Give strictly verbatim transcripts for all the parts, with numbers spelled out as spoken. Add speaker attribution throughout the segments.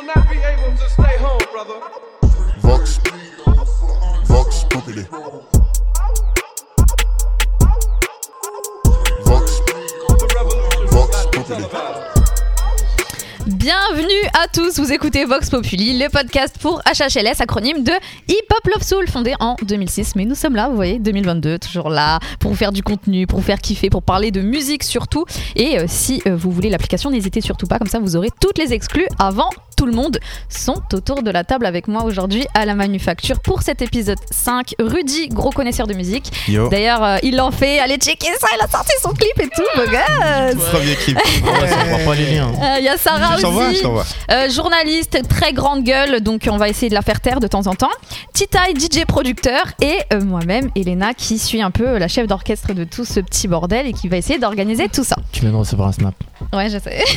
Speaker 1: not be able to stay home, brother.
Speaker 2: Vox, Vox Populi. Vox, Vox Populi.
Speaker 3: Bienvenue à tous, vous écoutez Vox Populi, le podcast pour H H L S, acronyme de Hip Hop Love Soul, fondé en deux mille six. Mais nous sommes là, vous voyez, deux mille vingt-deux, toujours là, pour vous faire du contenu, pour vous faire kiffer, pour parler de musique surtout. Et euh, si euh, vous voulez l'application, n'hésitez surtout pas, comme ça vous aurez toutes les exclus avant tout le monde. Sont autour de la table avec moi aujourd'hui à la Manufacture pour cet épisode cinq. Rudy, gros connaisseur de musique.
Speaker 4: Yo.
Speaker 3: D'ailleurs, euh, il en fait, allez checker ça, il a sorti son clip et tout, beau gosse.
Speaker 4: Premier clip. Oh, ouais, ça prend pas les liens.
Speaker 3: Il euh, y a Sarah
Speaker 4: je
Speaker 3: aussi,
Speaker 4: je
Speaker 3: euh, journaliste, très grande gueule, donc on va essayer de la faire taire de temps en temps. Titaï, D J producteur, et euh, moi-même, Elena, qui suis un peu la chef d'orchestre de tout ce petit bordel et qui va essayer d'organiser tout ça.
Speaker 5: Tu viens de recevoir un snap.
Speaker 3: Ouais, je sais.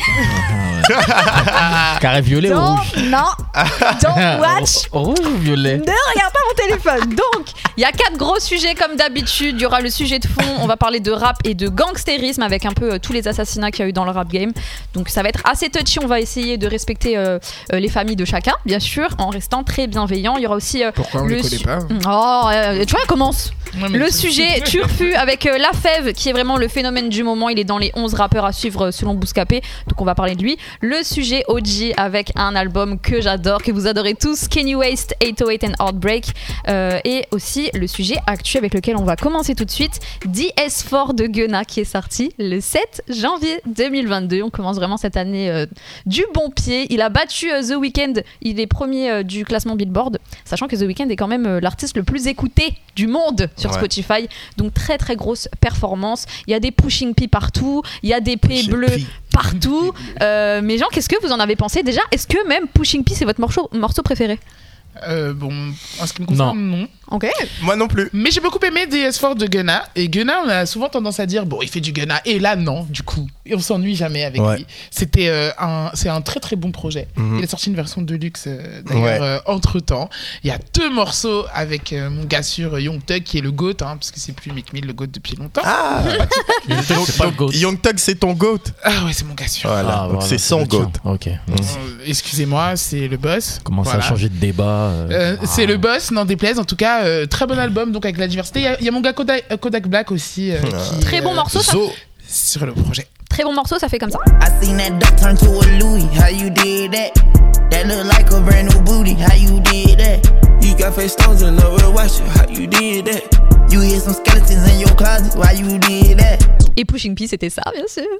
Speaker 5: Carré violet
Speaker 3: Don't,
Speaker 5: ou rouge?
Speaker 3: Non, don't watch.
Speaker 5: Rouge ou violet?
Speaker 3: Ne regarde pas mon téléphone. Donc, il y a quatre gros sujets comme d'habitude. Il y aura le sujet de fond. On va parler de rap et de gangstérisme avec un peu euh, tous les assassinats qu'il y a eu dans le rap game. Donc, ça va être assez touchy. On va essayer de respecter euh, euh, les familles de chacun, bien sûr, en restant très bienveillant. Il y aura aussi. Euh,
Speaker 6: Pourquoi on
Speaker 3: le
Speaker 6: les connaît
Speaker 3: su-
Speaker 6: pas?
Speaker 3: Oh, euh, tu vois, elle commence.
Speaker 6: Ouais, mais
Speaker 3: Le
Speaker 6: c'est-
Speaker 3: sujet Turfu avec euh, La Fève, qui est vraiment le phénomène du moment. Il est dans les onze rappeurs à suivre euh, selon Bouscapé. Donc, on va parler de lui. Le sujet O G avec un album que j'adore, que vous adorez tous, Kanye West, eight oh eight and Heartbreak. Euh, et aussi le sujet actuel avec lequel on va commencer tout de suite, D S quatre de Gunna, qui est sorti le sept janvier deux mille vingt-deux. On commence vraiment cette année euh, du bon pied. Il a battu euh, The Weeknd. Il est premier euh, du classement Billboard, sachant que The Weeknd est quand même euh, l'artiste le plus écouté du monde sur
Speaker 4: Ouais.
Speaker 3: Spotify. Donc très très grosse performance. Il y a des Pushing P partout, il y a des P
Speaker 4: Pushing
Speaker 3: bleus
Speaker 4: P.
Speaker 3: partout. Euh, mais Jean, qu'est-ce que vous en avez pensé déjà? Est-ce que même Pushing P c'est votre morceau, morceau préféré?
Speaker 6: Euh, bon, en ce qui me concerne, non.
Speaker 3: Ok.
Speaker 4: Moi non plus.
Speaker 6: Mais j'ai beaucoup aimé D S quatre de Gunna. Et Gunna, on a souvent tendance à dire, bon, il fait du Gunna. Et là, non, du coup. Et on s'ennuie jamais avec
Speaker 4: Ouais.
Speaker 6: lui. C'était euh, un, c'est un très très bon projet.
Speaker 4: Mhm.
Speaker 6: Il a sorti une version de luxe, euh, d'ailleurs,
Speaker 4: Ouais.
Speaker 6: euh, entre temps. Il y a deux morceaux avec euh, mon gars sûr, Young Thug, qui est le GOAT, hein, parce que c'est plus Meek Mill le GOAT depuis longtemps.
Speaker 4: Ah,
Speaker 5: C'est pas le goat.
Speaker 4: Young Thug, c'est ton goat.
Speaker 6: Ah ouais, c'est mon gars sûr.
Speaker 4: Voilà,
Speaker 5: Ah,
Speaker 4: donc
Speaker 5: voilà,
Speaker 4: c'est son
Speaker 5: le tien.
Speaker 4: goat.
Speaker 5: Ok.
Speaker 6: Euh, excusez-moi, c'est le boss.
Speaker 5: Commence
Speaker 6: Voilà.
Speaker 5: à changer de débat. euh.
Speaker 6: Euh,
Speaker 5: Ah.
Speaker 6: C'est le boss, n'en déplaise. En tout cas, euh, très bon album, donc avec la diversité. Il y a- il y, a mon gars Kodak, euh, Kodak Black aussi. euh, qui,
Speaker 3: Très bon
Speaker 6: euh,
Speaker 3: morceau, ça.
Speaker 4: Zo.
Speaker 6: sur le projet.
Speaker 3: Très bon morceau, ça fait comme ça.
Speaker 7: I seen that duck turn to a Louis. How you did that? That look like a brand new booty. How you did that? You got face stones in the real watch. How you did that? You hear some skeletons in your closet. Why you did that?
Speaker 3: Et Pushing P c'était ça, bien sûr.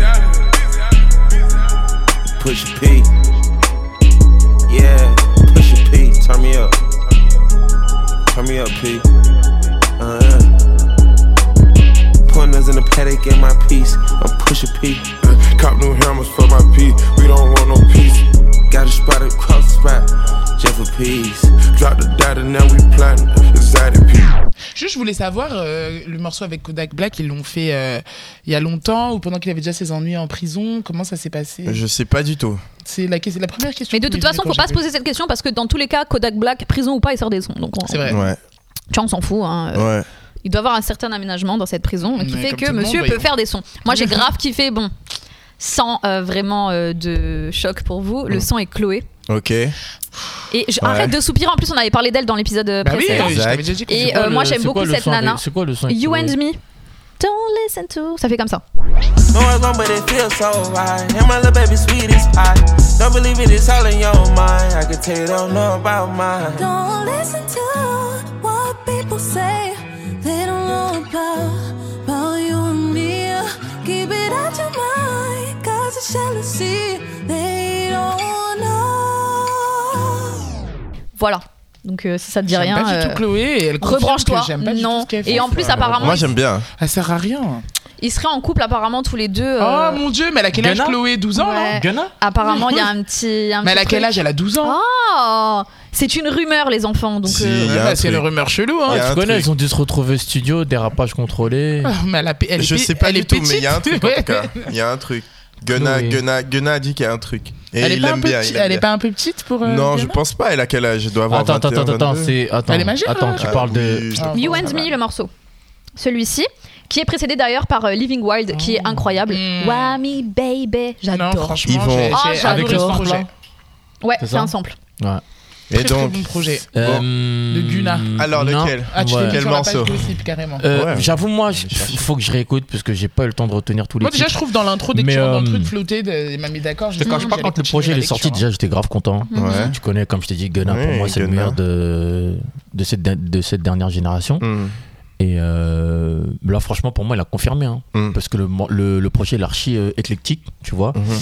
Speaker 7: Push a P. Yeah, push a P. Turn me up. Turn me up, P. Uh, Pointers in the paddock in my piece. I'm push a P.
Speaker 2: Cop new hammers for my P. We don't want no peace.
Speaker 7: Got a spot across the spot. Jeff a piece.
Speaker 2: Drop the data, now we plantin'. Exotic P.
Speaker 6: Juste, je voulais savoir, euh, le morceau avec Kodak Black, ils l'ont fait euh, il y a longtemps ou pendant qu'il avait déjà ses ennuis en prison. Comment ça s'est passé?
Speaker 4: Je sais pas du tout.
Speaker 6: C'est la, c'est la première question.
Speaker 3: Mais de
Speaker 6: qui
Speaker 3: toute
Speaker 6: m'est
Speaker 3: façon,
Speaker 6: venue
Speaker 3: faut
Speaker 6: quand
Speaker 3: pas se
Speaker 6: j'ai
Speaker 3: poser cette question parce que dans tous les cas, Kodak Black, prison ou pas, il sort des sons. Donc on,
Speaker 6: vu. C'est vrai.
Speaker 4: Ouais.
Speaker 3: tu vois, on s'en fout. Hein. Euh,
Speaker 4: Ouais.
Speaker 3: Il doit avoir un certain aménagement dans cette prison qui
Speaker 6: Mais
Speaker 3: fait
Speaker 6: comme
Speaker 3: que
Speaker 6: tout le
Speaker 3: monsieur
Speaker 6: monde,
Speaker 3: peut
Speaker 6: voyons.
Speaker 3: faire des sons. Moi, j'ai grave kiffé, bon, sans euh, vraiment euh, de choc pour vous, le
Speaker 4: Mm.
Speaker 3: son est Chloé.
Speaker 4: Ok.
Speaker 3: Et je,
Speaker 4: Ouais.
Speaker 3: arrête de soupirer, en plus on avait parlé d'elle dans l'épisode euh,
Speaker 6: Bah oui,
Speaker 3: précédent.
Speaker 6: je t'avais déjà dit que
Speaker 3: Et,
Speaker 6: c'est
Speaker 3: euh,
Speaker 6: quoi
Speaker 3: moi,
Speaker 6: le-
Speaker 3: j'aime
Speaker 5: C'est
Speaker 3: beaucoup
Speaker 5: quoi le
Speaker 3: cette
Speaker 5: son avec-
Speaker 3: nana.
Speaker 5: C'est quoi le son avec
Speaker 3: You
Speaker 5: Chloé?
Speaker 3: and me. Don't listen to. Ça fait comme ça.
Speaker 7: No it's long, but it feels so right. And my little baby sweet as pie. Don't believe it, it's all in your mind. I can tell you don't know about mine.
Speaker 8: Don't listen to what people say. They don't know about, about you and me. Keep it out your mind, cause it's jealousy. They don't know.
Speaker 3: Voilà. Donc euh, si ça te dit
Speaker 6: J'aime
Speaker 3: rien,
Speaker 6: pas du
Speaker 3: euh,
Speaker 6: tout Chloé et elle confirme
Speaker 3: rebranche-toi.
Speaker 6: que j'aime pas du tout
Speaker 3: Non.
Speaker 6: ce qu'elle fait.
Speaker 3: Et en plus,
Speaker 6: Ouais.
Speaker 3: apparemment,
Speaker 4: Moi
Speaker 3: ils,
Speaker 4: j'aime bien.
Speaker 6: Elle sert à rien.
Speaker 3: ils seraient en couple apparemment tous les deux. euh,
Speaker 6: Oh mon dieu, mais elle a quel âge
Speaker 5: Gunna
Speaker 6: Chloé? douze ans,
Speaker 3: ouais.
Speaker 6: non?
Speaker 5: Gunna?
Speaker 3: Apparemment, il y a un petit. Un
Speaker 6: Mais elle a
Speaker 3: petit
Speaker 6: quel
Speaker 3: truc.
Speaker 6: âge? Elle a douze ans.
Speaker 3: Oh, c'est une rumeur, les enfants. Donc,
Speaker 4: Si.
Speaker 3: euh,
Speaker 4: Il y a
Speaker 6: Ouais,
Speaker 4: un
Speaker 6: bah, c'est
Speaker 4: truc.
Speaker 6: une rumeur chelou, hein.
Speaker 4: Il y a
Speaker 5: Tu
Speaker 4: un
Speaker 5: connais,
Speaker 4: truc.
Speaker 5: ils ont dû se retrouver studio, dérapage contrôlé.
Speaker 6: Ah, mais elle a, elle est
Speaker 4: Je
Speaker 6: pe-
Speaker 4: sais pas
Speaker 6: elle
Speaker 4: du
Speaker 6: est
Speaker 4: tout, mais il y a un
Speaker 6: petite.
Speaker 4: truc en
Speaker 6: Ouais.
Speaker 4: tout cas. Il y a un truc. Gunna,
Speaker 5: Chloé.
Speaker 4: Gunna, Gunna a dit qu'il y a un truc. Et
Speaker 6: Elle est
Speaker 4: il
Speaker 6: pas un
Speaker 4: l'aime
Speaker 6: peu
Speaker 4: bien.
Speaker 6: petite-
Speaker 4: il aime
Speaker 6: elle est
Speaker 4: bien.
Speaker 6: pas un peu petite pour. euh,
Speaker 4: Non, je
Speaker 6: Gunna
Speaker 4: pense pas. Elle a quel âge? Elle doit avoir
Speaker 5: Attends, attends,
Speaker 4: vingt et un,
Speaker 5: attends, attends,
Speaker 4: vingt-deux.
Speaker 5: c'est. Attends,
Speaker 6: Elle est majeure,
Speaker 5: attends,
Speaker 6: là.
Speaker 5: tu
Speaker 4: Ah,
Speaker 5: parles de.
Speaker 4: oui.
Speaker 6: Ah,
Speaker 3: You
Speaker 6: bon,
Speaker 3: and
Speaker 6: ça
Speaker 3: Me,
Speaker 6: va.
Speaker 3: le morceau. Celui-ci, qui est précédé d'ailleurs par euh, Living Wild, qui est incroyable.
Speaker 6: Mm.
Speaker 3: Why me baby,
Speaker 6: Non,
Speaker 3: j'adore.
Speaker 6: franchement,
Speaker 4: Ils vont-
Speaker 6: j'ai-
Speaker 3: Ah,
Speaker 6: j'ai
Speaker 3: j'adore.
Speaker 6: adoré ce
Speaker 5: Avec le
Speaker 6: projet.
Speaker 5: sample,
Speaker 3: Ouais,
Speaker 5: C'est
Speaker 3: c'est
Speaker 5: ça
Speaker 3: un sample.
Speaker 5: Ouais.
Speaker 4: Et
Speaker 6: Très,
Speaker 4: donc,
Speaker 6: très bon projet.
Speaker 5: Euh,
Speaker 6: De Guna.
Speaker 4: alors
Speaker 5: non.
Speaker 4: lequel
Speaker 6: Ah, tu
Speaker 5: Ouais.
Speaker 6: l'as mis
Speaker 4: Quel
Speaker 6: sur la page
Speaker 4: morceau
Speaker 6: Gossip, carrément.
Speaker 5: Euh,
Speaker 4: Ouais.
Speaker 5: J'avoue, moi,
Speaker 4: Je vais
Speaker 5: il
Speaker 4: chercher.
Speaker 5: faut que je réécoute parce que j'ai pas eu le temps de retenir tous les
Speaker 6: Moi, déjà,
Speaker 5: titres.
Speaker 6: je trouve dans l'intro, dès que
Speaker 5: Mais,
Speaker 6: tu rentres dans le
Speaker 5: euh,
Speaker 6: truc flotté, de- il m'a mis d'accord.
Speaker 5: Je te cache pas, quand le projet il est sorti, déjà j'étais grave content.
Speaker 4: Ouais.
Speaker 5: Tu connais, comme je t'ai dit, Gunna, pour
Speaker 4: Oui,
Speaker 5: moi, c'est le
Speaker 4: Gunna.
Speaker 5: meilleur de, de, cette, de cette dernière génération.
Speaker 4: Hmm.
Speaker 5: Et euh, là, franchement, pour moi, il a confirmé. Hein,
Speaker 4: Mm.
Speaker 5: Parce que le, le, le projet, il est archi euh, éclectique, tu vois.
Speaker 4: Mhm.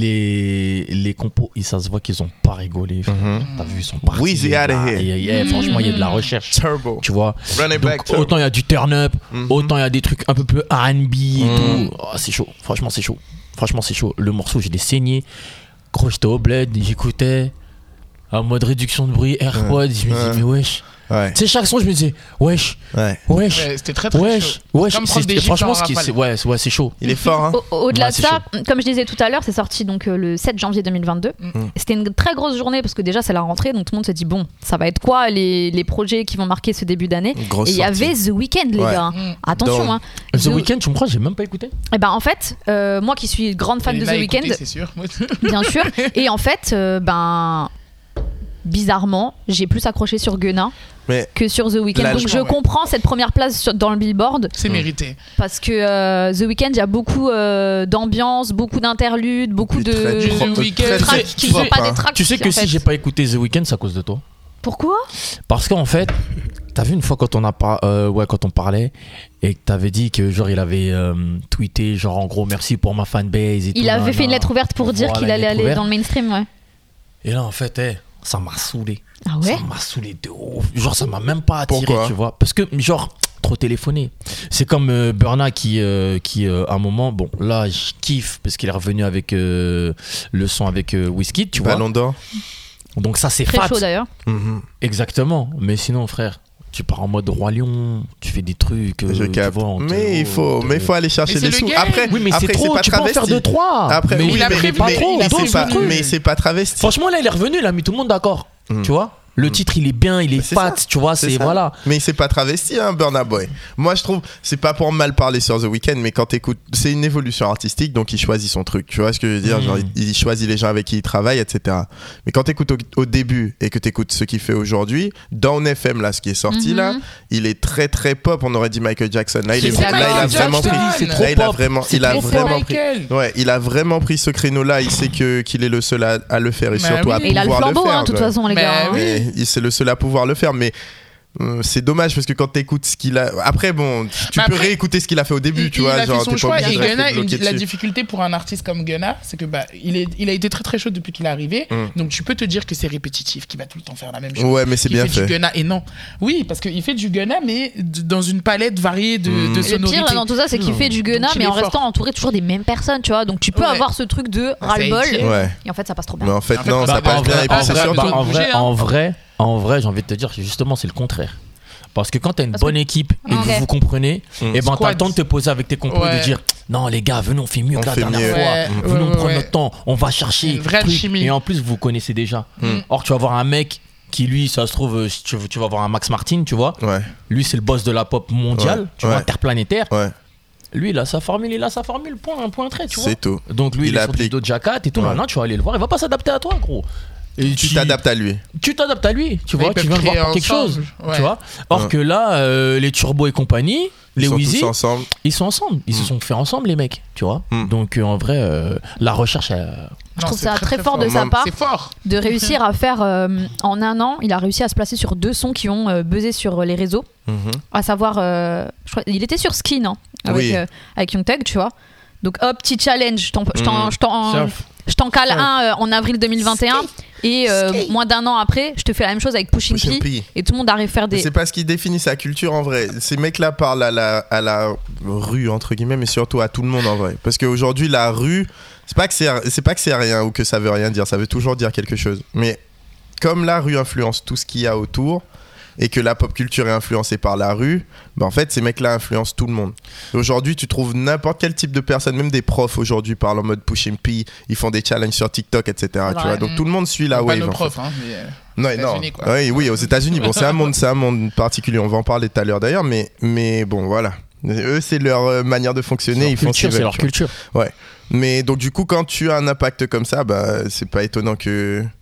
Speaker 5: Les, les compos, et ça se voit qu'ils ont pas rigolé. frère.
Speaker 4: Mhm.
Speaker 5: T'as vu, ils sont partis.
Speaker 4: Weezy outta here.
Speaker 5: Et, et, et, franchement, il y a de la recherche.
Speaker 4: Turbo.
Speaker 5: Tu vois.
Speaker 4: Run it
Speaker 5: Donc,
Speaker 4: back, Turbo.
Speaker 5: autant il y a du turn-up,
Speaker 4: Mhm.
Speaker 5: autant il y a des trucs un peu plus R and B et
Speaker 4: Mhm.
Speaker 5: tout. Oh, c'est chaud. Franchement, c'est chaud. Franchement, c'est chaud. Le morceau, je l'ai saigné. Gros, j'étais au bled, j'écoutais. En mode réduction de bruit, AirPods. Je me
Speaker 4: Ouais.
Speaker 5: dis, mais wesh.
Speaker 4: Ouais.
Speaker 5: Tu sais, chaque son, je me disais, wesh,
Speaker 4: Ouais.
Speaker 5: wesh.
Speaker 6: Ouais, c'était très très
Speaker 5: Wesh,
Speaker 6: chaud.
Speaker 5: wesh,
Speaker 6: Comme prendre
Speaker 5: c'est-
Speaker 6: des gifs
Speaker 5: franchement,
Speaker 6: en
Speaker 5: ce qui-
Speaker 6: rafale.
Speaker 5: c'est ouais, c'est- ouais, c'est chaud.
Speaker 4: Il est fort, hein.
Speaker 3: Au- Au-delà
Speaker 5: Ouais,
Speaker 3: de
Speaker 5: c'est
Speaker 3: ça, comme je disais tout à l'heure, c'est sorti donc euh, le sept janvier deux mille vingt-deux.
Speaker 6: Mm.
Speaker 3: C'était une très grosse journée parce que déjà c'est la rentrée, donc tout le monde s'est dit bon, ça va être quoi les, les projets qui vont marquer ce début d'année.
Speaker 4: Grosse
Speaker 3: Et il y
Speaker 4: sortie.
Speaker 3: avait The Weeknd, les
Speaker 4: Ouais.
Speaker 3: gars.
Speaker 6: Mm.
Speaker 3: Attention,
Speaker 4: Donc,
Speaker 3: hein.
Speaker 5: The Weeknd, tu me crois, j'ai même pas écouté.
Speaker 3: Et ben en fait, euh, moi qui suis grande fan
Speaker 6: Il
Speaker 3: de
Speaker 6: l'a
Speaker 3: The
Speaker 6: écouté,
Speaker 3: Weeknd,
Speaker 6: c'est sûr.
Speaker 3: bien sûr. Et en fait, euh, ben bizarrement, j'ai plus accroché sur Gunna
Speaker 4: Mais
Speaker 3: que sur The Weeknd.
Speaker 4: Là,
Speaker 3: Donc je
Speaker 6: ouais.
Speaker 3: comprends cette première place sur- dans le Billboard
Speaker 6: C'est mérité.
Speaker 3: parce que euh, The Weeknd, il y a beaucoup euh, d'ambiance, beaucoup d'interludes, beaucoup de
Speaker 4: très
Speaker 6: The
Speaker 4: propre,
Speaker 6: Weeknd,
Speaker 4: très,
Speaker 3: tracks
Speaker 4: très
Speaker 3: qui ne sont
Speaker 4: propre,
Speaker 3: pas des
Speaker 4: hein.
Speaker 3: tracks.
Speaker 5: Tu sais que
Speaker 3: en
Speaker 5: si
Speaker 3: fait.
Speaker 5: j'ai pas écouté The Weeknd, c'est à cause de toi.
Speaker 3: Pourquoi
Speaker 5: Parce qu'en fait, t'as vu une fois quand on a par- euh, ouais, quand on parlait et que t'avais dit que genre il avait euh, tweeté genre en gros merci pour ma fanbase et tout.
Speaker 3: Il avait
Speaker 5: nan,
Speaker 3: fait une
Speaker 5: nan.
Speaker 3: lettre ouverte pour dire
Speaker 5: Voilà,
Speaker 3: qu'il
Speaker 5: une
Speaker 3: allait
Speaker 5: lettre
Speaker 3: aller
Speaker 5: ouverte.
Speaker 3: dans le mainstream, ouais.
Speaker 5: Et là en fait, eh, ça m'a saoulé.
Speaker 3: Ah ouais
Speaker 5: Ça m'a saoulé de ouf. Genre ça m'a même pas attiré,
Speaker 4: Pourquoi
Speaker 5: tu vois. Parce que genre trop téléphoné. C'est comme euh, Burna qui euh, qui euh, à un moment bon là je kiffe parce qu'il est revenu avec euh, le son avec euh, Wizkid, tu vois.
Speaker 4: Ballon d'or.
Speaker 5: Donc ça c'est
Speaker 3: Très
Speaker 5: fat.
Speaker 3: chaud d'ailleurs.
Speaker 4: Mhm.
Speaker 5: Exactement. Mais sinon frère, tu pars en mode roi lion, tu fais des trucs. euh,
Speaker 4: Je
Speaker 5: tu
Speaker 4: capte.
Speaker 5: vois, on te-
Speaker 4: Mais il faut,
Speaker 5: on te-
Speaker 4: mais il faut aller chercher
Speaker 6: Mais c'est
Speaker 4: les
Speaker 6: le
Speaker 4: sous.
Speaker 6: game.
Speaker 4: Après,
Speaker 5: Oui, mais c'est
Speaker 4: après,
Speaker 5: trop.
Speaker 4: pas
Speaker 5: Tu peux en faire
Speaker 4: travesti.
Speaker 5: deux trois.
Speaker 4: Après,
Speaker 5: mais
Speaker 4: oui,
Speaker 6: il a
Speaker 4: mais,
Speaker 6: prévenu,
Speaker 5: pas
Speaker 4: mais-
Speaker 5: trop.
Speaker 6: il a
Speaker 4: mais
Speaker 5: deux,
Speaker 4: c'est pas,
Speaker 6: prévenu.
Speaker 4: mais c'est pas travesti.
Speaker 5: Franchement, là, il est revenu, il a mis tout le monde d'accord.
Speaker 4: Mm.
Speaker 5: Tu vois. Le
Speaker 4: Mm.
Speaker 5: titre, il est bien, il est
Speaker 4: Mais c'est
Speaker 5: fat,
Speaker 4: ça.
Speaker 5: tu vois.
Speaker 4: C'est
Speaker 5: C'est
Speaker 4: ça.
Speaker 5: voilà.
Speaker 4: Mais c'est pas travesti, hein, Burna Boy. Moi, je trouve, c'est pas pour mal parler sur The Weeknd, mais quand t'écoutes, c'est une évolution artistique, donc il choisit son truc. Tu vois ce que je veux dire?
Speaker 5: Mm.
Speaker 4: Genre, il, il choisit les gens avec qui il travaille, et cetera. Mais quand t'écoutes au, au début et que t'écoutes ce qu'il fait aujourd'hui, Down F M, là, ce qui est sorti,
Speaker 3: Mhm.
Speaker 4: là, il est très très pop. On aurait dit Michael Jackson. Là, il, est,
Speaker 6: C'est
Speaker 4: là, il a
Speaker 6: Michael
Speaker 4: vraiment
Speaker 6: Jackson.
Speaker 4: pris.
Speaker 6: C'est
Speaker 4: Là,
Speaker 5: trop
Speaker 4: il a
Speaker 5: pop.
Speaker 4: vraiment,
Speaker 5: C'est
Speaker 4: il a
Speaker 5: trop
Speaker 4: vraiment
Speaker 5: pop.
Speaker 4: pris.
Speaker 6: Michael.
Speaker 4: Ouais, il a vraiment pris ce créneau-là. Il sait que qu'il est le seul à, à le faire et
Speaker 6: Bah
Speaker 4: surtout
Speaker 6: oui.
Speaker 4: à
Speaker 3: Et il a le
Speaker 4: pouvoir
Speaker 3: flambeau,
Speaker 4: faire.
Speaker 3: hein, de toute
Speaker 4: ouais.
Speaker 3: façon, les
Speaker 6: Bah
Speaker 3: gars. hein.
Speaker 6: oui.
Speaker 4: Mais il- c'est le seul à pouvoir le faire, mais euh, c'est dommage parce que quand t'écoutes ce qu'il a. Après, bon, tu
Speaker 6: Mais
Speaker 4: peux
Speaker 6: après,
Speaker 4: réécouter ce qu'il a fait au début,
Speaker 6: il,
Speaker 4: tu vois.
Speaker 6: il a
Speaker 4: genre,
Speaker 6: fait son
Speaker 4: t'es pas
Speaker 6: choix
Speaker 4: obligé
Speaker 6: et
Speaker 4: de rester
Speaker 6: Gunna, une-
Speaker 4: bloqué
Speaker 6: la
Speaker 4: dessus.
Speaker 6: difficulté pour un artiste comme Gunna, c'est que bah il est, il a été très très chaud depuis qu'il est arrivé,
Speaker 4: Mm.
Speaker 6: donc tu peux te dire que c'est répétitif, qu'il va tout le temps faire la même chose.
Speaker 4: Ouais, mais c'est
Speaker 6: Il
Speaker 4: bien
Speaker 6: fait,
Speaker 4: fait.
Speaker 6: du Gunna et non. Oui, parce qu'il fait du Gunna, mais d- dans une palette variée de,
Speaker 4: Mm.
Speaker 6: de
Speaker 3: Le
Speaker 6: sonorités.
Speaker 3: pire là, dans tout ça, c'est qu'il fait du Gunna,
Speaker 6: Donc, il
Speaker 3: mais
Speaker 6: est
Speaker 3: en
Speaker 6: fort.
Speaker 3: restant entouré toujours des mêmes personnes, tu vois. Donc tu peux
Speaker 6: Ouais.
Speaker 3: avoir ce truc de ras-le-bol.
Speaker 6: été.
Speaker 4: Ouais.
Speaker 3: Et en fait, ça passe trop
Speaker 4: Mais
Speaker 3: bien.
Speaker 4: en fait,
Speaker 6: En fait,
Speaker 4: non,
Speaker 6: bah,
Speaker 4: ça
Speaker 6: bah,
Speaker 4: passe
Speaker 6: en
Speaker 4: bien.
Speaker 6: vrai,
Speaker 4: Et puis
Speaker 6: en
Speaker 4: c'est
Speaker 6: vrai,
Speaker 4: surtout.
Speaker 6: bah,
Speaker 5: en
Speaker 6: bouger,
Speaker 5: vrai,
Speaker 6: hein.
Speaker 5: en vrai, en vrai, j'ai envie de te dire que justement, c'est le contraire. Parce que quand t'as une
Speaker 3: Parce
Speaker 5: bonne
Speaker 3: que-
Speaker 5: équipe et que
Speaker 3: Ok.
Speaker 5: vous vous comprenez,
Speaker 4: Mm.
Speaker 5: et ben t'as
Speaker 6: Squad.
Speaker 5: le temps de te poser avec tes compos et
Speaker 6: Ouais.
Speaker 5: de dire non les gars, venez on fait mieux
Speaker 4: On
Speaker 5: que la
Speaker 4: fait
Speaker 5: dernière
Speaker 4: mieux.
Speaker 5: fois.
Speaker 6: Ouais,
Speaker 5: Venez
Speaker 6: ouais,
Speaker 5: on
Speaker 6: ouais,
Speaker 5: prend
Speaker 6: ouais.
Speaker 5: notre temps, on va chercher.
Speaker 6: Une vraie
Speaker 5: truc.
Speaker 6: alchimie.
Speaker 5: Et en plus vous vous connaissez déjà.
Speaker 4: Mm.
Speaker 5: Or tu vas voir un mec qui lui, ça se trouve, euh, si tu, tu vas voir un Max Martin, tu vois.
Speaker 4: Ouais,
Speaker 5: Lui c'est le boss de la pop mondiale,
Speaker 4: Ouais.
Speaker 5: tu
Speaker 4: Ouais.
Speaker 5: vois, interplanétaire.
Speaker 4: ouais,
Speaker 5: Lui il a sa formule, il a sa formule, point, un point trait, tu vois.
Speaker 4: c'est tout.
Speaker 5: Donc lui
Speaker 4: Il
Speaker 5: il, est
Speaker 4: a
Speaker 5: sur
Speaker 4: appelé-
Speaker 5: du Doja Cat et tout.
Speaker 4: Ouais.
Speaker 5: Maintenant tu vas aller le voir, il va pas s'adapter à toi gros. Et
Speaker 4: Tu t'adaptes à lui.
Speaker 5: tu t'adaptes à lui, tu
Speaker 6: Mais
Speaker 5: vois,
Speaker 6: ils
Speaker 5: tu
Speaker 6: peuvent
Speaker 5: viens de voir
Speaker 6: créer
Speaker 5: pour quelque chose,
Speaker 6: ensemble, ouais.
Speaker 5: tu vois. Or
Speaker 4: Ouais.
Speaker 5: que là, euh, les Turbo et compagnie,
Speaker 4: Ils
Speaker 5: les
Speaker 4: sont
Speaker 5: Wheezy,
Speaker 4: tous ensemble.
Speaker 5: ils sont ensemble, ils se
Speaker 4: Mm.
Speaker 5: sont fait ensemble les mecs, tu vois.
Speaker 4: Mm.
Speaker 5: Donc euh, en vrai, euh, la recherche, elle-
Speaker 3: Je
Speaker 6: Non,
Speaker 3: trouve
Speaker 6: c'est
Speaker 3: ça très fort de
Speaker 4: fort.
Speaker 3: sa
Speaker 4: Moi,
Speaker 3: part
Speaker 6: C'est fort.
Speaker 3: de réussir à faire euh, en un an, il a réussi à se placer sur deux sons qui ont euh, buzzé sur les réseaux,
Speaker 4: Mhm.
Speaker 3: à savoir, euh, je crois, il était sur Skin hein, avec,
Speaker 4: Oui.
Speaker 3: euh, avec Young Thug, tu vois. Donc hop, petit challenge, je t'en, je t'en,
Speaker 4: Mhm.
Speaker 3: je t'en,
Speaker 5: Surf.
Speaker 3: je t'en cale
Speaker 6: Surf.
Speaker 3: un euh, en avril deux mille vingt et un et euh, moins d'un an après, je te fais la même chose avec Pushing
Speaker 4: Pushing
Speaker 3: P
Speaker 4: P.
Speaker 3: et tout le monde arrive à faire
Speaker 4: Mais
Speaker 3: des...
Speaker 4: c'est parce qu'il définit sa culture en vrai. Ces mecs-là parlent à la, à la rue, entre guillemets, mais surtout à tout le monde en vrai. Parce qu'aujourd'hui, la rue, c'est pas que c'est, c'est pas que c'est rien ou que ça veut rien dire, ça veut toujours dire quelque chose. Mais comme la rue influence tout ce qu'il y a autour et que la pop culture est influencée par la rue, bah en fait, ces mecs-là influencent tout le monde. Aujourd'hui, tu trouves n'importe quel type de personne, même des profs aujourd'hui parlent en mode Pushing P, ils font des challenges sur TikTok, et cetera. Tu
Speaker 3: Ouais.
Speaker 4: vois, donc tout le monde suit la
Speaker 6: Pas
Speaker 4: wave.
Speaker 6: nos
Speaker 4: en fait.
Speaker 6: profs, hein, mais, euh,
Speaker 4: Non,
Speaker 6: Aux
Speaker 4: non.
Speaker 6: États-Unis, quoi.
Speaker 4: Oui, oui, aux États-Unis. Bon, c'est un monde, c'est un monde particulier. On va en parler tout à l'heure d'ailleurs, mais, mais bon, voilà. Eux, c'est leur euh, manière de fonctionner.
Speaker 5: leur
Speaker 4: Ils font ce qu'ils
Speaker 5: culture, c'est
Speaker 4: veulent,
Speaker 5: leur
Speaker 4: tu vois.
Speaker 5: culture.
Speaker 4: Mais donc, du coup, quand tu as un impact comme ça, bah, c'est pas étonnant que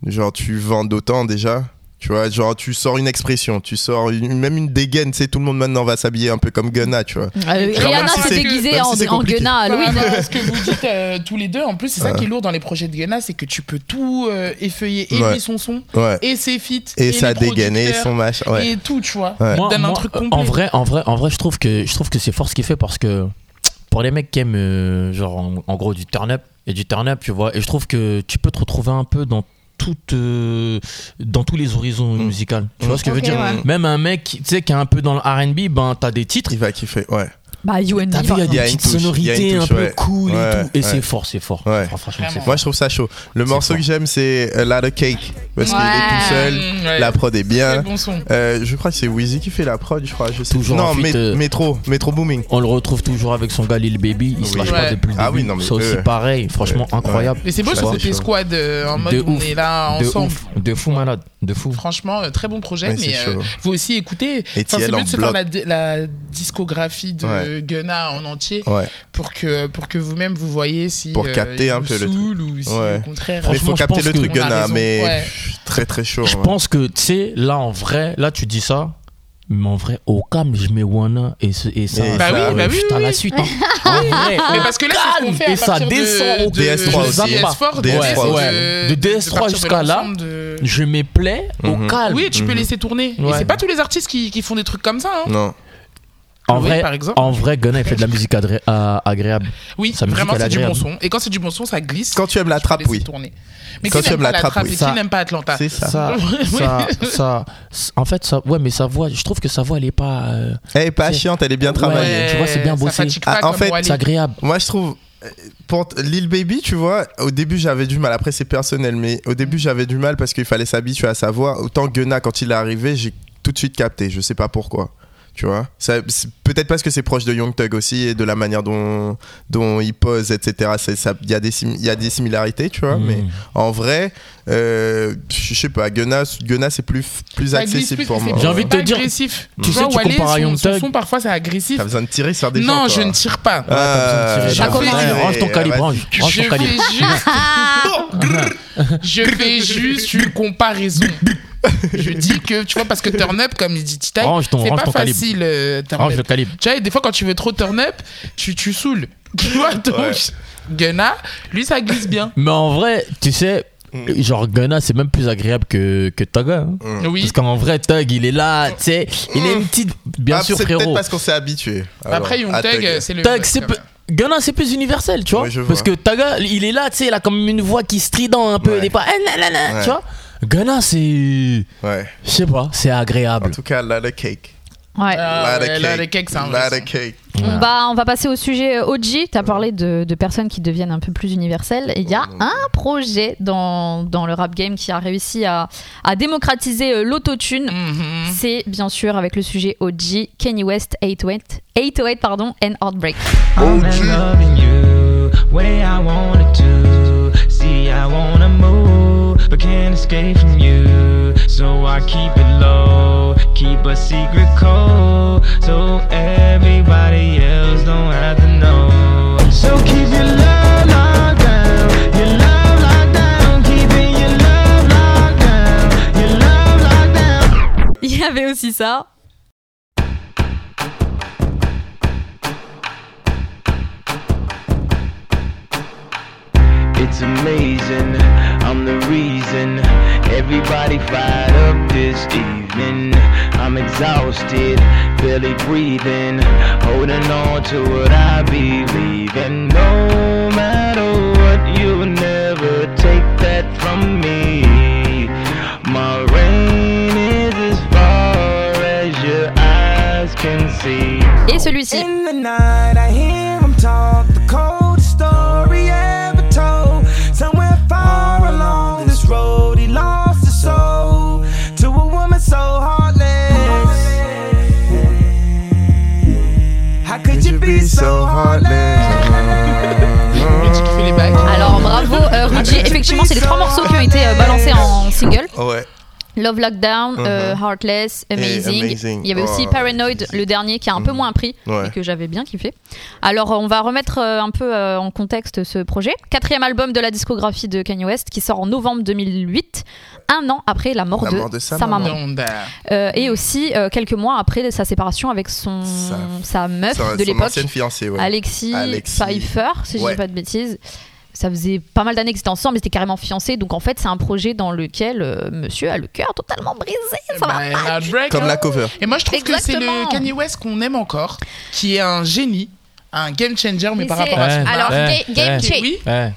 Speaker 4: Genre, tu vends d'autant déjà. Tu vois, genre, tu sors une expression, tu sors une, même une dégaine. Tu sais, tout le monde maintenant va s'habiller un peu comme Gunna, tu vois.
Speaker 3: Euh,
Speaker 4: Genre,
Speaker 3: Rihanna
Speaker 4: même si
Speaker 3: s'est
Speaker 4: c'est-
Speaker 3: déguisée
Speaker 4: même
Speaker 3: en,
Speaker 4: si c'est
Speaker 3: en
Speaker 4: compliqué.
Speaker 3: Gunna à
Speaker 6: Par
Speaker 3: Halloween.
Speaker 6: rapport à ce que vous dites euh, tous les deux, en plus, c'est ça qui est lourd dans les projets de Gunna, c'est que tu peux tout euh, effeuiller, et
Speaker 4: Ouais.
Speaker 6: lui son son,
Speaker 4: Ouais.
Speaker 6: et ses feats,
Speaker 4: Et,
Speaker 6: et
Speaker 4: ça
Speaker 6: les
Speaker 4: dégaine et
Speaker 6: producteurs,
Speaker 4: son machin. Ouais.
Speaker 6: et tout, tu vois.
Speaker 4: Ouais.
Speaker 6: Il
Speaker 5: Moi-
Speaker 6: donne un
Speaker 5: moi,
Speaker 6: truc
Speaker 5: euh,
Speaker 6: complet.
Speaker 5: En vrai, en vrai, en vrai, je trouve que je trouve que c'est fort ce qu'il fait parce que pour les mecs qui aiment euh, genre en, en gros du turn up et du turn up, tu vois, et je trouve que tu peux te retrouver un peu dans toute euh, dans tous les horizons
Speaker 4: Mm.
Speaker 5: musicaux. Tu
Speaker 4: Mm.
Speaker 5: vois ce que je
Speaker 3: Ok,
Speaker 5: veux dire?
Speaker 3: ouais.
Speaker 5: Même un mec, tu sais, qui est un peu dans le R and B, ben t'as des titres.
Speaker 4: Il va kiffer, ouais.
Speaker 3: Bah, U N B.
Speaker 5: T'as vu,
Speaker 3: par
Speaker 5: il y a
Speaker 3: exemple.
Speaker 5: des
Speaker 4: Il y a une
Speaker 5: petites
Speaker 4: touche, il y a une
Speaker 5: sonorités un
Speaker 4: touche,
Speaker 5: peu
Speaker 4: ouais.
Speaker 5: cool et
Speaker 4: Ouais,
Speaker 5: tout. Et
Speaker 4: ouais.
Speaker 5: c'est fort, c'est fort.
Speaker 4: Ouais.
Speaker 5: Enfin, franchement, c'est
Speaker 6: Vraiment.
Speaker 5: fort.
Speaker 4: Moi, je trouve ça chaud. Le
Speaker 5: C'est
Speaker 4: morceau
Speaker 5: fort.
Speaker 4: que j'aime, c'est A Lot of Cake. Parce qu'il
Speaker 3: Ouais.
Speaker 4: est tout seul.
Speaker 6: Mmh, ouais.
Speaker 4: La prod est
Speaker 6: Très
Speaker 4: bien.
Speaker 6: bon son.
Speaker 4: Euh, je crois que c'est Wheezy qui fait la prod, je crois. Je sais.
Speaker 5: Toujours
Speaker 4: non,
Speaker 5: en feat,
Speaker 4: Mé-
Speaker 5: euh,
Speaker 4: Métro, Métro Booming.
Speaker 5: On le retrouve toujours avec son gars Lil Baby. Il se
Speaker 4: Oui.
Speaker 5: lâche pas
Speaker 6: Ouais.
Speaker 5: depuis le
Speaker 4: Ah
Speaker 5: début.
Speaker 4: oui, non, mais
Speaker 5: c'est aussi
Speaker 4: eux-
Speaker 5: pareil. Franchement,
Speaker 4: Ouais.
Speaker 5: incroyable.
Speaker 6: Mais c'est beau
Speaker 5: Tu
Speaker 6: ce
Speaker 5: vois.
Speaker 6: côté
Speaker 4: chaud.
Speaker 6: squad euh, en mode
Speaker 5: De
Speaker 6: on
Speaker 5: ouf.
Speaker 6: est là
Speaker 5: De
Speaker 6: ensemble.
Speaker 5: ouf. De fou malade. De fou.
Speaker 6: Franchement, euh, très bon projet,
Speaker 4: Ouais,
Speaker 6: mais
Speaker 4: c'est
Speaker 6: euh,
Speaker 4: chaud.
Speaker 6: faut aussi écouter.
Speaker 4: Et
Speaker 6: Enfin,
Speaker 4: Thiel
Speaker 6: c'est mieux
Speaker 4: en
Speaker 6: de se faire
Speaker 4: bloc.
Speaker 6: la, di- la discographie de
Speaker 4: Ouais.
Speaker 6: Gunna en entier
Speaker 4: Ouais.
Speaker 6: pour que, pour que vous-même vous voyez si
Speaker 4: Pour
Speaker 6: euh,
Speaker 4: capter
Speaker 6: il
Speaker 4: un
Speaker 6: vous
Speaker 4: peu le truc.
Speaker 6: saoule ou si
Speaker 4: Ouais.
Speaker 6: au contraire.
Speaker 4: Mais il faut
Speaker 5: Franchement, je
Speaker 4: capter
Speaker 5: pense
Speaker 4: le
Speaker 5: que-
Speaker 4: truc
Speaker 6: on a
Speaker 4: Gunna,
Speaker 6: raison.
Speaker 4: mais
Speaker 6: Ouais.
Speaker 4: très très chaud.
Speaker 5: Je
Speaker 4: ouais.
Speaker 5: pense que, tu sais, là en vrai, là tu dis ça, mais en vrai, au calme, je mets Wana et, ce- et ça.
Speaker 4: Et
Speaker 6: Bah
Speaker 4: ça,
Speaker 6: oui,
Speaker 4: ouais.
Speaker 6: bah oui,
Speaker 5: Putain,
Speaker 6: oui,
Speaker 5: la
Speaker 6: oui.
Speaker 5: suite. Hein. En vrai,
Speaker 6: Mais
Speaker 5: au
Speaker 6: parce que là, c'est ce qu'on
Speaker 5: calme,
Speaker 6: fait à
Speaker 5: et ça
Speaker 6: partir de-
Speaker 5: descend au
Speaker 6: de,
Speaker 4: D S trois
Speaker 6: de
Speaker 4: aussi.
Speaker 6: D S quatre,
Speaker 4: D S trois
Speaker 6: de-
Speaker 4: aussi.
Speaker 5: Ouais. De D S trois
Speaker 6: partir de
Speaker 5: jusqu'à là,
Speaker 6: l'ensemble de-
Speaker 5: Je mets play au
Speaker 4: Mhm.
Speaker 5: calme.
Speaker 6: Oui, tu peux
Speaker 4: Mhm.
Speaker 6: laisser tourner. Et
Speaker 5: Ouais.
Speaker 6: c'est pas tous les artistes qui, qui font des trucs comme ça. Hein.
Speaker 4: Non.
Speaker 5: En
Speaker 6: Oui,
Speaker 5: vrai,
Speaker 6: par exemple.
Speaker 5: en vrai, Gunna il fait de la musique agré- à- agréable.
Speaker 6: Oui,
Speaker 5: Sa musique,
Speaker 6: vraiment,
Speaker 5: elle est
Speaker 6: c'est du bon
Speaker 5: agréable.
Speaker 6: son. Et quand c'est du bon son, ça glisse.
Speaker 4: Quand tu aimes la
Speaker 6: Tu peux
Speaker 4: trappe,
Speaker 6: laisser
Speaker 4: oui.
Speaker 6: tourner. Mais
Speaker 4: Quand
Speaker 6: qui
Speaker 4: tu
Speaker 6: n'aime
Speaker 4: aimes
Speaker 6: pas
Speaker 4: la
Speaker 6: la
Speaker 4: trappe,
Speaker 6: trappe
Speaker 4: oui.
Speaker 6: et
Speaker 5: Ça-
Speaker 6: qui n'aime pas Atlanta
Speaker 4: C'est ça.
Speaker 5: Ça,
Speaker 6: Oui.
Speaker 5: ça, ça, en fait, ça, ouais, mais sa voix, je trouve que sa voix, elle est pas. euh,
Speaker 4: Elle est pas
Speaker 5: C'est-
Speaker 4: chiante, elle est bien travaillée.
Speaker 5: Ouais, tu vois, c'est bien
Speaker 6: ça
Speaker 5: bossé.
Speaker 6: fatigue pas
Speaker 4: Ah, en
Speaker 6: comme
Speaker 4: fait,
Speaker 6: Wally.
Speaker 5: c'est agréable.
Speaker 4: Moi, je trouve. euh, Pour t- Lil Baby, tu vois, au début j'avais du mal. Après, c'est personnel, mais au début j'avais du mal parce qu'il fallait s'habituer à sa voix. Autant Gunna, quand il est arrivé, j'ai tout de suite capté. Je sais pas pourquoi. Tu vois, ça, c'est- peut-être parce que c'est proche de Young Thug aussi et de la manière dont, dont il pose, et cetera. C'est- ça- Il y, a des sim- il y a des similarités, tu vois,
Speaker 5: Mm.
Speaker 4: mais en vrai, euh, je sais pas, Gunna, Gunna c'est plus, plus
Speaker 6: Ça glisse
Speaker 4: accessible
Speaker 6: plus,
Speaker 4: pour
Speaker 6: c'est
Speaker 4: moi.
Speaker 5: J'ai envie de te
Speaker 6: pas
Speaker 5: dire,
Speaker 6: agressif.
Speaker 5: tu sais, tu
Speaker 6: Wally,
Speaker 5: compares à
Speaker 6: son-
Speaker 5: Young
Speaker 6: son
Speaker 5: Thug.
Speaker 6: son, parfois, c'est agressif.
Speaker 4: T'as besoin de tirer sur des gens.
Speaker 6: Non,
Speaker 4: toi.
Speaker 6: je ne tire pas.
Speaker 4: Euh,
Speaker 5: J'ai
Speaker 6: envie de
Speaker 5: range,
Speaker 6: dire,
Speaker 5: range ton calibre, range,
Speaker 6: Je
Speaker 5: range ton
Speaker 6: fais
Speaker 5: calibre.
Speaker 6: juste. Je fais juste une comparaison. Je dis que, tu vois, parce que turn up, comme il dit Tita,
Speaker 5: Range ton-
Speaker 6: c'est
Speaker 5: range
Speaker 6: pas
Speaker 5: ton calibre.
Speaker 6: facile, euh, turn
Speaker 5: Range
Speaker 6: up.
Speaker 5: le calibre.
Speaker 6: Tu vois, et des fois, quand tu veux trop turn up, tu, tu saoules. Tu vois, donc,
Speaker 4: Ouais.
Speaker 6: Gunna, lui, ça glisse bien.
Speaker 5: Mais en vrai, tu sais, genre Gunna, c'est même plus agréable que, que Thug. Hein.
Speaker 4: Mm.
Speaker 6: Oui.
Speaker 5: Parce qu'en vrai, Thug, il est là, tu sais, il est une petite. Bien
Speaker 4: Ah,
Speaker 5: sûr,
Speaker 4: c'est peut-être
Speaker 5: frérot.
Speaker 4: parce qu'on s'est habitué.
Speaker 6: Après, Young
Speaker 4: à
Speaker 6: Thug, c'est le.
Speaker 5: Thug, c'est
Speaker 6: quand
Speaker 5: peu-
Speaker 6: même.
Speaker 5: Gunna, c'est plus universel, tu vois.
Speaker 4: Ouais, je vois.
Speaker 5: Parce que Thug, il est là, tu sais, il a comme une voix qui strident un peu.
Speaker 4: Ouais.
Speaker 5: Il est pas. eh, nanana,
Speaker 4: Ouais.
Speaker 5: Tu vois. Gunna, c'est.
Speaker 4: Ouais.
Speaker 5: Je sais pas, c'est
Speaker 4: En
Speaker 5: agréable.
Speaker 4: tout cas, là, le cake.
Speaker 3: Ouais.
Speaker 6: Ah,
Speaker 4: Lot of
Speaker 6: ouais, là,
Speaker 4: cake.
Speaker 6: le cake, c'est un
Speaker 4: Lot
Speaker 6: vrai
Speaker 4: of
Speaker 6: son.
Speaker 4: cake.
Speaker 3: On va, on va passer au sujet euh, O G. Tu as parlé de, de personnes qui deviennent un peu plus universelles. Et il y a un projet dans, dans le rap game qui a réussi à, à démocratiser euh, l'autotune.
Speaker 6: Mhm.
Speaker 3: C'est bien sûr avec le sujet O G, Kanye West, eight oh eight, eight oh eight pardon, and Heartbreak.
Speaker 9: I'm in loving you, way I wanted to. See, I wanna move, but can't escape from you. So I keep it low, keep a secret code, so everybody else don't have to know. So keep your love locked down, your love locked down, keeping your love locked down, your love locked down.
Speaker 3: Il y avait aussi ça.
Speaker 9: It's amazing, I'm the reason everybody fired up this evening. I'm exhausted, barely breathing, holding on to what I believe in. No matter what, you'll never take that from me. My reign is as far as your eyes can see.
Speaker 3: Et celui-ci.
Speaker 7: In the night, I hear him talk, the coldest story ever told. Somewhere far along this road, he lost his soul to a woman so heartless. How could you be so heartless?
Speaker 6: Rudy qui fait les bacs.
Speaker 3: Alors bravo euh, Rudy. Effectivement, c'est les trois morceaux qui ont été euh, balancés en single.
Speaker 4: Ouais.
Speaker 3: Love Lockdown,
Speaker 4: Mhm.
Speaker 3: euh, Heartless, Amazing.
Speaker 4: Amazing.
Speaker 3: Il y avait aussi
Speaker 4: Oh,
Speaker 3: Paranoid, le dernier, qui a un peu
Speaker 4: Mhm.
Speaker 3: moins pris,
Speaker 4: Ouais.
Speaker 3: et que j'avais bien kiffé. Alors, euh, on va remettre euh, un peu euh, en contexte ce projet. Quatrième album de la discographie de Kanye West, qui sort en novembre deux mille huit, un an après la mort,
Speaker 4: La
Speaker 3: de,
Speaker 4: mort de sa
Speaker 3: sa maman.
Speaker 4: maman.
Speaker 6: Donda.
Speaker 3: Euh, et aussi euh, quelques mois après sa séparation avec son,
Speaker 4: Sa-
Speaker 3: sa meuf
Speaker 4: Son-
Speaker 3: de
Speaker 4: son
Speaker 3: l'époque,
Speaker 4: ancienne fiancée, ouais.
Speaker 3: Alexis,
Speaker 4: Alexis.
Speaker 3: Pfeiffer, si je
Speaker 4: Ouais.
Speaker 3: dis pas de bêtises. Ça faisait pas mal d'années qu'ils étaient ensemble, ils étaient carrément fiancés. Donc en fait, c'est un projet dans lequel euh, monsieur a le cœur totalement brisé. Ça va
Speaker 6: Bah,
Speaker 3: pas.
Speaker 6: Heartbreak,
Speaker 4: Comme
Speaker 6: hein.
Speaker 4: la cover.
Speaker 6: Et moi, je trouve que c'est
Speaker 3: Exactement.
Speaker 6: le Kanye West qu'on aime encore, qui est un génie, un game changer, mais,
Speaker 3: Mais
Speaker 6: par
Speaker 3: c'est-
Speaker 6: rapport à son
Speaker 5: Ouais.
Speaker 6: art.
Speaker 3: Alors,
Speaker 5: Ouais.
Speaker 3: ga- game
Speaker 5: Ouais.
Speaker 3: change.
Speaker 6: Oui.
Speaker 5: Ouais.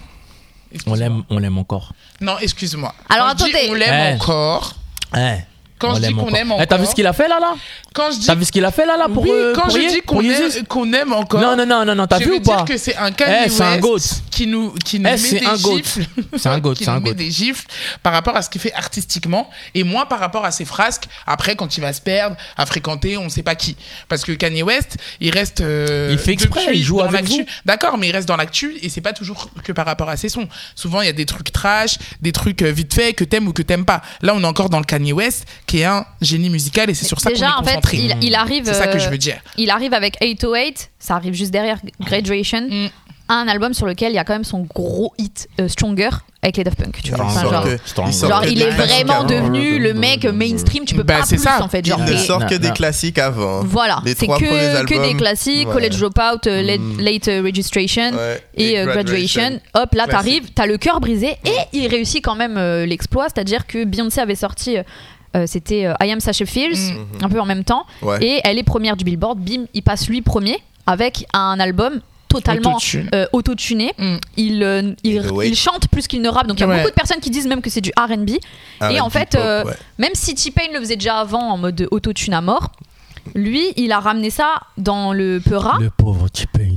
Speaker 5: On l'aime, on l'aime encore.
Speaker 6: Non, excuse-moi.
Speaker 3: Alors,
Speaker 6: Quand je dis
Speaker 3: attendez.
Speaker 6: on l'aime
Speaker 5: Ouais.
Speaker 6: encore.
Speaker 5: Ouais.
Speaker 6: Quand
Speaker 5: On
Speaker 6: je dis
Speaker 5: l'aime
Speaker 6: qu'on
Speaker 5: encore.
Speaker 6: aime
Speaker 5: Eh,
Speaker 6: encore.
Speaker 5: t'as vu ce qu'il a fait là là
Speaker 6: Quand je dis
Speaker 5: T'as vu ce qu'il a fait là là pour
Speaker 6: oui,
Speaker 5: euh,
Speaker 6: quand
Speaker 5: pour
Speaker 6: je
Speaker 5: Ye-
Speaker 6: dis qu'on
Speaker 5: pour
Speaker 6: aime,
Speaker 5: Yeezus
Speaker 6: qu'on aime encore.
Speaker 5: Non non non non non, t'as
Speaker 6: je
Speaker 5: vu
Speaker 6: veux
Speaker 5: ou pas
Speaker 6: dire que c'est un Kanye
Speaker 5: Eh, c'est un
Speaker 6: West
Speaker 5: goat.
Speaker 6: qui nous qui nous
Speaker 5: Eh,
Speaker 6: met
Speaker 5: c'est
Speaker 6: des
Speaker 5: un goat.
Speaker 6: gifles.
Speaker 5: C'est un goat,
Speaker 6: qui
Speaker 5: c'est un
Speaker 6: nous met
Speaker 5: goat.
Speaker 6: des gifles par rapport à ce qu'il fait artistiquement et moins par rapport à ses frasques. Après, quand il va se perdre à fréquenter, on sait pas qui. Parce que Kanye West, il reste. euh,
Speaker 5: Il fait exprès,
Speaker 6: depuis
Speaker 5: il joue
Speaker 6: dans
Speaker 5: avec
Speaker 6: l'actu.
Speaker 5: vous.
Speaker 6: D'accord, mais il reste dans l'actu et c'est pas toujours que par rapport à ses sons. Souvent, il y a des trucs trash, des trucs euh, vite fait que t'aimes ou que t'aimes pas. Là, on est encore dans le Kanye West qui est un génie musical et c'est sur ça qu'on est
Speaker 3: Déjà, en fait,
Speaker 6: concentré.
Speaker 3: il, il arrive.
Speaker 6: C'est ça que je
Speaker 3: euh,
Speaker 6: veux dire.
Speaker 3: Il arrive avec eight oh eight, ça arrive juste derrière Graduation,
Speaker 6: Mm.
Speaker 3: un album sur lequel il y a quand même son gros hit euh, Stronger avec les Daft Punk. Tu vois.
Speaker 4: Il
Speaker 3: Enfin,
Speaker 4: sort
Speaker 3: genre,
Speaker 4: que-
Speaker 5: Strong.
Speaker 4: il sort
Speaker 3: genre,
Speaker 4: que
Speaker 3: il
Speaker 4: des
Speaker 3: est
Speaker 4: classiques
Speaker 3: vraiment
Speaker 4: avant.
Speaker 3: devenu le mec mainstream. Tu peux
Speaker 6: Bah,
Speaker 3: pas
Speaker 6: c'est
Speaker 3: plus
Speaker 6: ça.
Speaker 3: en fait.
Speaker 4: Il
Speaker 3: Genre,
Speaker 4: ne
Speaker 3: t'es-
Speaker 4: sort que des
Speaker 5: Non.
Speaker 4: classiques avant.
Speaker 3: Voilà,
Speaker 4: Les
Speaker 3: c'est
Speaker 4: trois premiers
Speaker 3: que, que des
Speaker 4: albums,
Speaker 3: classiques,
Speaker 4: ouais.
Speaker 3: College Dropout, euh, late,
Speaker 4: Mm.
Speaker 3: late, euh, Registration
Speaker 4: Ouais.
Speaker 3: et euh, Graduation. Hop, là
Speaker 4: Classique.
Speaker 3: t'arrives, t'as le cœur brisé et il réussit quand même euh, l'exploit, c'est-à-dire que Beyoncé avait sorti, euh, c'était euh, I Am Sasha Fierce,
Speaker 6: Mm.
Speaker 3: un peu en même temps,
Speaker 4: Ouais.
Speaker 3: et elle est première du Billboard, bim, il passe lui premier avec un album totalement
Speaker 6: Autotune.
Speaker 3: euh, autotuné.
Speaker 6: Mm.
Speaker 3: Il, euh, il,
Speaker 4: The Way.
Speaker 3: il chante plus qu'il ne rappe, donc il y a
Speaker 6: Ouais.
Speaker 3: beaucoup de personnes qui disent même que c'est du R and B. Et en fait,
Speaker 4: Pop,
Speaker 3: euh,
Speaker 4: ouais.
Speaker 3: même si T-Pain le faisait déjà avant en mode autotune à mort, lui, il a ramené ça dans le peura.
Speaker 5: Le pauvre T-Pain.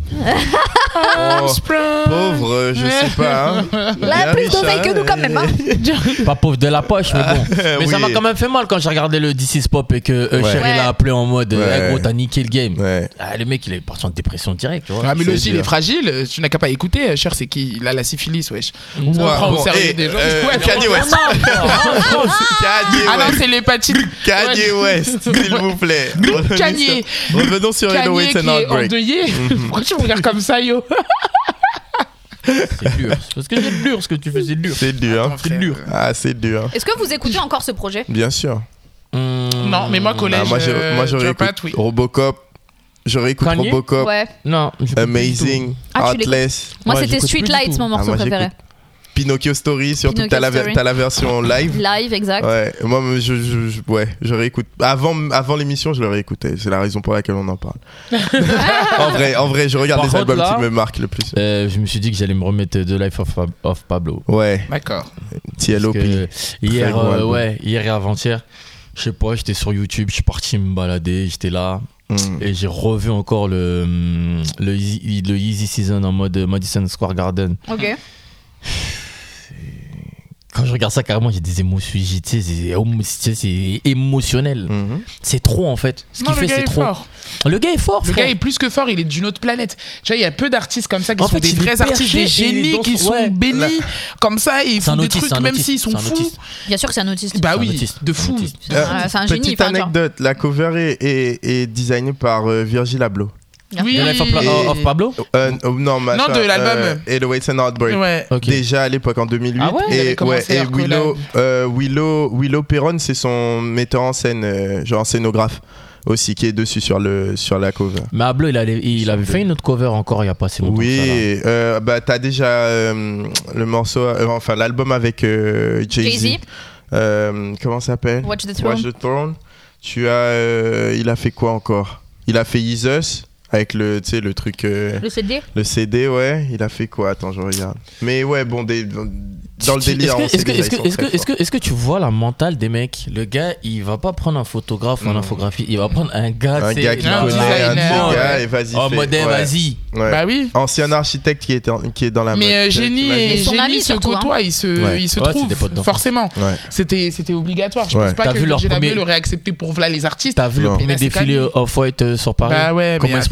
Speaker 4: Oh, pauvre, euh, je sais pas. Hein.
Speaker 3: Il a
Speaker 4: Bien
Speaker 3: plus
Speaker 4: riche,
Speaker 3: d'oseille
Speaker 4: hein,
Speaker 3: que nous quand même. Hein.
Speaker 5: Pas pauvre de la poche, mais bon. Mais ça
Speaker 4: oui.
Speaker 5: m'a quand même fait mal quand j'ai regardé le This Is Pop et que euh,
Speaker 4: Ouais.
Speaker 5: Cher il
Speaker 3: Ouais.
Speaker 5: a appelé en mode euh,
Speaker 4: Ouais.
Speaker 5: Eh, gros, t'as niqué le game.
Speaker 4: Ouais.
Speaker 5: Ah, le mec, il est parti en dépression directe, tu vois.
Speaker 6: Ah, mais
Speaker 4: C'est
Speaker 6: le aussi, il
Speaker 4: dur.
Speaker 6: est fragile. euh, Tu n'as qu'à pas écouter. euh, Cher, c'est qui Il a la syphilis, wesh. On
Speaker 4: Ouais,
Speaker 6: prend
Speaker 4: bon,
Speaker 6: au sérieux
Speaker 4: et,
Speaker 6: des gens.
Speaker 4: euh,
Speaker 6: Ouais,
Speaker 4: Kanye
Speaker 6: non,
Speaker 4: West.
Speaker 6: non, non.
Speaker 4: Kanye
Speaker 6: Ah non,
Speaker 4: West.
Speaker 6: c'est l'hépatite.
Speaker 4: Kanye West, s'il vous plaît. Revenons
Speaker 6: Kanye.
Speaker 4: sur- Revenons sur
Speaker 6: Kanye
Speaker 4: Hello It's
Speaker 6: qui
Speaker 4: an
Speaker 6: est
Speaker 4: Outbreak.
Speaker 6: endeuillé. Pourquoi tu me regardes comme ça, yo
Speaker 5: C'est dur. Parce que c'est dur ce que tu fais, c'est dur.
Speaker 4: C'est dur.
Speaker 6: Attends,
Speaker 5: C'est
Speaker 6: frère.
Speaker 5: dur.
Speaker 4: Ah, c'est dur.
Speaker 3: Est-ce que vous écoutez encore ce projet?
Speaker 4: Bien sûr.
Speaker 6: Non, mais moi, collège,
Speaker 4: Ah, moi, j'ai-
Speaker 6: euh,
Speaker 4: moi, j'aurais
Speaker 6: Dropout,
Speaker 4: écouté
Speaker 6: oui.
Speaker 4: Robocop. J'aurais écouté
Speaker 5: Kanye
Speaker 4: Robocop.
Speaker 3: Ouais.
Speaker 5: Non, j'écoute pas du
Speaker 4: Amazing.
Speaker 3: Ah, tu
Speaker 4: Heartless.
Speaker 3: Moi,
Speaker 5: Ouais,
Speaker 3: c'était
Speaker 5: j'écoute plus du
Speaker 3: Streetlights,
Speaker 5: tout.
Speaker 3: mon morceau
Speaker 4: Ah, moi,
Speaker 3: préféré.
Speaker 4: Pinocchio Story, surtout que
Speaker 3: Pinocchio
Speaker 4: t'as la, ver-
Speaker 3: Story.
Speaker 4: t'as la version live.
Speaker 3: Live, exact.
Speaker 4: Ouais, moi, je, je, je- ouais, je réécoute. Avant, avant l'émission, je le réécoutais. C'est la raison pour laquelle on en parle. en vrai, en vrai, je regarde
Speaker 5: Par
Speaker 4: les
Speaker 5: contre,
Speaker 4: albums
Speaker 5: là-
Speaker 4: qui me marquent le plus.
Speaker 5: tout. Euh, je me suis dit que j'allais me remettre The Life of, of Pablo.
Speaker 4: Ouais,
Speaker 6: D'accord.
Speaker 4: T L O
Speaker 5: Parce
Speaker 4: P.
Speaker 5: que hier,
Speaker 4: gros
Speaker 5: euh,
Speaker 4: album.
Speaker 5: ouais, hier et avant-hier, je sais pas, j'étais sur YouTube, je suis parti me balader, j'étais là.
Speaker 4: Mm.
Speaker 5: Et j'ai revu encore le, hum, le, Easy, le Easy Season en mode Madison Square Garden.
Speaker 3: Ok.
Speaker 5: Quand je regarde ça, carrément, j'ai des émotions. j'ai- tu sais, C'est émo- tu sais, c'est émotionnel.
Speaker 4: Mhm.
Speaker 5: C'est trop, en fait. Ce
Speaker 6: Non,
Speaker 5: qu'il
Speaker 6: le
Speaker 5: fait,
Speaker 6: gars
Speaker 5: c'est
Speaker 6: est
Speaker 5: trop.
Speaker 6: fort.
Speaker 5: Le gars est fort,
Speaker 6: Le
Speaker 5: frère.
Speaker 6: gars est plus que fort, il est d'une autre planète. Tu vois, il y a peu d'artistes comme ça qui
Speaker 5: En
Speaker 6: sont
Speaker 5: fait,
Speaker 6: des
Speaker 5: il est
Speaker 6: vrais artistes,
Speaker 5: perché
Speaker 6: des
Speaker 5: et
Speaker 6: génies
Speaker 5: dans
Speaker 6: qui
Speaker 5: son-
Speaker 6: sont
Speaker 5: ouais.
Speaker 6: bénis comme ça et ils
Speaker 5: C'est un
Speaker 6: font des
Speaker 5: autiste,
Speaker 6: trucs
Speaker 5: c'est un
Speaker 6: même
Speaker 5: autiste,
Speaker 6: s'ils sont
Speaker 5: c'est un
Speaker 6: fous.
Speaker 5: autiste.
Speaker 3: Bien sûr que c'est un autiste.
Speaker 6: Bah
Speaker 5: C'est un
Speaker 6: oui,
Speaker 5: autiste.
Speaker 6: de
Speaker 5: C'est un
Speaker 6: fou.
Speaker 5: autiste.
Speaker 6: De
Speaker 4: Euh,
Speaker 6: fou.
Speaker 3: Ah, c'est un génie.
Speaker 4: Petite
Speaker 3: enfin, genre.
Speaker 4: anecdote, la cover est, est, est designée par euh, Virgil Abloh.
Speaker 6: Oui.
Speaker 5: The Life of,
Speaker 4: Et-
Speaker 5: of Pablo.
Speaker 4: Euh, oh, non, machin,
Speaker 6: de l'album.
Speaker 4: Euh, Hello It's an Outbreak.
Speaker 6: Ouais.
Speaker 5: Ok.
Speaker 4: Déjà à l'époque en deux mille huit.
Speaker 5: Ah ouais,
Speaker 6: ils avaient
Speaker 4: et,
Speaker 6: commencé
Speaker 4: et
Speaker 6: leur
Speaker 4: Willow,
Speaker 6: collab.
Speaker 4: euh, Willow, Willow Perron, c'est son metteur en scène, euh, genre scénographe aussi, qui est dessus sur, le, sur la cover.
Speaker 5: Mais Pablo, il, allait- il avait fait une autre cover encore il y a pas si longtemps. que ça, là.
Speaker 4: Oui, euh, bah t'as déjà euh, le morceau, euh, enfin l'album avec euh, Jay-Z.
Speaker 3: Jay-Z.
Speaker 4: Euh, comment ça s'appelle?
Speaker 3: Watch the Throne.
Speaker 4: Watch the Throne. Tu as, euh, il a fait quoi encore? Il a fait Jesus avec le, tu sais, le truc, euh,
Speaker 3: Le C D.
Speaker 4: le C D, ouais. Il a fait quoi? Attends, je regarde. Mais ouais, bon, des, dans le
Speaker 5: Tu-
Speaker 4: délire, on
Speaker 5: Est-ce
Speaker 4: sait
Speaker 5: que,
Speaker 4: déjà,
Speaker 5: est-ce que,
Speaker 4: ils sont
Speaker 5: est-ce que,
Speaker 4: très
Speaker 5: est-ce que, est-ce que tu vois la mentale des mecs? Le gars, il va pas prendre un photographe ou un
Speaker 4: Non.
Speaker 5: infographie, il va prendre un gars,
Speaker 4: Un
Speaker 5: tu sais,
Speaker 4: gars qui
Speaker 6: un
Speaker 4: connaît un
Speaker 6: designer.
Speaker 4: petit gars et vas-y.
Speaker 5: en
Speaker 4: fais.
Speaker 5: mode eh,
Speaker 4: Ouais.
Speaker 5: vas-y.
Speaker 4: Ouais.
Speaker 6: Bah oui.
Speaker 4: Ancien architecte qui est, en- qui est dans la
Speaker 6: Mais euh,
Speaker 4: mode.
Speaker 6: génie
Speaker 4: T'imagines
Speaker 6: et
Speaker 3: Et son
Speaker 6: génie
Speaker 3: ami,
Speaker 6: se
Speaker 3: surtout,
Speaker 6: côtoient, ils se,
Speaker 4: Ouais.
Speaker 6: ils se
Speaker 5: Ouais, c'est
Speaker 6: trouvent
Speaker 5: des potes d'enfance.
Speaker 6: forcément.
Speaker 4: Ouais.
Speaker 6: C'était, c'était obligatoire. Je
Speaker 4: Ouais.
Speaker 6: pense pas
Speaker 5: T'as
Speaker 6: que
Speaker 5: vu leur
Speaker 6: Virgil Abloh
Speaker 5: premier-
Speaker 6: l'aurait accepté pour voilà les artistes.
Speaker 5: T'as vu le
Speaker 4: Non.
Speaker 5: premier
Speaker 6: Mais là, c'est
Speaker 5: défilé
Speaker 6: Kanye.
Speaker 5: Off-White euh, sur Paris?
Speaker 6: Bah ouais, mais
Speaker 5: Comment il se
Speaker 6: attends.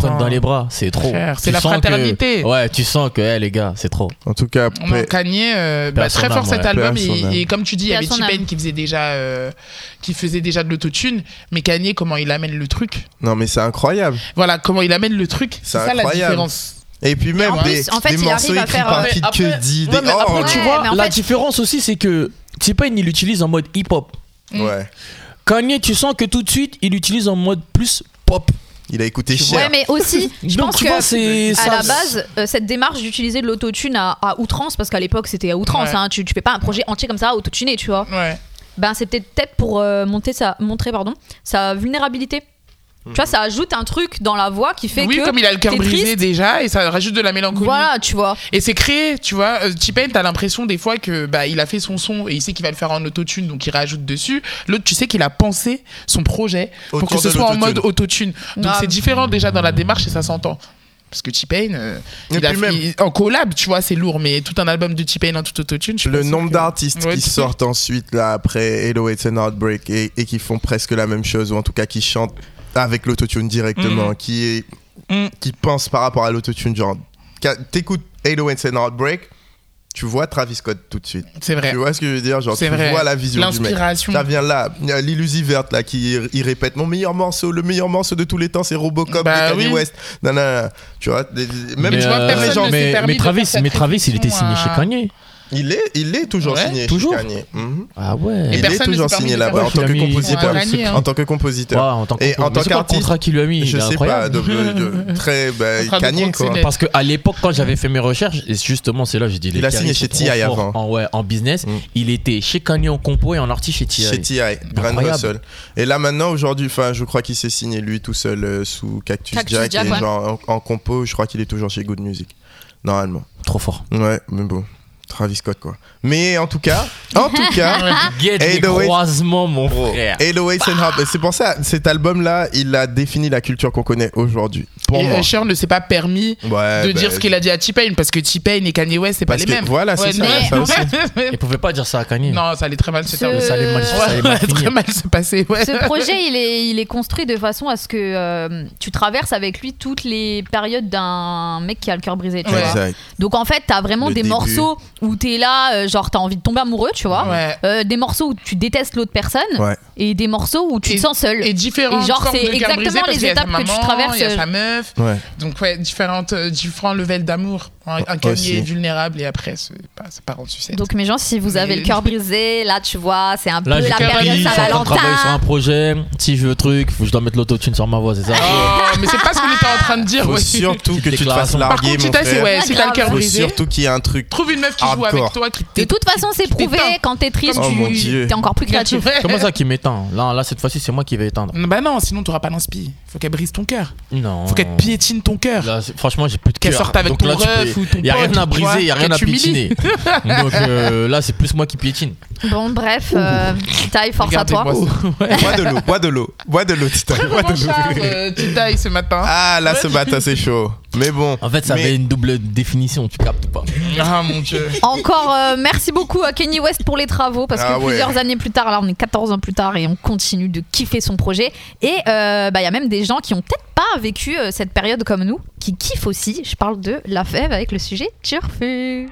Speaker 5: prenne dans les bras, c'est trop.
Speaker 6: Frère, c'est
Speaker 5: Tu
Speaker 6: la
Speaker 5: sens
Speaker 6: fraternité.
Speaker 5: que- Ouais, tu sens que, hey, les gars, c'est trop.
Speaker 4: En tout cas,
Speaker 6: Non,
Speaker 4: après,
Speaker 6: Kanye, euh, bah,
Speaker 5: Personne
Speaker 6: très fort
Speaker 5: âme,
Speaker 6: cet
Speaker 5: ouais.
Speaker 6: album
Speaker 4: Personne âme.
Speaker 6: et, et comme tu dis, il y avait
Speaker 3: Personne
Speaker 6: T-Pain
Speaker 3: âme.
Speaker 6: qui faisait déjà, euh, qui faisait déjà de l'autotune, mais Kanye comment il amène le truc.
Speaker 4: non mais c'est incroyable.
Speaker 6: Voilà comment il amène le truc. C'est
Speaker 4: C'est
Speaker 6: ça la
Speaker 4: incroyable.
Speaker 6: différence.
Speaker 4: Et puis même
Speaker 3: en
Speaker 4: des,
Speaker 3: plus, en fait,
Speaker 4: des
Speaker 3: il
Speaker 4: morceaux
Speaker 3: arrive à
Speaker 4: écrits
Speaker 3: faire,
Speaker 4: par
Speaker 3: euh,
Speaker 4: Kid
Speaker 5: Après-
Speaker 4: Cudi.
Speaker 5: Ouais,
Speaker 4: des-
Speaker 5: mais
Speaker 4: oh,
Speaker 5: après,
Speaker 3: Ouais,
Speaker 5: tu vois,
Speaker 3: mais en
Speaker 5: la
Speaker 3: fait-
Speaker 5: différence aussi, c'est que T-Pain, il l'utilise en mode hip-hop.
Speaker 4: ouais.
Speaker 5: Kanye, tu sens que tout de suite, il l'utilise en mode plus pop.
Speaker 4: Il a écouté
Speaker 5: Tu
Speaker 4: cher.
Speaker 3: Ouais, mais aussi, je
Speaker 5: Donc,
Speaker 3: pense
Speaker 5: tu
Speaker 3: que
Speaker 5: vois, c'est-
Speaker 3: à
Speaker 5: ça-
Speaker 3: la base, euh, cette démarche d'utiliser de l'autotune à, à outrance, parce qu'à l'époque c'était à outrance,
Speaker 6: Ouais.
Speaker 3: hein, tu, tu fais pas un projet entier comme ça autotuné, tu vois.
Speaker 6: Ouais.
Speaker 3: Ben c'est peut-être peut-être pour euh, monter sa, montrer pardon, sa vulnérabilité. Tu vois, ça ajoute un truc dans la voix qui fait
Speaker 6: Oui,
Speaker 3: que
Speaker 6: comme il a le cœur
Speaker 3: t'es
Speaker 6: brisé
Speaker 3: triste.
Speaker 6: déjà et ça rajoute de la mélancolie.
Speaker 3: Voilà, tu vois.
Speaker 6: Et c'est créé, tu vois. Euh, T-Pain, t'as l'impression des fois que bah il a fait son son et il sait qu'il va le faire en autotune, donc il rajoute dessus. L'autre, tu sais qu'il a pensé son projet pour
Speaker 4: Autour
Speaker 6: que ce
Speaker 4: de
Speaker 6: soit en
Speaker 4: l'autotune.
Speaker 6: mode autotune. Donc
Speaker 3: Ah.
Speaker 6: c'est différent déjà dans la démarche et ça s'entend. Parce que T-Pain, euh,
Speaker 4: Et
Speaker 6: il a
Speaker 4: puis même-
Speaker 6: il- en collab, tu vois, c'est lourd, mais tout un album de T-Pain en tout autotune. je suis
Speaker 4: Le
Speaker 6: pas sûr
Speaker 4: nombre
Speaker 6: que-
Speaker 4: d'artistes
Speaker 6: Ouais,
Speaker 4: qui
Speaker 6: tout-
Speaker 4: sortent ensuite là après eight oh eight and Heartbreak et, et qui font presque la même chose ou en tout cas qui chantent avec l'autotune directement,
Speaker 6: Mm.
Speaker 4: qui est
Speaker 6: Mm.
Speaker 4: qui pensent par rapport à l'autotune, genre qu'à- t'écoutes eight oh eight and Heartbreak, tu vois Travis Scott tout de suite.
Speaker 6: C'est vrai.
Speaker 4: Tu vois ce que je veux dire, genre
Speaker 6: C'est
Speaker 4: tu
Speaker 6: vrai.
Speaker 4: vois la vision du mec.
Speaker 6: L'inspiration.
Speaker 4: Ça vient là, il y a Lil Uzi Vert là qui il répète mon meilleur morceau, le meilleur morceau de tous les temps c'est Robocop
Speaker 6: Bah
Speaker 4: de Kanye
Speaker 6: oui.
Speaker 4: West. Non non, non. Tu vois, des- des- même
Speaker 5: mais,
Speaker 6: tu vois,
Speaker 5: euh,
Speaker 6: personne
Speaker 4: les gens
Speaker 6: ne s'est
Speaker 5: mais,
Speaker 6: permis
Speaker 5: mais
Speaker 6: de
Speaker 5: Travis,
Speaker 6: faire cette
Speaker 5: mais Travis, il était signé
Speaker 6: réflexion
Speaker 5: chez
Speaker 6: à-
Speaker 5: Kanye.
Speaker 4: il est il est toujours
Speaker 6: Ouais.
Speaker 4: signé
Speaker 5: Toujours
Speaker 4: chez Kanye. Mhm.
Speaker 5: Ah ouais.
Speaker 6: Et
Speaker 4: Il
Speaker 6: personne
Speaker 4: est
Speaker 6: ne
Speaker 4: toujours
Speaker 6: s'est permis
Speaker 4: signé
Speaker 6: de
Speaker 4: là-bas
Speaker 6: faire
Speaker 4: en tant que
Speaker 5: Ouais,
Speaker 4: compositeur.
Speaker 6: ouais, Kanye, hein.
Speaker 4: En tant que compositeur.
Speaker 5: Ouais, en tant que
Speaker 4: Et en tant
Speaker 5: mais c'est quoi le
Speaker 4: qu'artiste,
Speaker 5: contrat qu'il lui a mis, il
Speaker 4: je
Speaker 5: est
Speaker 4: sais
Speaker 5: incroyable.
Speaker 4: pas, de, de- très bah,
Speaker 6: Contrat de
Speaker 4: Kanye quoi.
Speaker 6: proxénète.
Speaker 5: Parce qu'à l'époque, quand j'avais fait mes recherches, et justement, c'est là j'ai dit les
Speaker 4: Il a
Speaker 5: Kanye
Speaker 4: signé
Speaker 5: sont
Speaker 4: chez
Speaker 5: trop
Speaker 4: T I
Speaker 5: forts
Speaker 4: avant.
Speaker 5: En, ouais, en business,
Speaker 4: Mm.
Speaker 5: il était chez Kanye en compo et en artiste chez T I.
Speaker 4: Chez T I, Grand
Speaker 5: Incroyable.
Speaker 4: Hustle. Et là maintenant aujourd'hui, enfin je crois qu'il s'est signé lui tout seul euh, sous Cactus,
Speaker 3: Cactus
Speaker 4: Jack,
Speaker 3: Jack,
Speaker 4: et
Speaker 3: ouais.
Speaker 4: genre en, en compo, je crois qu'il est toujours chez Good Music. Normalement.
Speaker 5: Trop fort.
Speaker 4: Ouais, mais bon, Travis Scott quoi. Mais en tout cas, en tout cas,
Speaker 5: Get
Speaker 4: Hey,
Speaker 5: les
Speaker 4: the way-
Speaker 5: croisements, mon
Speaker 4: Bro,
Speaker 5: frère.
Speaker 4: eight oh eight and Heartbreak, c'est pour ça cet album là, il a défini la culture qu'on connaît aujourd'hui. Pour
Speaker 6: Et
Speaker 4: moi.
Speaker 6: Usher ne s'est pas permis
Speaker 4: Ouais,
Speaker 6: de
Speaker 4: bah,
Speaker 6: dire ce qu'il a dit à T-Pain parce que T-Pain et Kanye West, c'est pas
Speaker 4: Parce
Speaker 6: les
Speaker 4: que-
Speaker 6: mêmes.
Speaker 4: voilà, c'est ça,
Speaker 3: mais-
Speaker 4: ça aussi.
Speaker 5: Il pouvait pas dire ça à Kanye.
Speaker 6: Non, ça allait très mal se
Speaker 3: Ce-
Speaker 6: terminer.
Speaker 5: Ça allait mal, ça allait
Speaker 6: Ouais,
Speaker 5: mal
Speaker 6: très
Speaker 5: finir.
Speaker 6: mal se passer. Ouais.
Speaker 3: Ce projet, il est, il est construit de façon à ce que euh, tu traverses avec lui toutes les périodes d'un mec qui a le cœur brisé, tu
Speaker 6: Ouais.
Speaker 3: vois.
Speaker 4: Exact.
Speaker 3: Donc en fait, t'as vraiment
Speaker 4: Le
Speaker 3: des
Speaker 4: début.
Speaker 3: morceaux où t'es là, euh, genre t'as envie de tomber amoureux, tu vois.
Speaker 6: Ouais.
Speaker 3: Euh, des morceaux où tu détestes l'autre personne
Speaker 4: Ouais.
Speaker 3: et des morceaux où tu
Speaker 6: Et-
Speaker 3: te sens seul.
Speaker 6: Et différentes
Speaker 3: Et genre,
Speaker 6: formes
Speaker 3: c'est
Speaker 6: de cœur
Speaker 3: exactement
Speaker 6: brisé, parce
Speaker 3: les
Speaker 6: qu'il y a sa
Speaker 3: étapes que tu
Speaker 6: maman,
Speaker 3: traverses.
Speaker 6: Il y a sa meuf.
Speaker 4: Ouais.
Speaker 6: Donc ouais, différentes, euh, différents levels d'amour. Un, un Kanye
Speaker 4: Aussi.
Speaker 6: est vulnérable et après, c'est pas, ça part en sucette.
Speaker 3: Donc mes gens, si vous avez
Speaker 6: Mais-
Speaker 3: le cœur brisé, là tu vois, c'est un peu
Speaker 5: Là, j'ai
Speaker 3: la
Speaker 5: compris,
Speaker 3: période
Speaker 5: je suis en train de travailler sur un
Speaker 3: Saint-Valentin.
Speaker 5: projet. Si je veux truc, faut que je dois mettre l'autotune sur ma voix, c'est ça?
Speaker 6: Oh, mais c'est pas ce qu'on était en train de dire.
Speaker 4: Faut
Speaker 6: ouais.
Speaker 4: surtout que tu te fasses
Speaker 5: déclaration.
Speaker 6: Par
Speaker 4: larguer
Speaker 6: contre,
Speaker 4: mon
Speaker 6: Tita, c'est
Speaker 4: frère.
Speaker 6: ouais, si t'as le cœur
Speaker 3: Faut
Speaker 4: Faut
Speaker 6: brisé,
Speaker 4: surtout qu'il y ait un truc.
Speaker 6: trouve une meuf qui joue
Speaker 4: Hardcore.
Speaker 6: avec toi, qui
Speaker 3: De
Speaker 6: t'é-
Speaker 3: toute façon, c'est
Speaker 6: qui
Speaker 3: prouvé,
Speaker 6: t'éteint.
Speaker 3: quand t'es triste,
Speaker 4: Oh mon
Speaker 3: tu
Speaker 4: Dieu.
Speaker 3: t'es encore plus créatif.
Speaker 6: Ouais.
Speaker 5: Comment ça qui m'éteint? Là, là, cette fois-ci, c'est moi qui vais éteindre.
Speaker 6: Bah non, sinon t'auras pas l'inspi. Faut qu'elle brise ton cœur.
Speaker 5: Non.
Speaker 6: Faut qu'elle piétine ton cœur.
Speaker 5: Là, c'est- franchement, j'ai plus de
Speaker 6: Qu'elle
Speaker 5: cœur.
Speaker 6: sorte avec
Speaker 5: Donc
Speaker 6: ton
Speaker 5: là, tu
Speaker 6: ref
Speaker 5: peux-
Speaker 6: ou ton
Speaker 5: y a rien
Speaker 6: pote,
Speaker 5: à
Speaker 6: tu
Speaker 5: briser,
Speaker 6: vois,
Speaker 5: y a rien à
Speaker 6: qu'elle t'humilie.
Speaker 5: piétiner. Donc euh, là, c'est plus moi qui piétine.
Speaker 3: Bon, bref, euh, taille, force à toi.
Speaker 6: Regardez-moi ça.
Speaker 4: Bois de l'eau, bois de l'eau, bois de l'eau, Tita. Bois de l'eau.
Speaker 6: Euh, tu tailles ce matin.
Speaker 4: Ah là, ce matin c'est chaud. Mais bon.
Speaker 5: En fait, ça
Speaker 4: mais-
Speaker 5: avait une double définition, tu captes pas.
Speaker 6: Ah mon dieu.
Speaker 3: Encore euh, merci beaucoup à Kanye West pour les travaux parce que
Speaker 4: Ah ouais.
Speaker 3: plusieurs années plus tard, là on est quatorze ans plus tard et on continue de kiffer son projet. Et il euh, bah, y a même des gens qui ont peut-être pas vécu euh, cette période comme nous, qui kiffent aussi. Je parle de La Fève avec le sujet Turfu.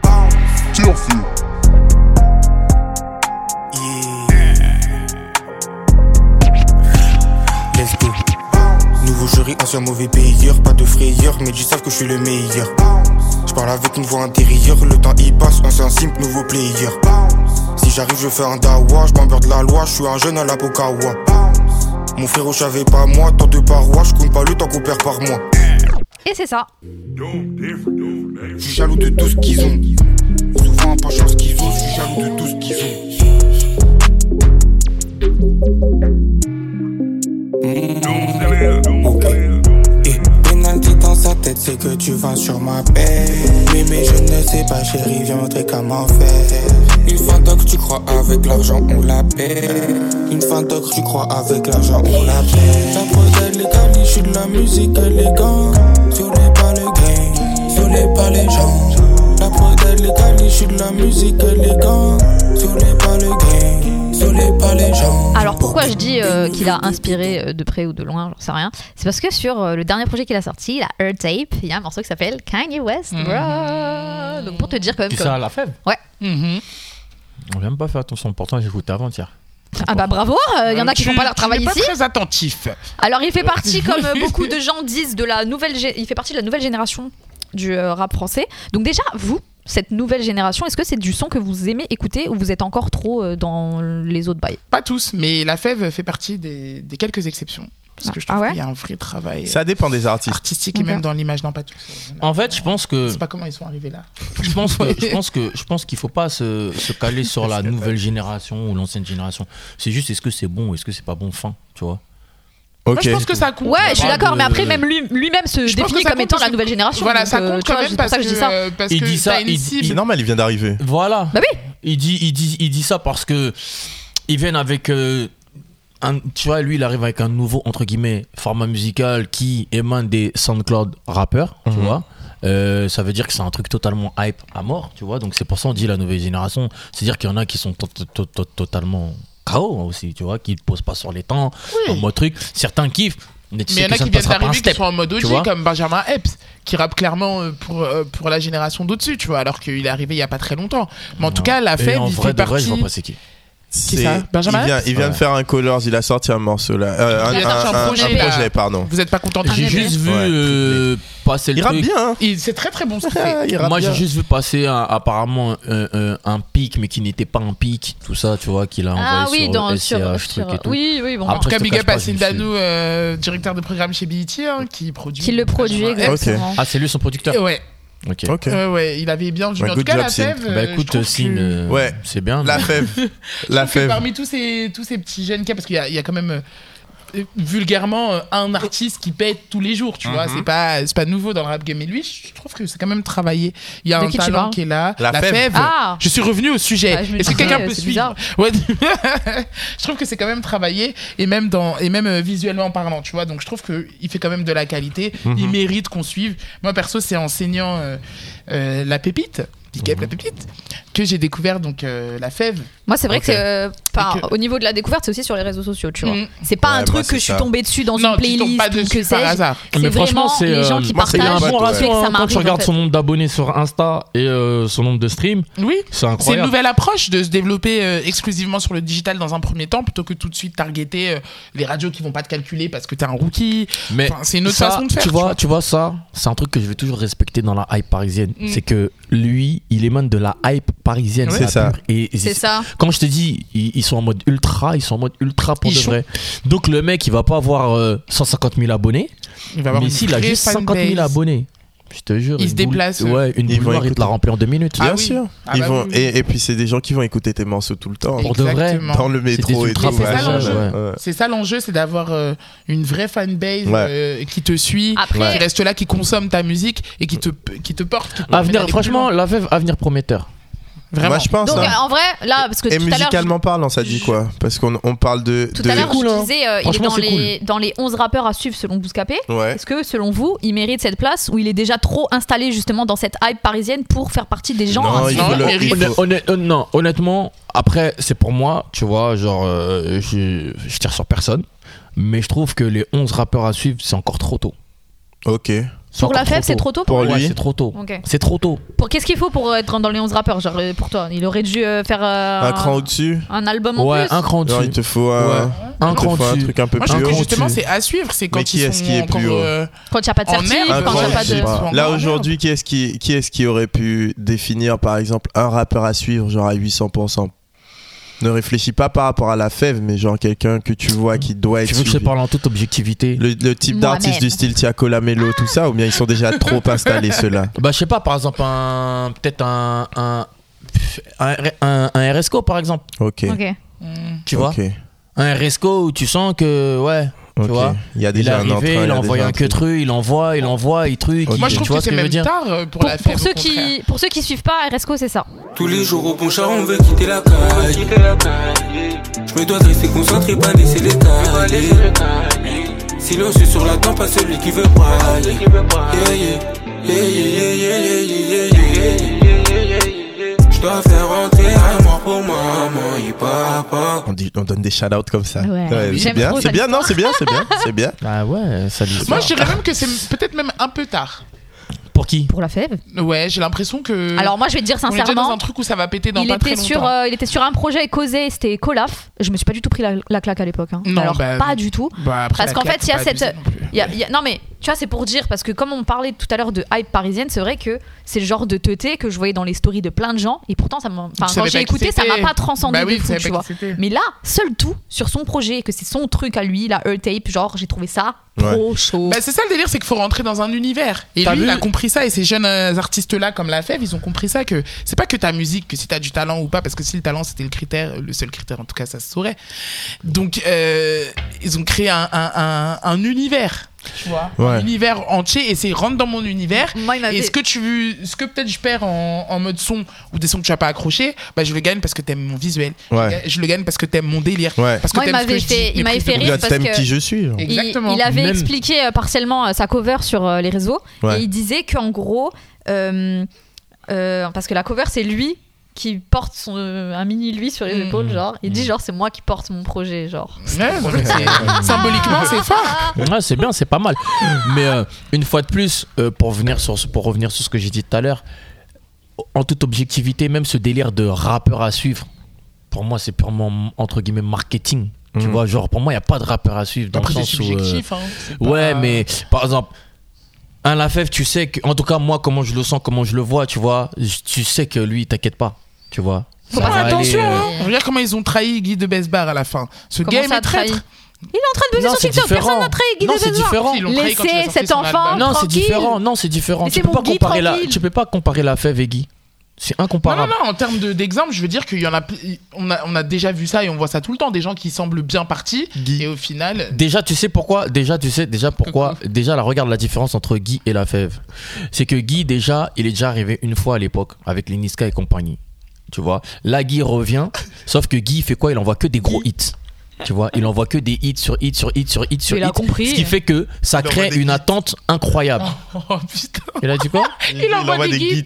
Speaker 10: Let's go. Nouveau jury, ancien mauvais payeur. Pas de frayeur, mais ils savent que je suis le meilleur. Je parle avec une voix intérieure. Le temps y passe, ancien simple, nouveau player. Si j'arrive, je fais un dawa. Je m'emmerde de la loi, je suis un jeune à la Pokawa. Mon frérot, je savais pas moi. Tant de parois, je compte pas le temps qu'on perd par mois.
Speaker 3: Et c'est ça.
Speaker 10: Je suis jaloux de tout ce qu'ils ont. Souvent pas chance qu'ils ont, je suis jaloux de tout ce qu'ils ont. Ok. Et penalty dans sa tête, c'est que tu vas sur ma paix. Mais mais je ne sais pas, chérie, viens montrer comment faire. Une fin d'oc, tu crois avec l'argent, on la paie. Une fin d'oc, tu crois avec l'argent, on la paie. La prod les calis, je suis de la musique élégante. Sur les pas le game, sur les pas les gens. La prod les calis, je suis de la musique élégante. Sur les pas le game, sur les pas les gens.
Speaker 3: Alors pourquoi pourquoi je dis euh, qu'il a inspiré euh, de près ou de loin, j'en sais rien. C'est parce que sur euh, le dernier projet qu'il a sorti, la Earth Tape, il y a un morceau qui s'appelle Kanye West, bro. Mm-hmm. Donc pour te dire quand même
Speaker 5: C'est
Speaker 3: que...
Speaker 5: ça, la fève.
Speaker 3: Ouais.
Speaker 6: Mm-hmm.
Speaker 5: On n'a même pas fait attention. Pourtant, j'ai écouté avant-hier.
Speaker 3: Ah bah bravo, il euh, y en a qui
Speaker 6: tu,
Speaker 3: font pas leur travail
Speaker 6: tu n'es
Speaker 3: ici.
Speaker 6: pas très attentif.
Speaker 3: Alors il fait partie, comme euh, beaucoup de gens disent, de la nouvelle, gé- il fait partie de la nouvelle génération du euh, rap français. Donc déjà, vous, cette nouvelle génération, est-ce que c'est du son que vous aimez écouter ou vous êtes encore trop euh, dans les autres bails?
Speaker 6: Pas tous, mais la fève fait partie des, des quelques exceptions. Parce que je trouve
Speaker 3: Ah ouais
Speaker 6: qu'il y a un vrai travail
Speaker 4: Ça dépend des artistes.
Speaker 6: artistique
Speaker 3: Okay.
Speaker 6: et même dans l'image. Non, pas tous.
Speaker 5: En fait, je pense que
Speaker 6: Je sais pas comment ils sont arrivés là.
Speaker 5: je pense que je pense que je pense qu'il faut pas se, se caler sur la nouvelle génération ou l'ancienne génération. C'est juste est-ce que c'est bon ou est-ce que c'est pas bon fin, tu vois.
Speaker 6: Moi,
Speaker 4: Ok.
Speaker 6: je pense que ça compte.
Speaker 3: Ouais, je suis
Speaker 5: pas
Speaker 3: d'accord,
Speaker 5: de-
Speaker 3: mais après même lui, lui-même se
Speaker 6: Je pense
Speaker 3: définit
Speaker 6: que ça
Speaker 3: comme
Speaker 6: compte
Speaker 3: étant
Speaker 6: parce
Speaker 3: la nouvelle génération.
Speaker 6: Voilà,
Speaker 3: donc,
Speaker 6: ça
Speaker 3: euh,
Speaker 6: compte
Speaker 3: tu vois,
Speaker 6: quand même
Speaker 3: c'est pour
Speaker 6: parce
Speaker 3: ça que je dis ça.
Speaker 6: que, parce
Speaker 5: Il
Speaker 6: que
Speaker 5: dit ça,
Speaker 6: t'as une
Speaker 5: il-
Speaker 6: cible.
Speaker 4: C'est normal, il vient d'arriver.
Speaker 5: Voilà.
Speaker 3: Bah oui.
Speaker 5: Il dit il dit il dit ça parce que ils viennent avec euh, un, tu vois, lui il arrive avec un nouveau entre guillemets format musical qui émane des SoundCloud rappeurs, tu
Speaker 4: Mhm.
Speaker 5: vois. Euh, ça veut dire que c'est un truc totalement hype à mort, tu vois. Donc c'est pour ça on dit la nouvelle génération. C'est-à-dire qu'il y en a qui sont to- to- to- totalement K O aussi, tu vois, qui ne posent pas sur les temps,
Speaker 6: Oui.
Speaker 5: en mode truc. Certains kiffent, mais tu
Speaker 6: Mais il y
Speaker 5: sais
Speaker 6: en
Speaker 5: que
Speaker 6: a
Speaker 5: ça
Speaker 6: qui
Speaker 5: ne
Speaker 6: viennent
Speaker 5: passera pas un
Speaker 6: d'arriver qui
Speaker 5: step.
Speaker 6: sont en mode O G,
Speaker 5: tu vois.
Speaker 6: comme Benjamin Epps, qui rappe clairement euh, pour, euh, pour la génération d'au-dessus, tu vois, alors qu'il est arrivé il y a pas très longtemps. Mais en tout cas, la
Speaker 5: Et
Speaker 6: fève,
Speaker 5: en
Speaker 6: il
Speaker 5: vrai,
Speaker 6: fait
Speaker 5: de vrai, je vois
Speaker 6: partie.
Speaker 5: pas c'est qui.
Speaker 4: C'est-
Speaker 6: ça Benjamin
Speaker 4: il vient, il vient
Speaker 5: Ouais.
Speaker 4: de faire un Colors, il a sorti un morceau là. Euh,
Speaker 6: Il a sorti un projet, là.
Speaker 4: projet, pardon.
Speaker 6: Vous êtes pas content de
Speaker 5: J'ai
Speaker 3: Ah,
Speaker 5: juste vu
Speaker 4: Ouais.
Speaker 5: euh, passer le
Speaker 4: Il rappe
Speaker 5: truc.
Speaker 4: bien, hein.
Speaker 6: Il- C'est très très bon ce qu'il fait.
Speaker 4: Il rappe
Speaker 5: Moi,
Speaker 4: bien.
Speaker 5: j'ai juste vu passer un- apparemment un, un, un pic, mais qui n'était pas un pic, tout ça, tu vois, qu'il a envoyé
Speaker 3: Ah oui,
Speaker 5: sur
Speaker 3: dans
Speaker 5: le
Speaker 3: sur,
Speaker 5: S C H,
Speaker 3: sur-
Speaker 5: truc et tout.
Speaker 3: oui oui bon.
Speaker 6: En tout
Speaker 5: Après,
Speaker 6: cas,
Speaker 5: je te
Speaker 6: big
Speaker 5: cache
Speaker 6: up
Speaker 5: pas,
Speaker 6: à
Speaker 5: je me suis-
Speaker 6: Sindano, euh, directeur de programme chez B E T, hein, qui produit.
Speaker 3: Qui le produit
Speaker 6: Benjamin Epps.
Speaker 3: exactement.
Speaker 5: Ah, c'est lui son producteur.
Speaker 6: Et Ouais,
Speaker 5: Ok.
Speaker 4: Ok.
Speaker 6: ouais, ouais, il avait bien vu.
Speaker 4: Ouais,
Speaker 6: En tout
Speaker 4: good
Speaker 6: cas,
Speaker 4: job,
Speaker 6: la
Speaker 4: Sine.
Speaker 6: fève.
Speaker 5: Bah
Speaker 6: euh, je
Speaker 5: écoute,
Speaker 6: trouve
Speaker 5: Sine,
Speaker 6: que-
Speaker 5: euh,
Speaker 4: Ouais.
Speaker 5: c'est bien.
Speaker 4: La
Speaker 5: mais-
Speaker 4: fève. La
Speaker 6: que
Speaker 4: fève.
Speaker 6: parmi tous ces, tous ces petits jeunes cas, parce qu'il y a, il y a quand même euh, vulgairement euh, un artiste qui pète tous les jours, tu vois, c'est pas, c'est pas nouveau dans le rap game. Et lui, je trouve que c'est quand même travaillé. Il y a
Speaker 3: De
Speaker 6: un
Speaker 3: qui tu
Speaker 6: talent
Speaker 3: parles
Speaker 6: qui est là.
Speaker 4: La Fève.
Speaker 3: Ah.
Speaker 6: Je suis revenu au sujet.
Speaker 3: Ah, je me
Speaker 6: Est-ce que
Speaker 3: disais,
Speaker 6: quelqu'un
Speaker 3: euh,
Speaker 6: peut
Speaker 3: c'est
Speaker 6: suivre?
Speaker 3: bizarre.
Speaker 6: Ouais. Je trouve que c'est quand même travaillé et même dans et même euh, visuellement parlant, tu vois. Donc je trouve que il fait quand même de la qualité.
Speaker 4: Mhm.
Speaker 6: Il mérite qu'on suive. Moi perso, c'est enseignant euh, euh, la pépite. Big up la pépite, que j'ai découvert donc euh, la fève.
Speaker 3: Moi, c'est vrai
Speaker 4: Ok.
Speaker 3: que, euh, enfin,
Speaker 6: Et que-
Speaker 3: au niveau de la découverte, c'est aussi sur les réseaux sociaux, tu vois.
Speaker 6: Mm.
Speaker 3: C'est pas
Speaker 4: Ouais,
Speaker 3: un
Speaker 4: moi,
Speaker 3: truc
Speaker 4: c'est
Speaker 3: que je suis
Speaker 4: ça.
Speaker 3: tombée dessus dans
Speaker 6: Non,
Speaker 3: une
Speaker 6: tu
Speaker 3: playlist
Speaker 6: tombes pas
Speaker 3: ou que
Speaker 6: dessus par
Speaker 3: sais-je.
Speaker 6: hasard.
Speaker 3: C'est
Speaker 5: Mais
Speaker 3: vraiment
Speaker 5: franchement, c'est
Speaker 3: les gens
Speaker 5: euh,
Speaker 3: qui
Speaker 4: moi, c'est
Speaker 3: partagent
Speaker 4: un
Speaker 3: qui
Speaker 4: bon
Speaker 3: fait que
Speaker 5: ratio,
Speaker 3: ça
Speaker 5: hein. Quand
Speaker 3: m'arrive.
Speaker 5: tu regardes
Speaker 3: en fait.
Speaker 5: son nombre d'abonnés sur Insta et euh, son nombre de streams,
Speaker 6: Oui.
Speaker 5: c'est
Speaker 6: C'est une
Speaker 5: incroyable.
Speaker 6: nouvelle approche de se développer euh, exclusivement sur le digital dans un premier temps plutôt que tout de suite targeter euh, les radios qui vont pas te calculer parce que t'es un rookie.
Speaker 5: Mais
Speaker 6: Enfin, c'est une autre
Speaker 5: ça,
Speaker 6: façon de faire.
Speaker 5: Tu
Speaker 6: tu
Speaker 5: vois,
Speaker 6: vois.
Speaker 5: tu vois ça, c'est un truc que je vais toujours respecter dans la hype parisienne.
Speaker 6: Mm.
Speaker 5: C'est que lui, il émane de la hype parisienne.
Speaker 4: Ouais. C'est ça.
Speaker 5: pure. Et, et
Speaker 3: C'est ça.
Speaker 5: Quand je te dis, ils, ils sont en mode ultra, ils sont en mode ultra pour
Speaker 6: Ils
Speaker 5: de
Speaker 6: sont-
Speaker 5: vrai. Donc le mec, il va pas avoir euh, cent cinquante mille abonnés,
Speaker 6: Il va avoir
Speaker 5: mais
Speaker 6: une
Speaker 5: s'il a
Speaker 6: vraie
Speaker 5: juste cinquante mille
Speaker 6: fanbase.
Speaker 5: abonnés, je te jure.
Speaker 6: Il
Speaker 5: une
Speaker 6: se
Speaker 5: boule-
Speaker 6: déplace, euh.
Speaker 5: Ouais, une
Speaker 4: Ils
Speaker 5: boule
Speaker 4: vont
Speaker 5: noire, il te la
Speaker 4: écouter.
Speaker 5: remplit en deux minutes.
Speaker 6: Ah
Speaker 4: Bien
Speaker 6: oui.
Speaker 4: sûr.
Speaker 6: Ah
Speaker 4: Ils
Speaker 6: bah
Speaker 4: vont,
Speaker 6: oui, oui.
Speaker 4: Et, et puis c'est des gens qui vont écouter tes morceaux tout le temps.
Speaker 5: Pour de vrai,
Speaker 6: Exactement.
Speaker 4: Dans le métro
Speaker 5: des
Speaker 4: et
Speaker 5: ultra
Speaker 4: tout.
Speaker 6: Mais c'est ça,
Speaker 4: machin,
Speaker 6: l'enjeu.
Speaker 4: ouais. Ouais.
Speaker 6: C'est ça l'enjeu, c'est d'avoir euh, une vraie fanbase
Speaker 4: Ouais.
Speaker 6: euh, qui te suit,
Speaker 3: Après-
Speaker 6: qui reste là, qui consomme ta musique et qui te, qui te porte. Qui te permet
Speaker 5: Avenir,
Speaker 6: d'aller plus
Speaker 5: franchement,
Speaker 6: loin.
Speaker 5: la veuve, avenir prometteur.
Speaker 6: Vraiment.
Speaker 4: Moi je pense.
Speaker 3: Donc,
Speaker 4: hein.
Speaker 3: euh, en vrai, là, parce que
Speaker 4: Et
Speaker 3: tout à l'heure.
Speaker 4: musicalement parlant, ça dit quoi? Parce qu'on on parle de.
Speaker 3: Tout
Speaker 4: de-
Speaker 3: à l'heure,
Speaker 5: cool,
Speaker 3: je
Speaker 5: hein.
Speaker 3: disais, euh, il est
Speaker 5: Franchement,
Speaker 3: dans
Speaker 5: c'est
Speaker 3: les, dans les onze rappeurs à suivre selon Bouscapé.
Speaker 4: Ouais.
Speaker 3: Est-ce que, selon vous, il mérite cette place ou il est déjà trop installé justement dans cette hype parisienne pour faire partie des gens
Speaker 4: Non,
Speaker 3: à
Speaker 4: il
Speaker 3: suivre
Speaker 4: faut le-
Speaker 6: mérite.
Speaker 4: il
Speaker 5: Honn-
Speaker 4: faut-
Speaker 5: honnêt- euh, non, honnêtement, après, c'est pour moi, tu vois, genre, euh, je, je tire sur personne, mais je trouve que les onze rappeurs à suivre, c'est encore trop tôt.
Speaker 4: Ok.
Speaker 5: C'est
Speaker 3: Pour
Speaker 5: encore
Speaker 3: la fève,
Speaker 5: trop
Speaker 3: c'est
Speaker 5: tôt.
Speaker 3: trop tôt
Speaker 4: Pour
Speaker 3: pour
Speaker 4: lui.
Speaker 5: Ouais, c'est trop tôt.
Speaker 3: Ok.
Speaker 5: C'est trop tôt.
Speaker 3: Pour qu'est-ce qu'il faut pour être dans les onze rappeurs, genre euh, pour toi? Il aurait dû euh, faire euh,
Speaker 4: Un cran au-dessus.
Speaker 3: un album en
Speaker 5: Ouais,
Speaker 3: plus.
Speaker 5: un cran
Speaker 4: Genre,
Speaker 5: dessus.
Speaker 4: il te faut un,
Speaker 5: Ouais. Un
Speaker 4: il te
Speaker 5: cran
Speaker 4: faut un
Speaker 5: dessus.
Speaker 4: truc un peu
Speaker 6: Moi, je
Speaker 4: plus
Speaker 6: trouve que
Speaker 4: haut.
Speaker 6: justement,
Speaker 5: dessus.
Speaker 6: c'est à suivre. C'est quand
Speaker 4: Mais qui
Speaker 6: ils
Speaker 4: est-ce
Speaker 6: sont
Speaker 4: qui est
Speaker 6: encore,
Speaker 4: plus haut
Speaker 6: euh,
Speaker 3: Quand il n'y a pas de
Speaker 6: En
Speaker 3: certif,
Speaker 6: herbe,
Speaker 4: Un
Speaker 3: quand il n'y
Speaker 4: cran,
Speaker 3: a pas
Speaker 4: je sais
Speaker 3: de.
Speaker 4: pas. Là aujourd'hui, qui est-ce qui, qui est-ce qui aurait pu définir par exemple un rappeur à suivre, genre à huit cents pour cent? Ne réfléchis pas par rapport à la fève, mais genre quelqu'un que tu vois qui doit être
Speaker 5: Tu veux que je te
Speaker 4: suivi.
Speaker 5: parle en toute objectivité?
Speaker 4: Le, le type
Speaker 3: Moi-même.
Speaker 4: d'artiste du style Tiako Lamelo, tout ça, ou bien ils sont déjà trop installés ceux-là?
Speaker 5: Bah, je sais pas, par exemple, un. Peut-être un. Un, un, un, un R S C O, par exemple.
Speaker 4: Ok.
Speaker 3: Ok.
Speaker 5: Tu vois?
Speaker 4: Ok.
Speaker 5: Un R S C O où tu sens que. Ouais.
Speaker 4: Ok.
Speaker 5: Tu vois,
Speaker 4: il y a
Speaker 5: il est
Speaker 4: déjà un
Speaker 5: arrivé,
Speaker 4: entrain,
Speaker 5: il
Speaker 4: y
Speaker 5: a
Speaker 4: a
Speaker 5: envoyé
Speaker 4: déjà
Speaker 5: un
Speaker 4: un truc.
Speaker 5: queutru, il envoie, il envoie, il truc.
Speaker 4: Ok.
Speaker 6: Moi, je
Speaker 5: tu
Speaker 6: trouve
Speaker 5: vois
Speaker 6: que
Speaker 5: ce
Speaker 6: c'est
Speaker 5: que je veux
Speaker 6: même
Speaker 5: dire?
Speaker 6: tard euh, pour,
Speaker 3: Pour,
Speaker 6: la
Speaker 3: pour
Speaker 6: fève.
Speaker 3: ceux
Speaker 6: au contraire.
Speaker 3: qui, pour ceux qui suivent pas, R S C O, c'est ça.
Speaker 10: Tous les jours au bon char, on veut quitter la caille. Je me dois de rester concentré, pas laisser les tailler. Silencieux sur la tempe, pas celui qui veut brailler. Yeah, yeah, yeah, yeah, yeah, yeah, yeah, yeah, yeah, yeah. dois faire rentrer un mort pour moi, mon hip-hop.
Speaker 4: On, dit, on donne des shout-outs comme ça.
Speaker 3: Ouais.
Speaker 4: c'est
Speaker 3: J'aime
Speaker 4: bien,
Speaker 3: trop
Speaker 4: c'est
Speaker 3: cette
Speaker 4: bien, non,
Speaker 3: histoire.
Speaker 4: c'est bien, c'est bien, c'est bien.
Speaker 5: Ah ouais, ça dit
Speaker 6: Moi, je dirais même que c'est peut-être même un peu tard.
Speaker 5: Pour qui?
Speaker 3: Pour la fève.
Speaker 6: Ouais, j'ai l'impression que.
Speaker 3: Alors moi je vais te dire
Speaker 6: on est déjà dans
Speaker 3: sincèrement,
Speaker 6: un truc où ça va péter dans
Speaker 3: il
Speaker 6: pas très
Speaker 3: était,
Speaker 6: longtemps.
Speaker 3: sur, euh, il était sur un projet causé, c'était Colaf. Je me suis pas du tout pris la, la claque à l'époque. Hein.
Speaker 6: Non,
Speaker 3: Alors
Speaker 6: bah,
Speaker 3: pas du tout.
Speaker 6: Bah, après,
Speaker 3: Parce
Speaker 6: la
Speaker 3: qu'en
Speaker 6: claque,
Speaker 3: fait, il y a
Speaker 6: faut pas
Speaker 3: cette.
Speaker 6: abuser non plus.
Speaker 3: il y a- il y a- non mais tu vois, c'est pour dire, parce que comme on parlait tout à l'heure de hype parisienne, c'est vrai que c'est le genre de teuté que je voyais dans les stories de plein de gens, et pourtant ça m'a, enfin,
Speaker 6: Tu
Speaker 3: quand
Speaker 6: savais
Speaker 3: j'ai
Speaker 6: pas qui
Speaker 3: écouté, ça
Speaker 6: c'était.
Speaker 3: m'a pas transcendé
Speaker 6: Bah oui,
Speaker 3: de
Speaker 6: tu
Speaker 3: fou,
Speaker 6: savais
Speaker 3: tu
Speaker 6: pas
Speaker 3: vois.
Speaker 6: qui c'était.
Speaker 3: Mais là, seul tout sur son projet, que c'est son truc à lui, la Earth Tape, genre j'ai trouvé ça trop chaud.
Speaker 6: Bah, c'est ça le délire, c'est qu'il faut rentrer dans un univers. Et
Speaker 5: T'as
Speaker 6: lui,
Speaker 5: vu
Speaker 6: il a compris ça. Et ces jeunes euh, artistes-là, comme la Fève, ils ont compris ça, que c'est pas que ta musique, que si t'as du talent ou pas, parce que si le talent c'était le critère, le seul critère, en tout cas, ça se saurait. Donc, euh, ils ont créé un, un, un, un univers. Tu vois,
Speaker 4: Ouais.
Speaker 6: un univers entier, et c'est rentre dans mon univers.
Speaker 3: Moi, il m'avait-
Speaker 6: Et ce que tu, ce que peut-être je perds en, en mode son ou des sons que tu as pas accroché, bah je le gagne parce que t'aimes mon visuel.
Speaker 4: Ouais.
Speaker 6: Je, gagne- je le gagne parce que t'aimes mon délire.
Speaker 4: Ouais.
Speaker 6: Parce que
Speaker 3: Moi, il
Speaker 6: t'aimes ce que
Speaker 3: m'avait
Speaker 6: je
Speaker 3: fait-
Speaker 6: dis,
Speaker 3: il
Speaker 6: mes
Speaker 3: m'avait
Speaker 6: prises
Speaker 3: fait
Speaker 6: de
Speaker 3: rire
Speaker 4: Regarde,
Speaker 3: parce
Speaker 4: t'aimes
Speaker 3: que-
Speaker 4: qui je suis. genre.
Speaker 3: Il-
Speaker 6: Exactement.
Speaker 3: Il, avait
Speaker 5: Même-
Speaker 3: expliqué euh, partiellement euh, sa cover sur euh, les réseaux,
Speaker 4: Ouais.
Speaker 3: et il disait qu'en gros, euh, euh, parce que la cover c'est lui qui porte son, euh, un mini lui sur les
Speaker 6: Mmh.
Speaker 3: épaules, genre. Il dit genre c'est moi qui porte mon projet, genre.
Speaker 6: Ouais, non, mais c'est- symboliquement, c'est fort.
Speaker 5: Ouais, c'est bien, c'est pas mal. Mais euh, une fois de plus, euh, pour, venir sur, ce- pour revenir sur ce que j'ai dit tout à l'heure, en toute objectivité, même ce délire de rappeur à suivre, pour moi, c'est purement, entre guillemets, marketing. Tu
Speaker 4: Mhm.
Speaker 5: vois, genre, pour moi, il n'y a pas de rappeur à suivre. Dans
Speaker 6: Après,
Speaker 5: le
Speaker 6: c'est
Speaker 5: sens où, euh,
Speaker 6: subjectif. Hein. C'est pas-
Speaker 5: Ouais, mais par exemple, un Lafèvre, tu sais que, en tout cas, moi, comment je le sens, comment je le vois, tu vois, tu sais que lui, t'inquiète pas, tu vois.
Speaker 6: Faut
Speaker 5: Ça
Speaker 6: faire
Speaker 5: va aller,
Speaker 6: attention,
Speaker 5: euh,
Speaker 6: hein. Regarde comment ils ont trahi Guy de Besbar à la fin. Ce
Speaker 3: Comment
Speaker 6: game
Speaker 3: ça
Speaker 6: est traître.
Speaker 3: trahi Il est en train de buzzer
Speaker 5: Non,
Speaker 3: sur
Speaker 5: c'est
Speaker 3: TikTok,
Speaker 5: différent.
Speaker 3: personne n'a trahi Guy
Speaker 5: Non,
Speaker 3: de
Speaker 5: c'est
Speaker 3: Besbar.
Speaker 5: différent.
Speaker 6: Ils l'ont trahi quand il a
Speaker 3: Laissez
Speaker 6: sorti
Speaker 3: cet
Speaker 6: son
Speaker 3: enfant
Speaker 6: album.
Speaker 5: Non, c'est
Speaker 3: tranquille.
Speaker 5: différent. Non, c'est différent.
Speaker 3: Laissez
Speaker 5: Tu peux
Speaker 3: mon
Speaker 5: pas
Speaker 3: Guy
Speaker 5: comparer la,
Speaker 3: tranquille.
Speaker 5: tu peux pas comparer Lafèvre et Guy. C'est
Speaker 6: Non, non,
Speaker 5: incomparable.
Speaker 6: non, en termes de- d'exemple, je veux dire qu'il y en a, pl- on a. On a déjà vu ça et on voit ça tout le temps. Des gens qui semblent bien partis
Speaker 4: Guy.
Speaker 6: et au final.
Speaker 5: Déjà, tu sais pourquoi Déjà, tu sais déjà pourquoi Déjà, là, regarde la différence entre Guy et Lafèvre. C'est que Guy, déjà, il est déjà arrivé une fois à l'époque avec les Niska et compagnie. Tu vois. Là, Guy revient. Sauf que Guy il fait quoi? Il envoie que des gros hits. Tu vois, il envoie que des hits sur hits sur hits sur hits sur
Speaker 3: Il a
Speaker 5: hits.
Speaker 3: compris.
Speaker 5: Ce qui fait que ça
Speaker 4: Il
Speaker 5: crée
Speaker 4: envoie des
Speaker 5: une
Speaker 4: hits.
Speaker 5: attente incroyable.
Speaker 6: Oh putain.
Speaker 5: Il a dit quoi?
Speaker 6: Il envoie des
Speaker 4: gits.
Speaker 6: gits.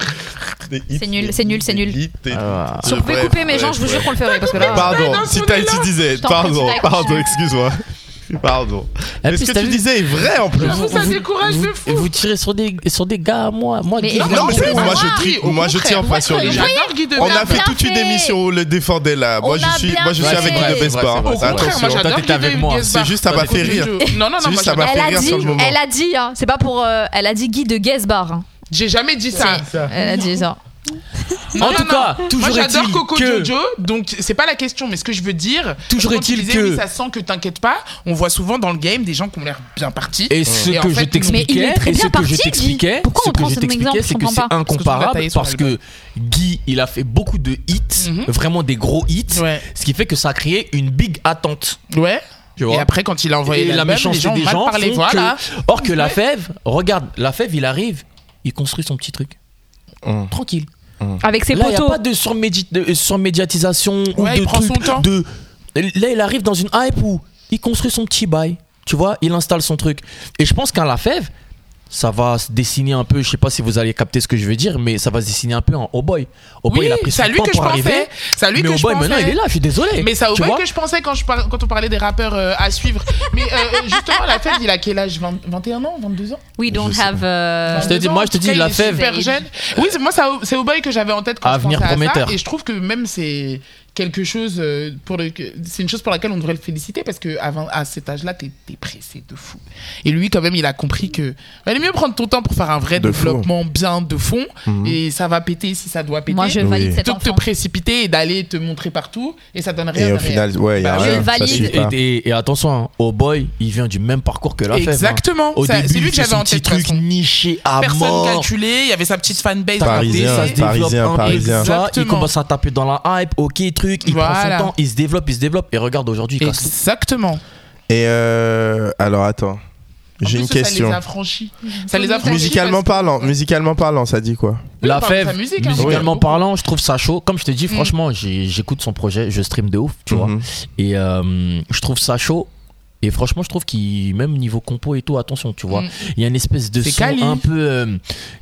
Speaker 4: Des hits,
Speaker 3: C'est nul,
Speaker 4: des
Speaker 3: c'est nul,
Speaker 4: hits,
Speaker 3: c'est
Speaker 4: des
Speaker 3: nul.
Speaker 4: hits, des-
Speaker 5: Ah.
Speaker 3: Si on pouvait
Speaker 4: Bref,
Speaker 3: couper mes gens,
Speaker 4: bref,
Speaker 3: je vous jure
Speaker 4: bref.
Speaker 3: qu'on le ferait parce que là.
Speaker 4: Pardon,
Speaker 6: dans
Speaker 4: si
Speaker 6: ce
Speaker 4: t'as
Speaker 6: nez-là.
Speaker 4: tu disais,
Speaker 3: Je t'en prie,
Speaker 4: pardon,
Speaker 3: tu t'as
Speaker 4: pardon,
Speaker 3: accroché.
Speaker 4: excuse-moi. Pardon.
Speaker 5: Et
Speaker 4: Mais
Speaker 5: puis,
Speaker 4: ce que
Speaker 5: t'as
Speaker 4: tu
Speaker 5: vu-
Speaker 4: disais est vrai en plus.
Speaker 6: Vous, ça décourage
Speaker 5: vous,
Speaker 6: de fou.
Speaker 5: vous tirez sur des, sur des gars à moi. Moi,
Speaker 3: Mais
Speaker 5: Guy,
Speaker 3: non,
Speaker 5: je
Speaker 3: mais
Speaker 4: Non,
Speaker 5: l'aime
Speaker 4: mais
Speaker 5: beaucoup.
Speaker 4: moi je
Speaker 6: Ah,
Speaker 4: trie,
Speaker 6: au
Speaker 4: moi je
Speaker 6: contraire.
Speaker 4: tiens pas sur lui.
Speaker 6: J'adore Guy de
Speaker 4: On a
Speaker 6: Besbar.
Speaker 4: fait
Speaker 3: bien
Speaker 4: toute une
Speaker 3: fait.
Speaker 4: émission où on le défendait là. Moi
Speaker 3: On
Speaker 4: je
Speaker 3: a
Speaker 4: suis,
Speaker 3: bien
Speaker 4: moi je suis
Speaker 3: fait.
Speaker 4: avec
Speaker 3: C'est
Speaker 4: Guy
Speaker 3: vrai,
Speaker 4: de
Speaker 5: c'est
Speaker 4: Besbar.
Speaker 5: vrai,
Speaker 6: Au contraire, moi
Speaker 4: Attention.
Speaker 5: Toi,
Speaker 6: j'adore
Speaker 5: t'étais
Speaker 6: Guy de
Speaker 5: avec moi.
Speaker 6: Besbar.
Speaker 4: C'est juste, ça m'a fait rire.
Speaker 6: Non, non,
Speaker 4: C'est
Speaker 6: non,
Speaker 4: juste,
Speaker 6: moi
Speaker 4: ça m'a
Speaker 6: j'adore.
Speaker 4: fait
Speaker 3: Elle a
Speaker 4: rire
Speaker 3: dit,
Speaker 4: sur le moment.
Speaker 3: elle a dit, hein, c'est pas pour. euh, elle a dit Guy de Guesbar. Hein.
Speaker 6: J'ai jamais dit ça.
Speaker 3: Elle a dit ça.
Speaker 6: Non,
Speaker 5: En
Speaker 6: non,
Speaker 5: tout
Speaker 6: non.
Speaker 5: cas, toujours
Speaker 6: Moi j'adore
Speaker 5: est-il
Speaker 6: Coco
Speaker 5: que-
Speaker 6: Jojo, donc c'est pas la question, mais ce que je veux dire.
Speaker 5: Toujours
Speaker 6: quand tu
Speaker 5: est-il
Speaker 6: disais,
Speaker 5: que-
Speaker 6: oui, ça sent que t'inquiète pas. On voit souvent dans le game des gens qui ont l'air bien partis.
Speaker 5: Et ce
Speaker 6: Et en
Speaker 5: que
Speaker 6: fait,
Speaker 5: je
Speaker 6: non.
Speaker 3: Mais il
Speaker 5: t'expliquais,
Speaker 3: est très
Speaker 5: et ce
Speaker 3: bien
Speaker 5: que je
Speaker 3: parti,
Speaker 5: t'expliquais,
Speaker 3: Guy. Pourquoi
Speaker 5: ce
Speaker 3: on
Speaker 5: que
Speaker 3: prend
Speaker 5: je
Speaker 3: cet
Speaker 5: t'expliquais,
Speaker 3: exemple,
Speaker 5: c'est
Speaker 3: je
Speaker 5: que
Speaker 3: comprends
Speaker 5: c'est
Speaker 3: pas.
Speaker 5: incomparable
Speaker 6: taillé sur
Speaker 5: parce que Guy, il a fait beaucoup de hits,
Speaker 6: Mhm.
Speaker 5: vraiment des gros hits,
Speaker 6: Ouais.
Speaker 5: ce qui fait que ça a créé une big attente.
Speaker 6: Ouais.
Speaker 5: Tu vois.
Speaker 6: Et après, quand il a envoyé
Speaker 5: Et la
Speaker 6: l'album, les
Speaker 5: méchanceté
Speaker 6: gens ont
Speaker 5: des
Speaker 6: mal
Speaker 5: gens
Speaker 6: parlé.
Speaker 5: font
Speaker 6: Voilà.
Speaker 5: que, or que la Fève, regarde, la Fève, il arrive, il construit son petit truc,
Speaker 4: Hum.
Speaker 5: tranquille.
Speaker 3: Avec ses
Speaker 5: Là, il n'y a
Speaker 3: poteaux.
Speaker 5: pas de, surmédi- de surmédiatisation ou
Speaker 6: Ouais,
Speaker 5: de
Speaker 6: il prend son
Speaker 5: truc
Speaker 6: temps.
Speaker 5: de. Là, il arrive dans une hype où il construit son petit bail. Tu vois, il installe son truc. Et je pense qu'un Lafèvre, ça va se dessiner un peu. Je sais pas si vous allez capter ce que je veux dire, mais ça va se dessiner un peu en Oh Boy. Oh Boy,
Speaker 6: Oui,
Speaker 5: il a pris
Speaker 6: c'est
Speaker 5: son
Speaker 6: à lui
Speaker 5: temps
Speaker 6: que je
Speaker 5: pour arriver.
Speaker 6: pensais. C'est à lui
Speaker 5: mais
Speaker 6: que
Speaker 5: Oh
Speaker 6: je
Speaker 5: Boy, maintenant,
Speaker 6: pensais.
Speaker 5: il est là. Je suis désolé.
Speaker 6: Mais c'est au
Speaker 5: Tu
Speaker 6: boy
Speaker 5: vois
Speaker 6: que je pensais quand, je par- quand on parlait des rappeurs euh, à suivre. Mais euh, justement, la Fève, il a quel âge? vingt, vingt et un ans? vingt-deux ans?
Speaker 3: We don't
Speaker 4: Je sais
Speaker 3: have. euh,
Speaker 5: Je te dis- moi, je te dis,
Speaker 6: En tout cas,
Speaker 5: la
Speaker 6: il est
Speaker 5: Fève.
Speaker 6: super jeune. Oui, c'est- moi, c'est au- c'est au boy que j'avais en tête quand
Speaker 5: Avenir
Speaker 6: je pensais à
Speaker 5: prometteur.
Speaker 6: ça. Et je trouve que même c'est quelque chose euh, pour le, que- c'est une chose pour laquelle on devrait le féliciter parce que à, vingt à cet âge-là, t'es es pressé de fou. Et lui, quand même, il a compris que valait mieux prendre ton temps pour faire un vrai
Speaker 4: De fou.
Speaker 6: développement bien de fond.
Speaker 4: Mhm.
Speaker 6: Et ça va péter si ça doit péter.
Speaker 3: Moi, je
Speaker 4: Oui.
Speaker 3: valide cet
Speaker 6: Plutôt que de te
Speaker 3: enfant.
Speaker 6: précipiter et d'aller te montrer partout et ça donne rien
Speaker 4: Et au
Speaker 6: derrière.
Speaker 4: final, ouais, il y a
Speaker 6: Bah,
Speaker 4: rien.
Speaker 3: je
Speaker 4: Ça
Speaker 3: valide.
Speaker 4: suit
Speaker 5: Et,
Speaker 4: pas.
Speaker 5: et- et attention, hein, Oh Boy, il vient du même parcours que la Fève. hein.
Speaker 6: Exactement.
Speaker 5: Au
Speaker 6: Ça-
Speaker 5: début,
Speaker 6: c'est lui
Speaker 5: il
Speaker 6: que
Speaker 5: fait
Speaker 6: j'avais
Speaker 5: son
Speaker 6: en
Speaker 5: petit
Speaker 6: tête. de toute
Speaker 5: truc
Speaker 6: façon.
Speaker 5: niché à
Speaker 6: Personne
Speaker 5: mort.
Speaker 6: calculé, il y avait sa petite fanbase.
Speaker 4: Parisien,
Speaker 6: à
Speaker 5: ça se développe
Speaker 4: parisien,
Speaker 5: un peu,
Speaker 4: parisien.
Speaker 5: ça, il
Speaker 6: Exactement.
Speaker 5: commence à taper dans la hype, ok truc, il prend
Speaker 6: Voilà.
Speaker 5: son temps, il se développe, il se développe et regarde aujourd'hui il casse tout.
Speaker 6: Exactement.
Speaker 4: Et euh, alors attends,
Speaker 6: En
Speaker 4: j'ai
Speaker 6: plus,
Speaker 4: une
Speaker 6: ça, Ça
Speaker 4: question.
Speaker 6: les a franchis. Ça les a franchis.
Speaker 4: Musicalement
Speaker 6: parce que-
Speaker 4: parlant, musicalement parlant, ça dit quoi?
Speaker 6: Oui,
Speaker 5: La
Speaker 6: on parle de sa
Speaker 5: Fève,
Speaker 6: musique, hein.
Speaker 5: musicalement
Speaker 6: Oui.
Speaker 5: parlant, je trouve ça chaud. Comme je te dis,
Speaker 6: Mm.
Speaker 5: franchement, j'ai- j'écoute son projet, je stream de ouf, tu vois.
Speaker 4: Mhm.
Speaker 5: Et euh, je trouve ça chaud. Et franchement, je trouve qu'il, même niveau compo et tout, attention, tu vois.
Speaker 6: Mm.
Speaker 5: Il y a une espèce de
Speaker 6: C'est
Speaker 5: son
Speaker 6: quali.
Speaker 5: un peu. euh,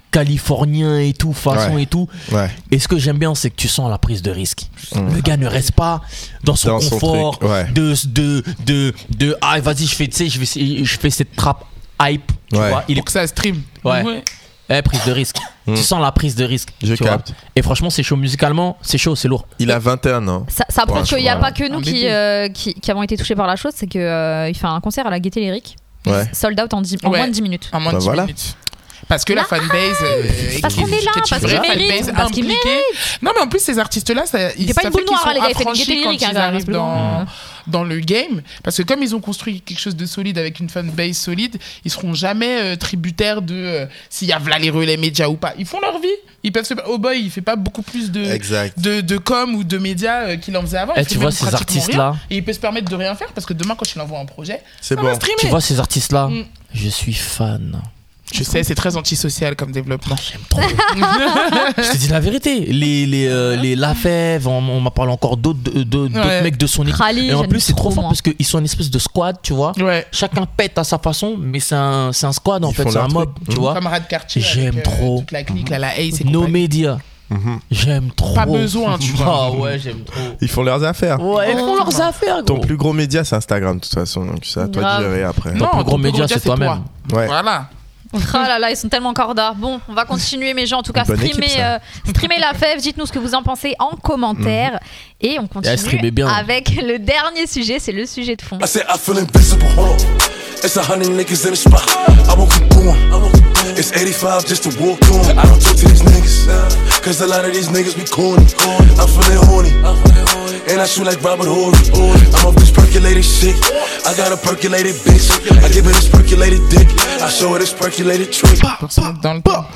Speaker 5: californien et tout, façon
Speaker 4: Ouais.
Speaker 5: et tout.
Speaker 4: Ouais.
Speaker 5: Et ce que j'aime bien, c'est que tu sens la prise de risque.
Speaker 4: Mm.
Speaker 5: Le gars ne reste pas dans son
Speaker 4: Dans son
Speaker 5: confort
Speaker 4: truc, ouais.
Speaker 5: de, de, de, de, ah, vas-y, je fais, tu sais, je, vais- je fais cette trappe hype. Tu
Speaker 4: Ouais.
Speaker 5: vois, il est
Speaker 6: Pour que ça stream.
Speaker 5: Ouais.
Speaker 6: Ouais.
Speaker 5: Eh, prise de risque.
Speaker 4: Mm.
Speaker 5: Tu sens la prise de risque.
Speaker 4: Je
Speaker 5: tu vois.
Speaker 4: capte.
Speaker 5: Et franchement, c'est chaud musicalement, c'est chaud, c'est lourd.
Speaker 4: Il a vingt et un ans.
Speaker 3: Ça, ça prouve
Speaker 4: Ouais,
Speaker 3: qu'il n'y a
Speaker 4: je
Speaker 3: pas
Speaker 4: vois.
Speaker 3: que nous
Speaker 6: Un
Speaker 3: qui,
Speaker 6: bébé.
Speaker 3: euh, qui, qui avons été touchés par la chose, c'est qu'il euh, fait un concert à la Gaîté Lyrique.
Speaker 4: Ouais.
Speaker 3: Sold out en, dix- en
Speaker 6: Ouais.
Speaker 3: moins de dix minutes.
Speaker 6: En moins de
Speaker 4: Bah
Speaker 6: dix
Speaker 4: voilà.
Speaker 6: minutes. Parce que la fanbase. euh,
Speaker 3: parce
Speaker 6: qui-
Speaker 3: qu'on est là,
Speaker 6: qui une
Speaker 3: parce
Speaker 6: vraie
Speaker 3: qu'ils méritent,
Speaker 6: fanbase
Speaker 3: parce qu'ils
Speaker 6: impliquée. Non, mais en plus, ces artistes-là, ça, ils
Speaker 3: C'est pas
Speaker 6: ça
Speaker 3: une
Speaker 6: fait
Speaker 3: boule
Speaker 6: qu'ils
Speaker 3: noire,
Speaker 6: sont
Speaker 3: les gars, ils font une
Speaker 6: affranchis
Speaker 3: gaieté
Speaker 6: quand
Speaker 3: lyrique,
Speaker 6: ils
Speaker 3: hein, quand même,
Speaker 6: arrivent
Speaker 3: c'est
Speaker 6: dans,
Speaker 3: bon.
Speaker 6: dans le game. Parce que comme ils ont construit quelque chose de solide avec une fanbase solide, ils seront jamais euh, tributaires de euh, s'il y a v'là les relais médias ou pas. Ils font leur vie. Ils peuvent se. Oh boy, il fait pas beaucoup plus de,
Speaker 4: Exact.
Speaker 6: de, de com ou de médias euh, qu'il en faisait avant.
Speaker 5: Eh,
Speaker 6: Il
Speaker 5: tu
Speaker 6: fait
Speaker 5: vois
Speaker 6: même
Speaker 5: ces
Speaker 6: pratiquement
Speaker 5: artistes-là,
Speaker 6: rien. Et il peut se permettre de rien faire parce que demain, quand il envoie un projet,
Speaker 4: C'est
Speaker 6: ça
Speaker 4: bon.
Speaker 6: va streamer.
Speaker 5: tu vois ces artistes-là,
Speaker 6: Mm.
Speaker 5: je suis fan.
Speaker 6: Je sais, c'est très antisocial comme développement.
Speaker 5: J'aime trop. Je te dis la vérité. Les, les, euh, les Lafèvre, on, on m'a parlé encore d'autres, de- de- d'autres
Speaker 6: Ouais.
Speaker 5: mecs de son équipe.
Speaker 3: Rally,
Speaker 5: Et en
Speaker 3: j'aime
Speaker 5: plus, c'est trop
Speaker 3: trop,
Speaker 5: fort
Speaker 3: moi.
Speaker 5: parce qu'ils sont une espèce de squad, tu vois.
Speaker 6: Ouais.
Speaker 5: Chacun pète à sa façon, mais c'est un, c'est un squad en
Speaker 4: Ils
Speaker 5: fait,
Speaker 4: font
Speaker 5: c'est un
Speaker 4: leur
Speaker 5: mob,
Speaker 4: truc.
Speaker 5: tu
Speaker 4: Mmh.
Speaker 5: vois.
Speaker 6: Camarade quartier.
Speaker 5: J'aime
Speaker 6: avec, euh,
Speaker 5: trop.
Speaker 6: toute la clique, là, la Ace et
Speaker 5: Nos
Speaker 6: compagnie.
Speaker 5: médias,
Speaker 4: Mhm.
Speaker 5: j'aime trop.
Speaker 6: Pas besoin, tu vois.
Speaker 5: Ah ouais, j'aime trop.
Speaker 4: Ils font leurs affaires.
Speaker 5: Ouais, ils font leurs affaires,
Speaker 4: Ton
Speaker 5: gros.
Speaker 4: plus gros média, c'est Instagram, de toute façon. Donc, c'est à toi
Speaker 3: Grave.
Speaker 4: de gérer après.
Speaker 6: Non,
Speaker 5: plus
Speaker 6: ton
Speaker 5: gros
Speaker 6: plus
Speaker 5: média,
Speaker 6: média,
Speaker 5: c'est toi-même.
Speaker 4: Ouais.
Speaker 6: Voilà.
Speaker 3: Oh là là, ils sont tellement corda. Bon, on va continuer, mes gens. En tout cas,
Speaker 4: Une bonne
Speaker 3: streamer,
Speaker 4: équipe, ça.
Speaker 3: euh, streamer la fève. Dites-nous ce que vous en pensez en commentaire. Et on continue
Speaker 5: streamez bien.
Speaker 3: avec le dernier sujet. C'est le sujet de fond.
Speaker 11: I said I feel invincible. Hold on. It's a hundred niggas in the spot. I won't keep going. It's eighty-five just to walk on. I don't talk to these niggas. Cause a lot of these niggas be corny. I'm feeling horny. And I shoot like Robert Horry. I'm off this percolated shit. I got a percolated bitch. I give her this percolated dick. I show her this percolated trick.
Speaker 6: Pour se mettre dans le temps.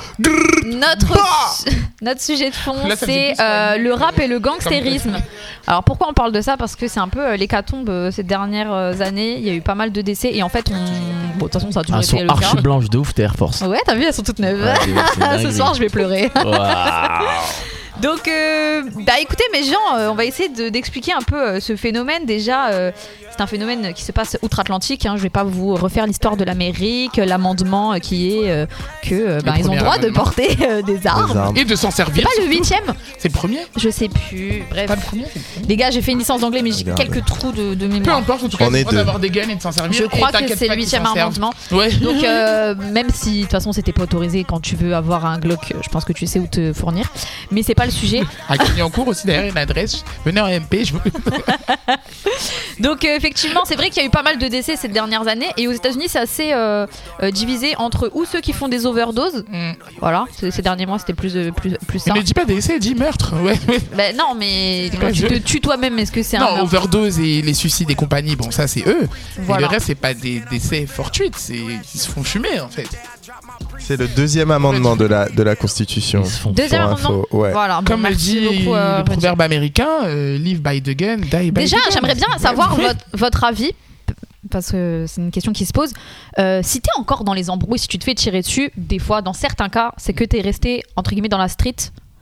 Speaker 3: Notre, notre sujet de fond,
Speaker 6: Là, ça faisait
Speaker 3: c'est
Speaker 6: plus
Speaker 3: euh,
Speaker 6: mal.
Speaker 3: le rap et le gangstérisme. Alors pourquoi on parle de ça? Parce que c'est un peu euh, l'hécatombe euh, ces dernières euh, années. Il y a eu pas mal de décès et en fait, on... bon, de toute façon, ça a toujours
Speaker 5: Elles
Speaker 3: été
Speaker 5: sont
Speaker 3: le cas.
Speaker 5: archi blanches de ouf, tes Air Force.
Speaker 3: Ouais, t'as vu, elles sont toutes neuves.
Speaker 5: Ouais, c'est une
Speaker 3: Ce
Speaker 5: dinguerie.
Speaker 3: soir, je vais pleurer.
Speaker 5: Waouh.
Speaker 3: Donc, euh, bah écoutez, mes gens, euh, on va essayer de- d'expliquer un peu euh, ce phénomène. Déjà, euh, c'est un phénomène qui se passe outre-Atlantique. Hein. Je vais pas vous refaire l'histoire de l'Amérique, l'amendement euh, qui est euh, que euh, bah,
Speaker 6: Le
Speaker 3: ils ont
Speaker 6: premier
Speaker 3: droit de
Speaker 6: amendement.
Speaker 3: porter euh, des armes.
Speaker 4: Des armes.
Speaker 6: Et de s'en
Speaker 3: C'est
Speaker 6: servir.
Speaker 3: pas le
Speaker 6: surtout.
Speaker 3: huitième?
Speaker 6: C'est le premier.
Speaker 3: Je sais plus. Bref,
Speaker 6: Pas le premier, c'est le premier.
Speaker 3: les gars, j'ai fait une licence d'anglais, mais j'ai
Speaker 4: Regarde.
Speaker 3: quelques trous de, de
Speaker 6: Peu
Speaker 3: mémoire.
Speaker 6: importe, en tout cas,
Speaker 4: On
Speaker 6: c'est
Speaker 4: est
Speaker 6: le droit
Speaker 4: deux.
Speaker 6: d'avoir des guns et de s'en servir.
Speaker 3: Je
Speaker 6: Et
Speaker 3: crois que
Speaker 6: t'inquiète
Speaker 3: c'est
Speaker 6: pas
Speaker 3: le
Speaker 6: qu'ils
Speaker 3: huitième
Speaker 6: s'en servent.
Speaker 3: amendement.
Speaker 6: Ouais.
Speaker 3: Donc, euh, même si de toute façon c'était pas autorisé quand tu veux avoir un Glock, euh, je pense que tu sais où te fournir. Mais c'est pas le sujet.
Speaker 6: À Clignancourt aussi, derrière une adresse. Venez en M P. Je...
Speaker 3: Donc euh, effectivement, c'est vrai qu'il y a eu pas mal de décès ces dernières années et aux États-Unis, c'est assez euh, euh, divisé entre ou ceux qui font des overdoses.
Speaker 6: Mm.
Speaker 3: Voilà, ces ces derniers mois, c'était plus euh, plus plus ça.
Speaker 6: Mais ne dis pas décès, dis meurtre. Ouais, ouais.
Speaker 3: Ben non, mais quand
Speaker 6: Ouais,
Speaker 3: tu
Speaker 6: je-
Speaker 3: te tues toi-même, est-ce que c'est un
Speaker 6: Non,
Speaker 3: meurtre?
Speaker 6: overdose et les suicides et compagnie, bon, ça c'est eux.
Speaker 3: Voilà.
Speaker 6: Et le reste, c'est pas des décès fortuits, c'est ils se font fumer en fait.
Speaker 4: C'est le deuxième amendement de la, de la Constitution.
Speaker 5: Ils se font
Speaker 3: Deuxième
Speaker 4: Pour
Speaker 3: amendement.
Speaker 4: info, ouais.
Speaker 3: Voilà. bon,
Speaker 6: Comme le
Speaker 3: merci
Speaker 6: dit
Speaker 3: beaucoup, euh,
Speaker 6: le
Speaker 3: Rudy.
Speaker 6: proverbe américain, euh, live by the gun, die by
Speaker 3: Déjà,
Speaker 6: the gun.
Speaker 3: j'aimerais bien
Speaker 6: Ouais,
Speaker 3: savoir
Speaker 6: ouais.
Speaker 3: votre, votre avis, p- parce que c'est une question qui se pose. Euh, si t'es encore dans les embrouilles, si tu te fais tirer dessus, des fois, dans certains cas, c'est que t'es resté, entre guillemets, dans la street,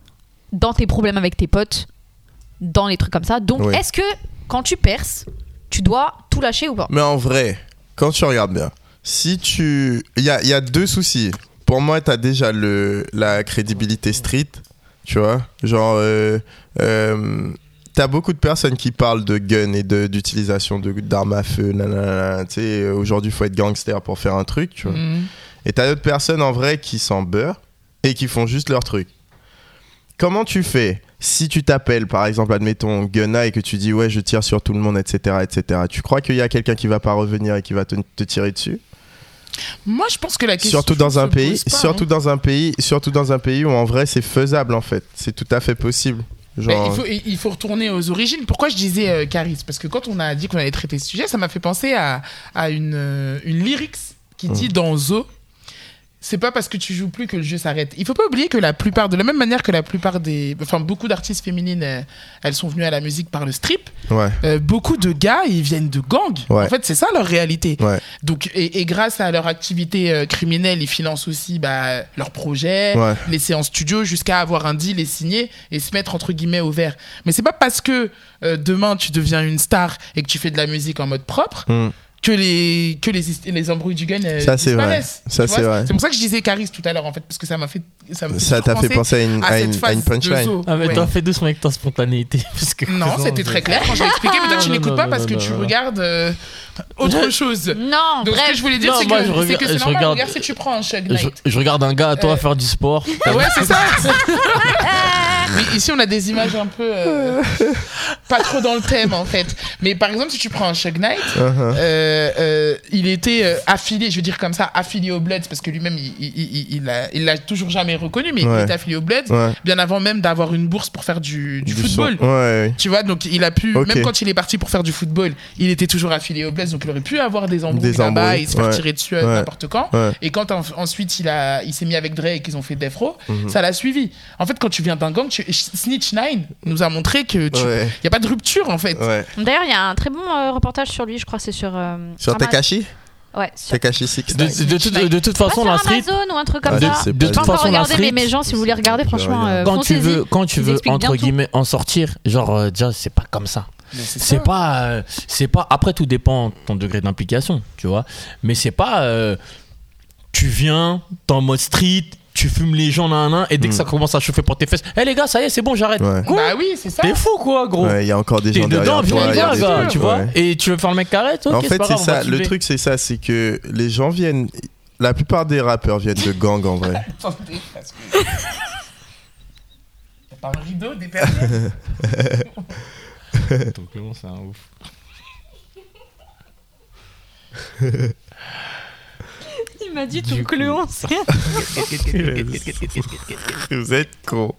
Speaker 3: dans tes problèmes avec tes potes, dans les trucs comme ça. Donc,
Speaker 4: Oui.
Speaker 3: est-ce que, quand tu perces, tu dois tout lâcher ou pas?
Speaker 4: Mais en vrai, quand tu regardes bien, si tu. Il y a, il y a deux soucis. Pour moi, t'as déjà le, la crédibilité street, tu vois. Genre, euh, euh, t'as beaucoup de personnes qui parlent de gun et de- d'utilisation de- d'armes à feu. Nanana, tu sais, aujourd'hui, il faut être gangster pour faire un truc, tu vois.
Speaker 6: Mhm.
Speaker 4: Et t'as d'autres personnes en vrai qui s'en beurrent et qui font juste leur truc. Comment tu fais si tu t'appelles, par exemple, admettons, Gunna et que tu dis ouais, je tire sur tout le monde, et cetera, et cetera. Tu crois qu'il y a quelqu'un qui va pas revenir et qui va te, te tirer dessus?
Speaker 6: Moi, je pense que la question
Speaker 4: Surtout dans un
Speaker 6: se
Speaker 4: pays,
Speaker 6: pose pas,
Speaker 4: surtout
Speaker 6: hein.
Speaker 4: dans un pays, surtout dans un pays où en vrai c'est faisable en fait. C'est tout à fait possible.
Speaker 6: Mais
Speaker 4: Genre,
Speaker 6: il, faut, il faut retourner aux origines. Pourquoi je disais euh, Caris? Parce que quand on a dit qu'on allait traiter ce sujet, ça m'a fait penser à, à une, euh, une lyrics qui dit dans Zo, c'est pas parce que tu joues plus que le jeu s'arrête. Il faut pas oublier que la plupart, de la même manière que la plupart des, enfin beaucoup d'artistes féminines, euh, elles sont venues à la musique par le strip.
Speaker 4: ouais,
Speaker 6: Euh, beaucoup de gars, ils viennent de gangs.
Speaker 4: Ouais.
Speaker 6: En fait, c'est ça leur réalité.
Speaker 4: ouais,
Speaker 6: Donc, et, et grâce à leur activité euh, criminelle, ils financent aussi bah, leurs projets,
Speaker 4: Ouais.
Speaker 6: les séances studio, jusqu'à avoir un deal et signer et se mettre entre guillemets au vert. Mais c'est pas parce que euh, demain tu deviens une star et que tu fais de la musique en mode propre
Speaker 4: Hmm.
Speaker 6: que les que les les embrouilles du gang euh,
Speaker 4: Ça, c'est vrai.
Speaker 6: disparaissent.
Speaker 4: Ça,
Speaker 6: tu
Speaker 4: c'est
Speaker 6: vois.
Speaker 4: vrai.
Speaker 6: C'est pour ça que je disais Caris tout à l'heure en fait, parce que ça m'a fait ça me fait
Speaker 4: Ça t'a fait penser à une, à
Speaker 6: cette
Speaker 4: une,
Speaker 6: phase
Speaker 4: à une
Speaker 6: de
Speaker 4: punchline.
Speaker 6: Zo.
Speaker 5: Ah, mais
Speaker 6: Ouais.
Speaker 5: toi, fais doucement avec ta spontanéité. Parce que
Speaker 6: Non, c'était très clair quand je l'ai expliqué, mais toi tu
Speaker 5: Non,
Speaker 6: n'écoutes
Speaker 5: non,
Speaker 6: pas
Speaker 5: non,
Speaker 6: parce
Speaker 5: non,
Speaker 6: que
Speaker 5: non,
Speaker 6: tu
Speaker 5: non.
Speaker 6: regardes euh, autre chose.
Speaker 3: Non,
Speaker 6: Donc
Speaker 3: bref.
Speaker 6: ce que je voulais dire,
Speaker 5: Non,
Speaker 6: c'est
Speaker 5: moi,
Speaker 6: que,
Speaker 5: je
Speaker 6: c'est
Speaker 5: regarde-
Speaker 6: que c'est
Speaker 5: je
Speaker 6: normal.
Speaker 5: regarde-
Speaker 6: Regarde si tu prends un Shug
Speaker 5: je,
Speaker 6: Knight.
Speaker 5: je regarde un gars à toi
Speaker 6: Euh,
Speaker 5: faire du sport.
Speaker 6: Ouais, c'est ça. Mais ici, on a des images un peu euh, pas trop dans le thème en fait. Mais par exemple, si tu prends un Shug Knight,
Speaker 4: Uh-huh.
Speaker 6: euh, euh, il était euh, affilié, je veux dire comme ça, affilié au Bloods parce que lui-même, il, il, il, il, a, il l'a toujours jamais reconnu, mais
Speaker 4: Ouais.
Speaker 6: il était affilié au Bloods
Speaker 4: Ouais.
Speaker 6: bien avant même d'avoir une bourse pour faire du, du
Speaker 4: Du
Speaker 6: football.
Speaker 4: son. Ouais, ouais.
Speaker 6: Tu vois, donc il a pu,
Speaker 4: Ok.
Speaker 6: même quand il est parti pour faire du football, il était toujours affilié au Bloods, donc il aurait pu avoir des embrouilles
Speaker 4: Des
Speaker 6: là-bas
Speaker 4: embrouilles,
Speaker 6: et se faire
Speaker 4: ouais.
Speaker 6: tirer dessus à
Speaker 4: Ouais.
Speaker 6: n'importe quand.
Speaker 4: Ouais.
Speaker 6: Et quand en- ensuite il, a, il s'est mis avec Dre et qu'ils ont fait Death Row,
Speaker 4: Mhm.
Speaker 6: ça l'a suivi. En fait, quand tu viens d'un gang, tu... Snitch Nine nous a montré que tu...
Speaker 4: Ouais.
Speaker 6: y a pas de rupture en fait.
Speaker 4: Ouais.
Speaker 3: D'ailleurs, il y a un très bon euh, reportage sur lui, je crois que c'est sur. euh,
Speaker 4: Sur
Speaker 3: Ama-
Speaker 4: Tekashi
Speaker 3: Ouais, sur.
Speaker 4: Tekashi six.
Speaker 5: De, de, de toute- de toute
Speaker 3: Pas
Speaker 5: façon,
Speaker 3: sur
Speaker 5: la street,
Speaker 3: Amazon ou un truc comme
Speaker 4: Ah,
Speaker 3: ça.
Speaker 4: je sais
Speaker 5: de
Speaker 4: pas.
Speaker 3: J'ai
Speaker 5: toute
Speaker 3: pas encore
Speaker 5: façon, la
Speaker 3: regardé, mais
Speaker 5: street,
Speaker 3: mes gens, si vous voulez regarder, franchement, euh,
Speaker 5: quand tu
Speaker 3: foncez-y.
Speaker 5: veux, quand tu
Speaker 3: Ils
Speaker 5: veux
Speaker 3: expliquent bien
Speaker 5: entre
Speaker 3: tout.
Speaker 5: guillemets en sortir, genre euh, déjà c'est pas comme ça.
Speaker 6: Mais c'est
Speaker 5: C'est
Speaker 6: ça.
Speaker 5: pas, euh, c'est pas. Après tout dépend de ton degré d'implication, tu vois. Mais c'est pas. euh, tu viens, t'es en mode street, tu fumes les gens nan nan, et dès que
Speaker 4: Mm.
Speaker 5: ça commence à chauffer pour tes fesses, hé les gars, ça y est, c'est bon, j'arrête.
Speaker 4: Ouais.
Speaker 5: Quoi
Speaker 6: Bah oui, c'est ça.
Speaker 5: T'es fou quoi, gros.
Speaker 4: Ouais, il y a encore des
Speaker 5: T'es
Speaker 4: gens
Speaker 5: dedans,
Speaker 4: derrière
Speaker 5: viens
Speaker 4: toi.
Speaker 5: les
Speaker 4: il y a
Speaker 5: gars,
Speaker 4: des
Speaker 5: gars,
Speaker 4: trucs,
Speaker 5: tu vois.
Speaker 4: ouais.
Speaker 5: Et tu veux faire le mec carrette, ok,
Speaker 4: En
Speaker 5: c'est
Speaker 4: fait,
Speaker 5: pas
Speaker 4: c'est
Speaker 5: grave, on va
Speaker 4: ça.
Speaker 5: te
Speaker 4: Le
Speaker 5: tuer.
Speaker 4: truc, c'est ça. C'est que les gens viennent. La plupart des rappeurs viennent de gangs en vrai.
Speaker 6: Attendez, parce que... y a pas un rideau, des personnes.
Speaker 5: Ton Clément, c'est un ouf.
Speaker 3: Il m'a dit
Speaker 5: Du
Speaker 3: tout
Speaker 5: coup.
Speaker 3: Cléon.
Speaker 4: Vous êtes cons.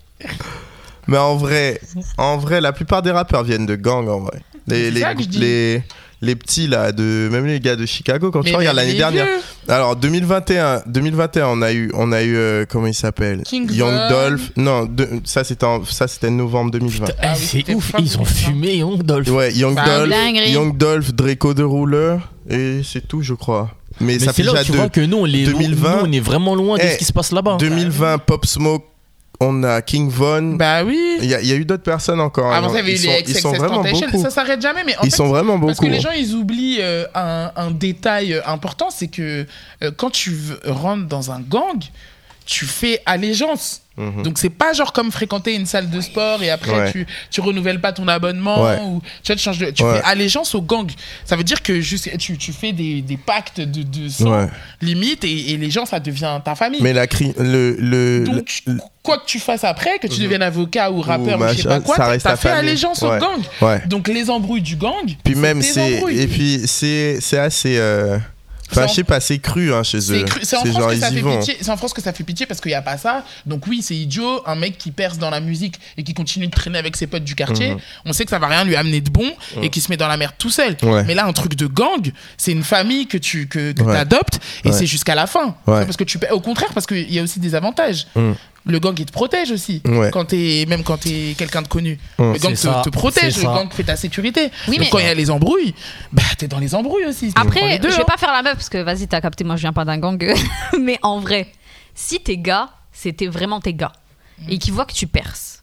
Speaker 4: Mais en vrai, en vrai, la plupart des rappeurs viennent de gangs en vrai. Les,
Speaker 6: C'est
Speaker 4: les,
Speaker 6: ça que je dis.
Speaker 4: les, les petits là, de, même les gars de Chicago, quand
Speaker 6: Mais
Speaker 4: tu regardes
Speaker 6: même
Speaker 4: l'année
Speaker 6: les
Speaker 4: dernière.
Speaker 6: vieux.
Speaker 4: Alors deux mille vingt et un, deux mille vingt et un, on a eu, on a eu euh, comment il s'appelle
Speaker 6: King
Speaker 4: Young
Speaker 6: Von.
Speaker 4: Dolph. Non, de- ça c'était en- ça c'était novembre deux mille vingt.
Speaker 5: Eh,
Speaker 6: Ah oui,
Speaker 5: c'est
Speaker 6: c'était
Speaker 5: ouf,
Speaker 6: fin
Speaker 5: ils ont
Speaker 6: deux mille vingt.
Speaker 5: fumé Young Dolph.
Speaker 4: Ouais, Young
Speaker 6: Bah,
Speaker 4: Dolph,
Speaker 3: dinguerie.
Speaker 4: Young Dolph, Draco the Ruler et c'est tout, je crois. Mais,
Speaker 5: Mais
Speaker 4: ça
Speaker 5: c'est
Speaker 4: fait
Speaker 5: là où
Speaker 4: déjà
Speaker 5: tu
Speaker 4: deux.
Speaker 5: vois que nous, on, est
Speaker 4: deux mille vingt.
Speaker 5: nous, on est vraiment loin de
Speaker 4: Eh,
Speaker 5: ce qui se passe là-bas.
Speaker 4: deux mille vingt, Pop Smoke, on a King Von.
Speaker 6: Bah oui.
Speaker 4: Il y, a- il y a eu d'autres personnes encore.
Speaker 6: Avant
Speaker 4: hein.
Speaker 6: ça, il y avait eu
Speaker 4: ils,
Speaker 6: les
Speaker 4: sont,
Speaker 6: X
Speaker 4: ils
Speaker 6: X
Speaker 4: sont
Speaker 6: S
Speaker 4: vraiment
Speaker 6: Temptation.
Speaker 4: beaucoup.
Speaker 6: Ça s'arrête jamais, mais en
Speaker 4: Ils
Speaker 6: fait,
Speaker 4: sont vraiment
Speaker 6: parce
Speaker 4: beaucoup.
Speaker 6: que les gens, ils oublient euh, un, un détail euh, important, c'est que euh, quand tu v- rentres dans un gang, tu fais allégeance.
Speaker 4: Mhm.
Speaker 6: Donc c'est pas genre comme fréquenter une salle de sport et après
Speaker 4: Ouais.
Speaker 6: tu, tu renouvelles pas ton abonnement
Speaker 4: Ouais.
Speaker 6: ou tu vois, tu changes de, tu
Speaker 4: Ouais.
Speaker 6: fais allégeance au gang. Ça veut dire que juste, tu, tu fais des, des pactes de, de sang
Speaker 4: Ouais.
Speaker 6: limite et, et les gens ça devient ta famille.
Speaker 4: Mais la cri- le, le,
Speaker 6: Donc
Speaker 4: le-
Speaker 6: quoi que tu fasses après, que tu deviennes avocat ou rappeur ou, je sais
Speaker 4: machin,
Speaker 6: pas quoi,
Speaker 4: ça
Speaker 6: t'as
Speaker 4: reste
Speaker 6: t'as
Speaker 4: ta
Speaker 6: fait
Speaker 4: famille.
Speaker 6: allégeance
Speaker 4: Ouais.
Speaker 6: au gang.
Speaker 4: ouais.
Speaker 6: Donc les embrouilles du gang.
Speaker 4: Puis même
Speaker 6: tes
Speaker 4: c'est
Speaker 6: embrouilles.
Speaker 4: et puis c'est c'est assez. euh, Enfin,
Speaker 6: C'est en-
Speaker 4: je sais pas, c'est cru hein, chez eux.
Speaker 6: C'est cru- c'est en,
Speaker 4: C'est
Speaker 6: France
Speaker 4: genre
Speaker 6: que ça
Speaker 4: ils y
Speaker 6: fait
Speaker 4: vont.
Speaker 6: pitié. C'est en France que ça fait pitié parce qu'il n'y a pas ça. Donc oui, c'est idiot. Un mec qui perce dans la musique et qui continue de traîner avec ses potes du quartier,
Speaker 4: Mhm.
Speaker 6: on sait que ça va rien lui amener de bon et qui se met dans la merde tout seul.
Speaker 4: Ouais.
Speaker 6: Mais là, un truc de gang, c'est une famille que tu que, que
Speaker 4: Ouais.
Speaker 6: t'adoptes et
Speaker 4: Ouais.
Speaker 6: c'est jusqu'à la fin.
Speaker 4: Ouais.
Speaker 6: Parce que tu au contraire parce qu'il y a aussi des avantages.
Speaker 4: Mhm.
Speaker 6: Le gang il te protège aussi.
Speaker 4: Ouais.
Speaker 6: Quand t'es même quand t'es quelqu'un de connu,
Speaker 4: Mhm.
Speaker 6: le gang
Speaker 5: C'est
Speaker 6: te,
Speaker 5: ça.
Speaker 6: te protège.
Speaker 5: C'est
Speaker 6: Le
Speaker 5: ça.
Speaker 6: gang fait ta sécurité.
Speaker 3: Oui,
Speaker 6: Donc
Speaker 3: mais-
Speaker 6: quand il y a les embrouilles, bah t'es dans les embrouilles aussi. Tu prends
Speaker 3: Après,
Speaker 6: les deux,
Speaker 3: je vais
Speaker 6: hein.
Speaker 3: pas faire la meuf parce que vas-y, t'as capté, moi je viens pas d'un gang. Mais en vrai, si tes gars, c'était vraiment tes gars, et qu'ils voient que tu perces,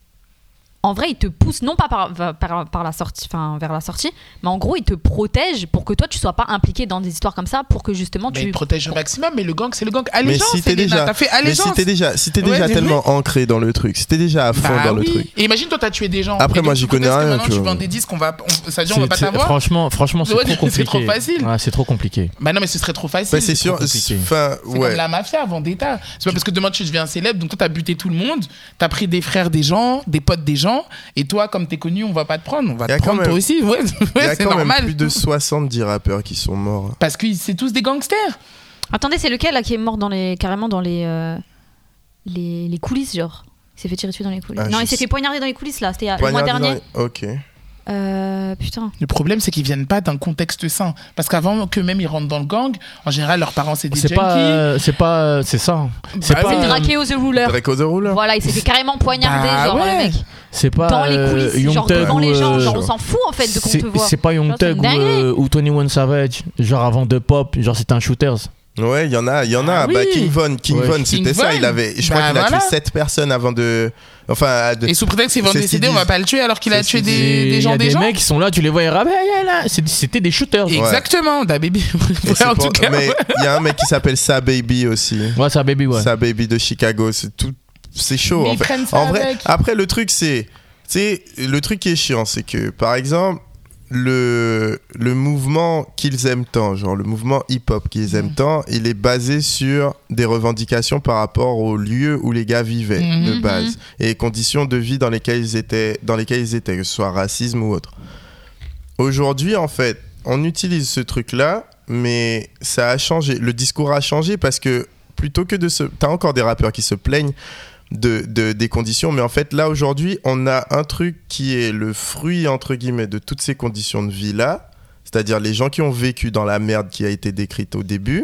Speaker 3: en vrai, ils te poussent non pas par, par, par la sortie, enfin vers la sortie, mais en gros, ils te protègent pour que toi tu sois pas impliqué dans des histoires comme ça, pour que justement
Speaker 6: Mais
Speaker 3: tu.
Speaker 6: il te protège au maximum, mais le gang, c'est le gang.
Speaker 4: Mais
Speaker 6: Allégeance,
Speaker 4: si t'es
Speaker 6: Elena,
Speaker 4: déjà,
Speaker 6: t'as fait
Speaker 4: mais
Speaker 6: allégeance.
Speaker 4: si t'es déjà, si t'es
Speaker 6: Ouais,
Speaker 4: déjà
Speaker 6: c'est
Speaker 4: tellement ancré dans le truc, si t'es déjà à fond
Speaker 6: Bah
Speaker 4: dans le
Speaker 6: oui.
Speaker 4: truc.
Speaker 6: Et imagine, toi, t'as tué des gens.
Speaker 4: Après,
Speaker 6: Et
Speaker 4: moi,
Speaker 6: donc,
Speaker 4: j'y
Speaker 6: tu
Speaker 4: connais
Speaker 6: contestes que
Speaker 4: rien,
Speaker 6: maintenant,
Speaker 4: tu
Speaker 6: tu
Speaker 4: vois.
Speaker 6: vends des disques, on va, on- ça veut dire, on va
Speaker 5: C'est-
Speaker 6: pas
Speaker 5: c'est-
Speaker 6: t'avoir.
Speaker 5: Franchement, franchement, c'est
Speaker 6: Ouais,
Speaker 5: trop
Speaker 6: c'est
Speaker 5: compliqué.
Speaker 6: trop facile.
Speaker 5: Ouais, c'est trop compliqué.
Speaker 6: Bah non, mais ce serait trop facile.
Speaker 4: Bah, c'est sûr.
Speaker 5: compliqué.
Speaker 4: Enfin,
Speaker 6: C'est
Speaker 4: ouais.
Speaker 6: comme la mafia, Vendetta. C'est pas parce que demain tu deviens célèbre, donc toi t'as buté tout le monde, t'as pris des frères des gens, des potes des gens, et toi, comme t'es connu, on va pas te prendre, on va
Speaker 4: Y a
Speaker 6: te
Speaker 4: quand
Speaker 6: prendre
Speaker 4: même-
Speaker 6: toi aussi. Ouais,
Speaker 4: Il y
Speaker 6: ouais,
Speaker 4: a
Speaker 6: c'est
Speaker 4: quand même
Speaker 6: normal.
Speaker 4: plus de soixante-dix rappeurs qui sont morts.
Speaker 6: Parce que c'est tous des gangsters.
Speaker 3: Attendez, c'est lequel là qui est mort dans les carrément dans les euh, les, les coulisses genre. Il s'est fait tirer dessus dans les coulisses.
Speaker 4: Ah,
Speaker 3: non,
Speaker 4: je
Speaker 3: il s'est
Speaker 4: sais-
Speaker 3: fait poignarder dans les coulisses là. C'était il y a- le mois
Speaker 4: Poignardé
Speaker 3: dernier.
Speaker 4: dans les- Ok.
Speaker 3: Euh, putain.
Speaker 6: Le problème, c'est qu'ils viennent pas d'un contexte sain. Parce qu'avant qu'eux-mêmes ils rentrent dans le gang, en général, leurs parents c'est des
Speaker 5: C'est
Speaker 6: junkies.
Speaker 5: pas, euh, c'est pas, euh, c'est ça. C'est
Speaker 6: Bah
Speaker 5: pas,
Speaker 6: oui,
Speaker 5: euh,
Speaker 3: Draco the Ruler.
Speaker 4: Draco the Ruler.
Speaker 3: Voilà, il s'est fait carrément poignarder
Speaker 6: Bah
Speaker 3: genre
Speaker 6: ouais.
Speaker 3: le mec.
Speaker 5: c'est pas
Speaker 3: Dans les
Speaker 5: euh,
Speaker 3: coulisses,
Speaker 5: Young
Speaker 3: genre
Speaker 5: Thug
Speaker 3: devant
Speaker 5: ou,
Speaker 3: les gens,
Speaker 5: euh,
Speaker 3: genre on s'en fout en fait de qu'on
Speaker 5: c'est-
Speaker 3: te voit.
Speaker 5: C'est pas Young
Speaker 3: Genre, c'est
Speaker 5: Thug
Speaker 3: une
Speaker 5: ou,
Speaker 3: dinguerie.
Speaker 5: euh, ou twenty-one Savage, genre avant de pop, genre c'était un shooters.
Speaker 4: Ouais, il y en a, il y en a.
Speaker 6: Ah
Speaker 4: bah,
Speaker 6: oui.
Speaker 4: King Von, King
Speaker 5: Ouais.
Speaker 4: Von,
Speaker 6: King
Speaker 4: c'était ça.
Speaker 6: Von.
Speaker 4: Il avait, je crois
Speaker 6: Bah
Speaker 4: qu'il a
Speaker 6: voilà.
Speaker 4: tué sept personnes avant de, Enfin, de-
Speaker 6: Et sous prétexte qu'ils vendent
Speaker 4: c'est
Speaker 6: des
Speaker 4: ce qu'ils
Speaker 6: C D, on va
Speaker 4: disent.
Speaker 6: pas le tuer alors qu'il a
Speaker 4: C'est ce
Speaker 6: tué
Speaker 4: qu'ils
Speaker 6: des,
Speaker 5: Et
Speaker 6: des
Speaker 5: y
Speaker 6: gens
Speaker 5: a
Speaker 6: des
Speaker 5: des
Speaker 6: gens.
Speaker 5: mecs qui sont là, tu les vois, ils rappellent, c'était des shooters.
Speaker 4: Ouais.
Speaker 6: Exactement, Da Baby.
Speaker 4: Et
Speaker 6: Ouais,
Speaker 4: c'est
Speaker 6: en
Speaker 4: pour-
Speaker 6: tout cas.
Speaker 4: mais il y a un mec qui s'appelle Sa Baby aussi.
Speaker 5: Ouais, ça baby, ouais.
Speaker 4: Sa Baby de Chicago, c'est tout, c'est chaud.
Speaker 6: Mais
Speaker 4: En,
Speaker 6: ils
Speaker 4: fait.
Speaker 6: prennent ça
Speaker 4: En vrai,
Speaker 6: avec.
Speaker 4: après le truc c'est, tu sais, le truc qui est chiant, c'est que par exemple le le mouvement qu'ils aiment tant, genre le mouvement hip-hop qu'ils aiment tant, il est basé sur des revendications par rapport au lieu où les gars vivaient
Speaker 6: Mhm.
Speaker 4: de base et les conditions de vie dans lesquelles ils étaient, dans lesquelles ils étaient, que ce soit racisme ou autre. Aujourd'hui, en fait, on utilise ce truc-là, mais ça a changé. Le discours a changé parce que plutôt que de se... T'as encore des rappeurs qui se plaignent de, de, des conditions, mais en fait, là, aujourd'hui, on a un truc qui est le fruit, entre guillemets, de toutes ces conditions de vie-là, c'est-à-dire les gens qui ont vécu dans la merde qui a été décrite au début,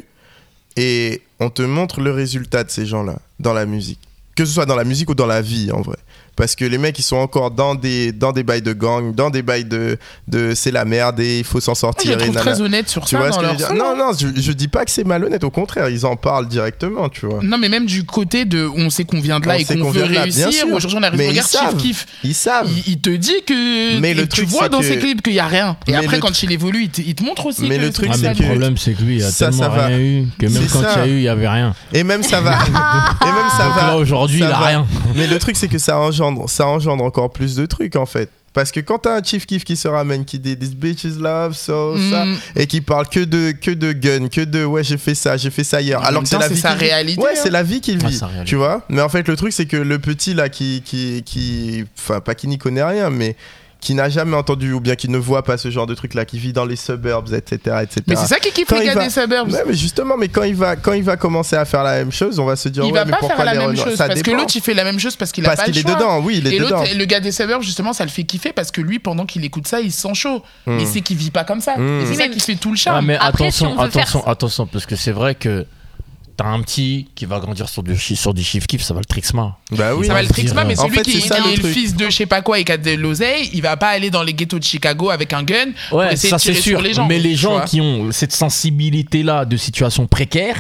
Speaker 4: et on te montre le résultat de ces gens-là dans la musique. Que ce soit dans la musique ou dans la vie, en vrai. Parce que les mecs, ils sont encore dans des, dans des bails de gang, dans des bails de, de c'est la merde et il faut s'en
Speaker 6: Moi,
Speaker 4: sortir.
Speaker 6: je les
Speaker 4: et
Speaker 6: trouve
Speaker 4: nana.
Speaker 6: très honnêtes sur
Speaker 4: Tu
Speaker 6: ça
Speaker 4: vois ce
Speaker 6: dans
Speaker 4: que je
Speaker 6: leur
Speaker 4: veux dire?
Speaker 6: son.
Speaker 4: Non, non, je, je dis pas que c'est malhonnête, au contraire, ils en parlent directement, tu vois.
Speaker 6: Non, mais même du côté de on sait qu'on vient de là
Speaker 4: On
Speaker 6: et
Speaker 4: sait
Speaker 6: qu'on
Speaker 4: qu'on
Speaker 6: veut
Speaker 4: vient de là, bien
Speaker 6: réussir.
Speaker 4: sûr.
Speaker 6: Aujourd'hui, on arrive,
Speaker 4: Mais
Speaker 6: regarde
Speaker 4: ils savent.
Speaker 6: Chief Keef.
Speaker 4: Ils savent.
Speaker 6: Il, il te dit que
Speaker 4: Mais le
Speaker 6: et
Speaker 4: truc,
Speaker 6: tu vois
Speaker 4: c'est
Speaker 6: dans
Speaker 4: que-
Speaker 6: ses clips qu'il y a rien. Et
Speaker 4: Mais
Speaker 6: après,
Speaker 4: le
Speaker 6: quand
Speaker 4: tr-
Speaker 6: il évolue, il te, il te montre aussi.
Speaker 4: Mais
Speaker 6: que
Speaker 4: le truc,
Speaker 5: Ah,
Speaker 4: c'est
Speaker 5: mais
Speaker 4: que-
Speaker 5: le problème, c'est que lui, il a
Speaker 4: Ça,
Speaker 5: tellement
Speaker 4: ça va.
Speaker 5: rien eu que même
Speaker 4: C'est
Speaker 5: quand il y
Speaker 4: ça.
Speaker 5: a eu, il y avait rien.
Speaker 4: Et même ça va. et même ça
Speaker 5: Donc
Speaker 4: va.
Speaker 5: là, aujourd'hui,
Speaker 4: ça
Speaker 5: il a
Speaker 4: va.
Speaker 5: rien.
Speaker 4: Mais le truc, c'est que ça engendre, ça engendre encore plus de trucs, en fait. Parce que quand t'as un Chief Keef qui se ramène, qui dit This bitches love, so,
Speaker 6: Mm.
Speaker 4: ça, et qui parle que de, que de gun, que de ouais, j'ai fait ça, j'ai fait ça hier.
Speaker 6: En
Speaker 4: Alors
Speaker 6: même
Speaker 4: que c'est
Speaker 6: temps,
Speaker 4: la
Speaker 6: c'est
Speaker 4: vie
Speaker 6: sa
Speaker 4: qu'il vit.
Speaker 6: réalité,
Speaker 4: Ouais,
Speaker 6: hein.
Speaker 4: c'est la vie qu'il
Speaker 5: Ouais,
Speaker 4: vit.
Speaker 5: sa réalité.
Speaker 4: Tu vois? Mais en fait, le truc, c'est que le petit là qui, qui, qui, enfin, pas qui n'y connaît rien, mais qui n'a jamais entendu ou bien qui ne voit pas ce genre de truc là, qui vit dans les suburbs, et cetera, et cetera.
Speaker 6: Mais c'est ça qui kiffe
Speaker 4: Quand
Speaker 6: les
Speaker 4: il
Speaker 6: gars
Speaker 4: va-
Speaker 6: des suburbs.
Speaker 4: Ouais, mais justement, mais quand il va, quand il va commencer à faire la même chose, on va se dire
Speaker 6: Il
Speaker 4: ouais,
Speaker 6: va
Speaker 4: mais
Speaker 6: pas
Speaker 4: pourquoi
Speaker 6: faire la
Speaker 4: les
Speaker 6: même
Speaker 4: Renois
Speaker 6: chose
Speaker 4: Ça
Speaker 6: parce que
Speaker 4: dépend.
Speaker 6: l'autre il fait la même chose parce qu'il a
Speaker 4: Parce
Speaker 6: pas
Speaker 4: qu'il
Speaker 6: le
Speaker 4: est
Speaker 6: choix.
Speaker 4: dedans, oui, il est
Speaker 6: Et l'autre,
Speaker 4: dedans.
Speaker 6: le gars des suburbs, justement, ça le fait kiffer parce que lui, pendant qu'il écoute ça, il se sent chaud.
Speaker 4: Mm.
Speaker 6: Il sait qu'il vit pas comme ça.
Speaker 4: Mm.
Speaker 6: Et c'est
Speaker 3: Oui,
Speaker 6: ça
Speaker 3: mais-
Speaker 6: qui fait tout le
Speaker 5: Ah,
Speaker 6: charme.
Speaker 5: mais
Speaker 3: Après, si
Speaker 5: attention,
Speaker 3: on veut faire
Speaker 5: attention,
Speaker 3: ça-
Speaker 5: attention, parce que c'est vrai que t'as un petit qui va grandir sur du, chi- sur du Chief Keef, ça va le trixma.
Speaker 4: Bah oui.
Speaker 6: Ça va le
Speaker 5: dire,
Speaker 6: trixma, mais
Speaker 4: en
Speaker 6: celui
Speaker 4: fait,
Speaker 6: qui
Speaker 4: c'est ça,
Speaker 6: qui
Speaker 4: le
Speaker 6: est le
Speaker 4: truc.
Speaker 6: fils de je sais pas quoi et qui a de l'oseille, il va pas aller dans les ghettos de Chicago avec un gun pour
Speaker 5: Ouais,
Speaker 6: essayer
Speaker 5: ça
Speaker 6: de
Speaker 5: c'est
Speaker 6: tirer
Speaker 5: sûr.
Speaker 6: sur les gens.
Speaker 5: Mais les
Speaker 6: tu
Speaker 5: gens
Speaker 6: vois.
Speaker 5: qui ont cette sensibilité-là de situation précaire,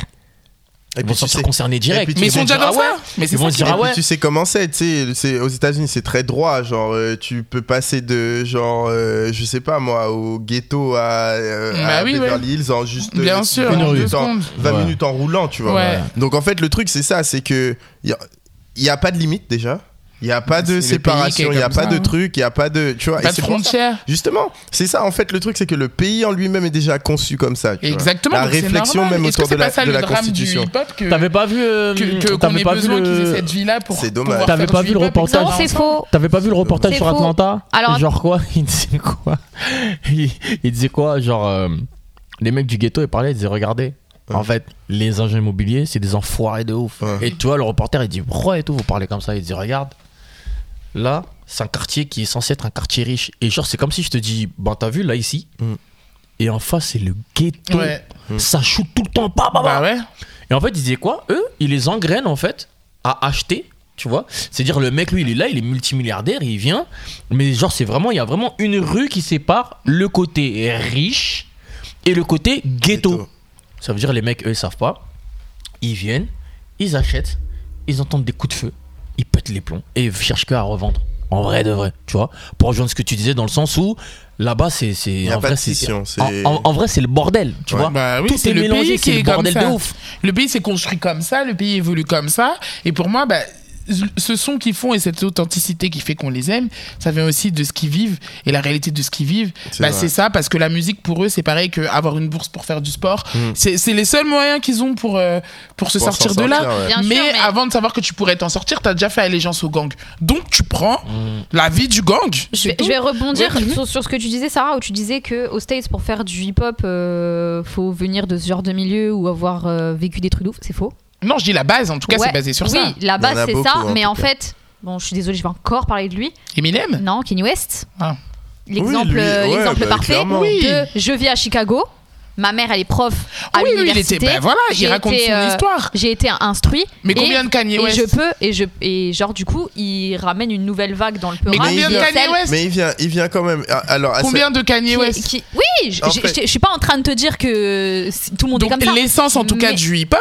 Speaker 4: Et
Speaker 5: ils vont
Speaker 4: puis
Speaker 5: se
Speaker 4: tu
Speaker 5: sentir
Speaker 4: sais-
Speaker 5: concernés
Speaker 4: et
Speaker 5: direct.
Speaker 4: puis tu
Speaker 6: Mais ils
Speaker 4: vont
Speaker 6: sont déjà
Speaker 5: dire,
Speaker 6: dans
Speaker 5: ah ouais.
Speaker 6: ça. Mais c'est
Speaker 5: Ils vont
Speaker 6: ça
Speaker 5: se
Speaker 6: qui
Speaker 5: dire,
Speaker 6: est-
Speaker 5: ah
Speaker 4: Et puis
Speaker 5: ouais.
Speaker 4: tu sais comment c'est, tu sais, c'est aux États-Unis, c'est très droit, genre euh, tu peux passer de genre euh, je sais pas moi au ghetto à, euh,
Speaker 6: Bah
Speaker 4: à
Speaker 6: oui,
Speaker 4: Beverly Hills en juste euh,
Speaker 6: Bien sûr,
Speaker 4: vingt
Speaker 6: en
Speaker 4: minutes
Speaker 6: deux
Speaker 4: en,
Speaker 6: secondes.
Speaker 4: vingt
Speaker 5: Ouais.
Speaker 4: minutes en roulant, tu vois.
Speaker 6: Ouais.
Speaker 4: Donc en fait le truc c'est ça, c'est que il y a, y a pas de limite déjà. Il y a pas de
Speaker 6: C'est le pays qui est
Speaker 4: séparation, il y a
Speaker 6: comme
Speaker 4: pas
Speaker 6: ça,
Speaker 4: de
Speaker 6: hein.
Speaker 4: truc, il y a pas de tu vois,
Speaker 6: Pas
Speaker 4: et
Speaker 6: de
Speaker 4: c'est pour ça-
Speaker 6: frontières.
Speaker 4: Justement, c'est ça en fait le truc, c'est que le pays en lui-même est déjà conçu comme ça. tu vois.
Speaker 6: Exactement.
Speaker 4: La
Speaker 6: donc c'est
Speaker 4: réflexion
Speaker 6: normal.
Speaker 4: même
Speaker 6: Est-ce que
Speaker 4: autour
Speaker 6: c'est
Speaker 4: de la,
Speaker 6: pas ça
Speaker 4: de
Speaker 6: le
Speaker 4: la
Speaker 6: drame du
Speaker 4: constitution.
Speaker 6: hip-hop que
Speaker 5: T'avais pas vu, euh,
Speaker 6: que- que- qu'on
Speaker 5: t'avais
Speaker 6: ait
Speaker 5: pas
Speaker 6: besoin
Speaker 5: vu
Speaker 6: qu'ils aient
Speaker 5: le...
Speaker 6: cette vie-là pour.
Speaker 4: C'est dommage.
Speaker 6: pouvoir
Speaker 5: T'avais
Speaker 6: faire
Speaker 5: pas
Speaker 6: du
Speaker 5: vu le
Speaker 6: hip-hop et
Speaker 5: reportage
Speaker 3: Non,
Speaker 6: vivre
Speaker 3: c'est
Speaker 6: ensemble.
Speaker 3: faux.
Speaker 5: T'avais pas vu le reportage
Speaker 3: C'est
Speaker 5: sur
Speaker 3: faux.
Speaker 5: Atlanta?
Speaker 3: Alors-
Speaker 5: Genre quoi? Il disait quoi? il, il disait quoi? Genre, euh, les mecs du ghetto, ils parlaient, ils disaient, regardez, en fait, les agents immobiliers, c'est des enfoirés de ouf.
Speaker 4: Ouais.
Speaker 5: Et tu vois, le reporter, il dit, pourquoi et tout, vous parlez comme ça? Il dit, regarde, là, c'est un quartier qui est censé être un quartier riche. Et genre, c'est comme si je te dis, bah, t'as vu, là, ici,
Speaker 4: Mm.
Speaker 5: et en face, c'est le ghetto.
Speaker 6: Ouais.
Speaker 5: Ça shoot tout le temps, bah, bah, bah.
Speaker 6: Bah ouais.
Speaker 5: Et en fait, ils disaient quoi? Eux, ils les engrainent en fait à acheter, tu vois. C'est-à-dire, le mec, lui, il est là, il est multimilliardaire, il vient. Mais genre, c'est vraiment, il y a vraiment une rue qui sépare le côté riche et le côté ghetto.
Speaker 4: Ghetto.
Speaker 5: Ça veut dire, les mecs, eux, ils savent pas. Ils viennent, ils achètent, ils entendent des coups de feu, ils pètent les plombs et ils cherchent qu'à revendre. En vrai de vrai, tu vois. Pour rejoindre ce que tu disais dans le sens où là-bas, c'est. c'est
Speaker 4: Il y a
Speaker 5: en
Speaker 4: pas
Speaker 5: vrai,
Speaker 4: de
Speaker 5: c'est-
Speaker 4: scission,
Speaker 5: en,
Speaker 4: c'est-
Speaker 5: en- en vrai, c'est le bordel, tu
Speaker 4: Ouais.
Speaker 5: vois.
Speaker 6: Bah oui,
Speaker 5: Tout
Speaker 6: c'est
Speaker 5: est
Speaker 6: le
Speaker 5: mélangé,
Speaker 6: pays
Speaker 5: c'est
Speaker 6: qui
Speaker 5: le
Speaker 6: est comme
Speaker 5: bordel
Speaker 6: ça.
Speaker 5: de ouf.
Speaker 6: Le pays s'est construit comme ça, le pays évolue comme ça. Et pour moi, bah, ce son qu'ils font et cette authenticité qui fait qu'on les aime, ça vient aussi de ce qu'ils vivent et la réalité de ce qu'ils vivent.
Speaker 4: C'est
Speaker 6: Bah,
Speaker 4: vrai.
Speaker 6: c'est ça, parce que la musique pour eux, c'est pareil qu'avoir une bourse pour faire du sport.
Speaker 4: Mm.
Speaker 6: C'est c'est les seuls moyens qu'ils ont pour, euh, pour se
Speaker 4: Pour
Speaker 6: sortir
Speaker 4: s'en
Speaker 6: de là.
Speaker 4: sortir, ouais.
Speaker 3: Bien sûr,
Speaker 6: mais,
Speaker 3: mais-
Speaker 6: avant de savoir que tu pourrais t'en sortir, t'as déjà fait allégeance au gang. Donc tu prends la vie du gang.
Speaker 3: Je
Speaker 6: c'est
Speaker 3: vais,
Speaker 6: tout.
Speaker 3: je vais rebondir
Speaker 6: Ouais, vas-y.
Speaker 3: sur, sur ce que tu disais, Sarah, où tu disais que aux States, pour faire du hip-hop, euh, faut venir de ce genre de milieu ou avoir euh, vécu des trucs de ouf. C'est faux.
Speaker 6: Non, je dis la base, en tout cas,
Speaker 3: Ouais.
Speaker 6: c'est basé sur
Speaker 3: oui,
Speaker 6: ça.
Speaker 3: la
Speaker 4: Il y en
Speaker 3: base
Speaker 4: a
Speaker 3: c'est
Speaker 4: beaucoup,
Speaker 3: ça,
Speaker 4: en
Speaker 3: mais
Speaker 4: tout
Speaker 3: en
Speaker 4: cas.
Speaker 3: fait, bon, je suis désolée, je vais encore parler de lui.
Speaker 6: Eminem
Speaker 3: Non, Kanye West.
Speaker 6: Ah.
Speaker 3: L'exemple,
Speaker 4: Oui, lui,
Speaker 3: euh,
Speaker 4: ouais,
Speaker 3: l'exemple
Speaker 4: bah,
Speaker 3: parfait
Speaker 4: clairement.
Speaker 6: Oui.
Speaker 3: de je vis à Chicago. Ma mère, elle est prof à
Speaker 6: Oui, oui, il
Speaker 3: l'université.
Speaker 6: était. Bah voilà, il
Speaker 3: J'ai
Speaker 6: raconte
Speaker 3: été,
Speaker 6: son
Speaker 3: euh,
Speaker 6: histoire.
Speaker 3: J'ai été instruit.
Speaker 6: Mais
Speaker 3: et-
Speaker 6: combien de Kanye
Speaker 3: Et
Speaker 6: West
Speaker 3: je peux et je et genre du coup, il ramène une nouvelle vague dans le peu
Speaker 6: Mais
Speaker 3: rap.
Speaker 6: combien
Speaker 3: qui
Speaker 6: de
Speaker 3: est
Speaker 6: Kanye
Speaker 3: celle
Speaker 6: West
Speaker 4: Mais il vient, il vient quand même. Alors, à
Speaker 6: Combien de Kanye
Speaker 3: qui-
Speaker 6: West
Speaker 3: qui- Oui, je
Speaker 4: En
Speaker 3: je-
Speaker 4: fait-
Speaker 3: je- je suis pas en train de te dire que si- tout le monde
Speaker 6: Donc
Speaker 3: est comme ça.
Speaker 6: l'essence en tout cas
Speaker 3: Mais-
Speaker 6: du hip-hop,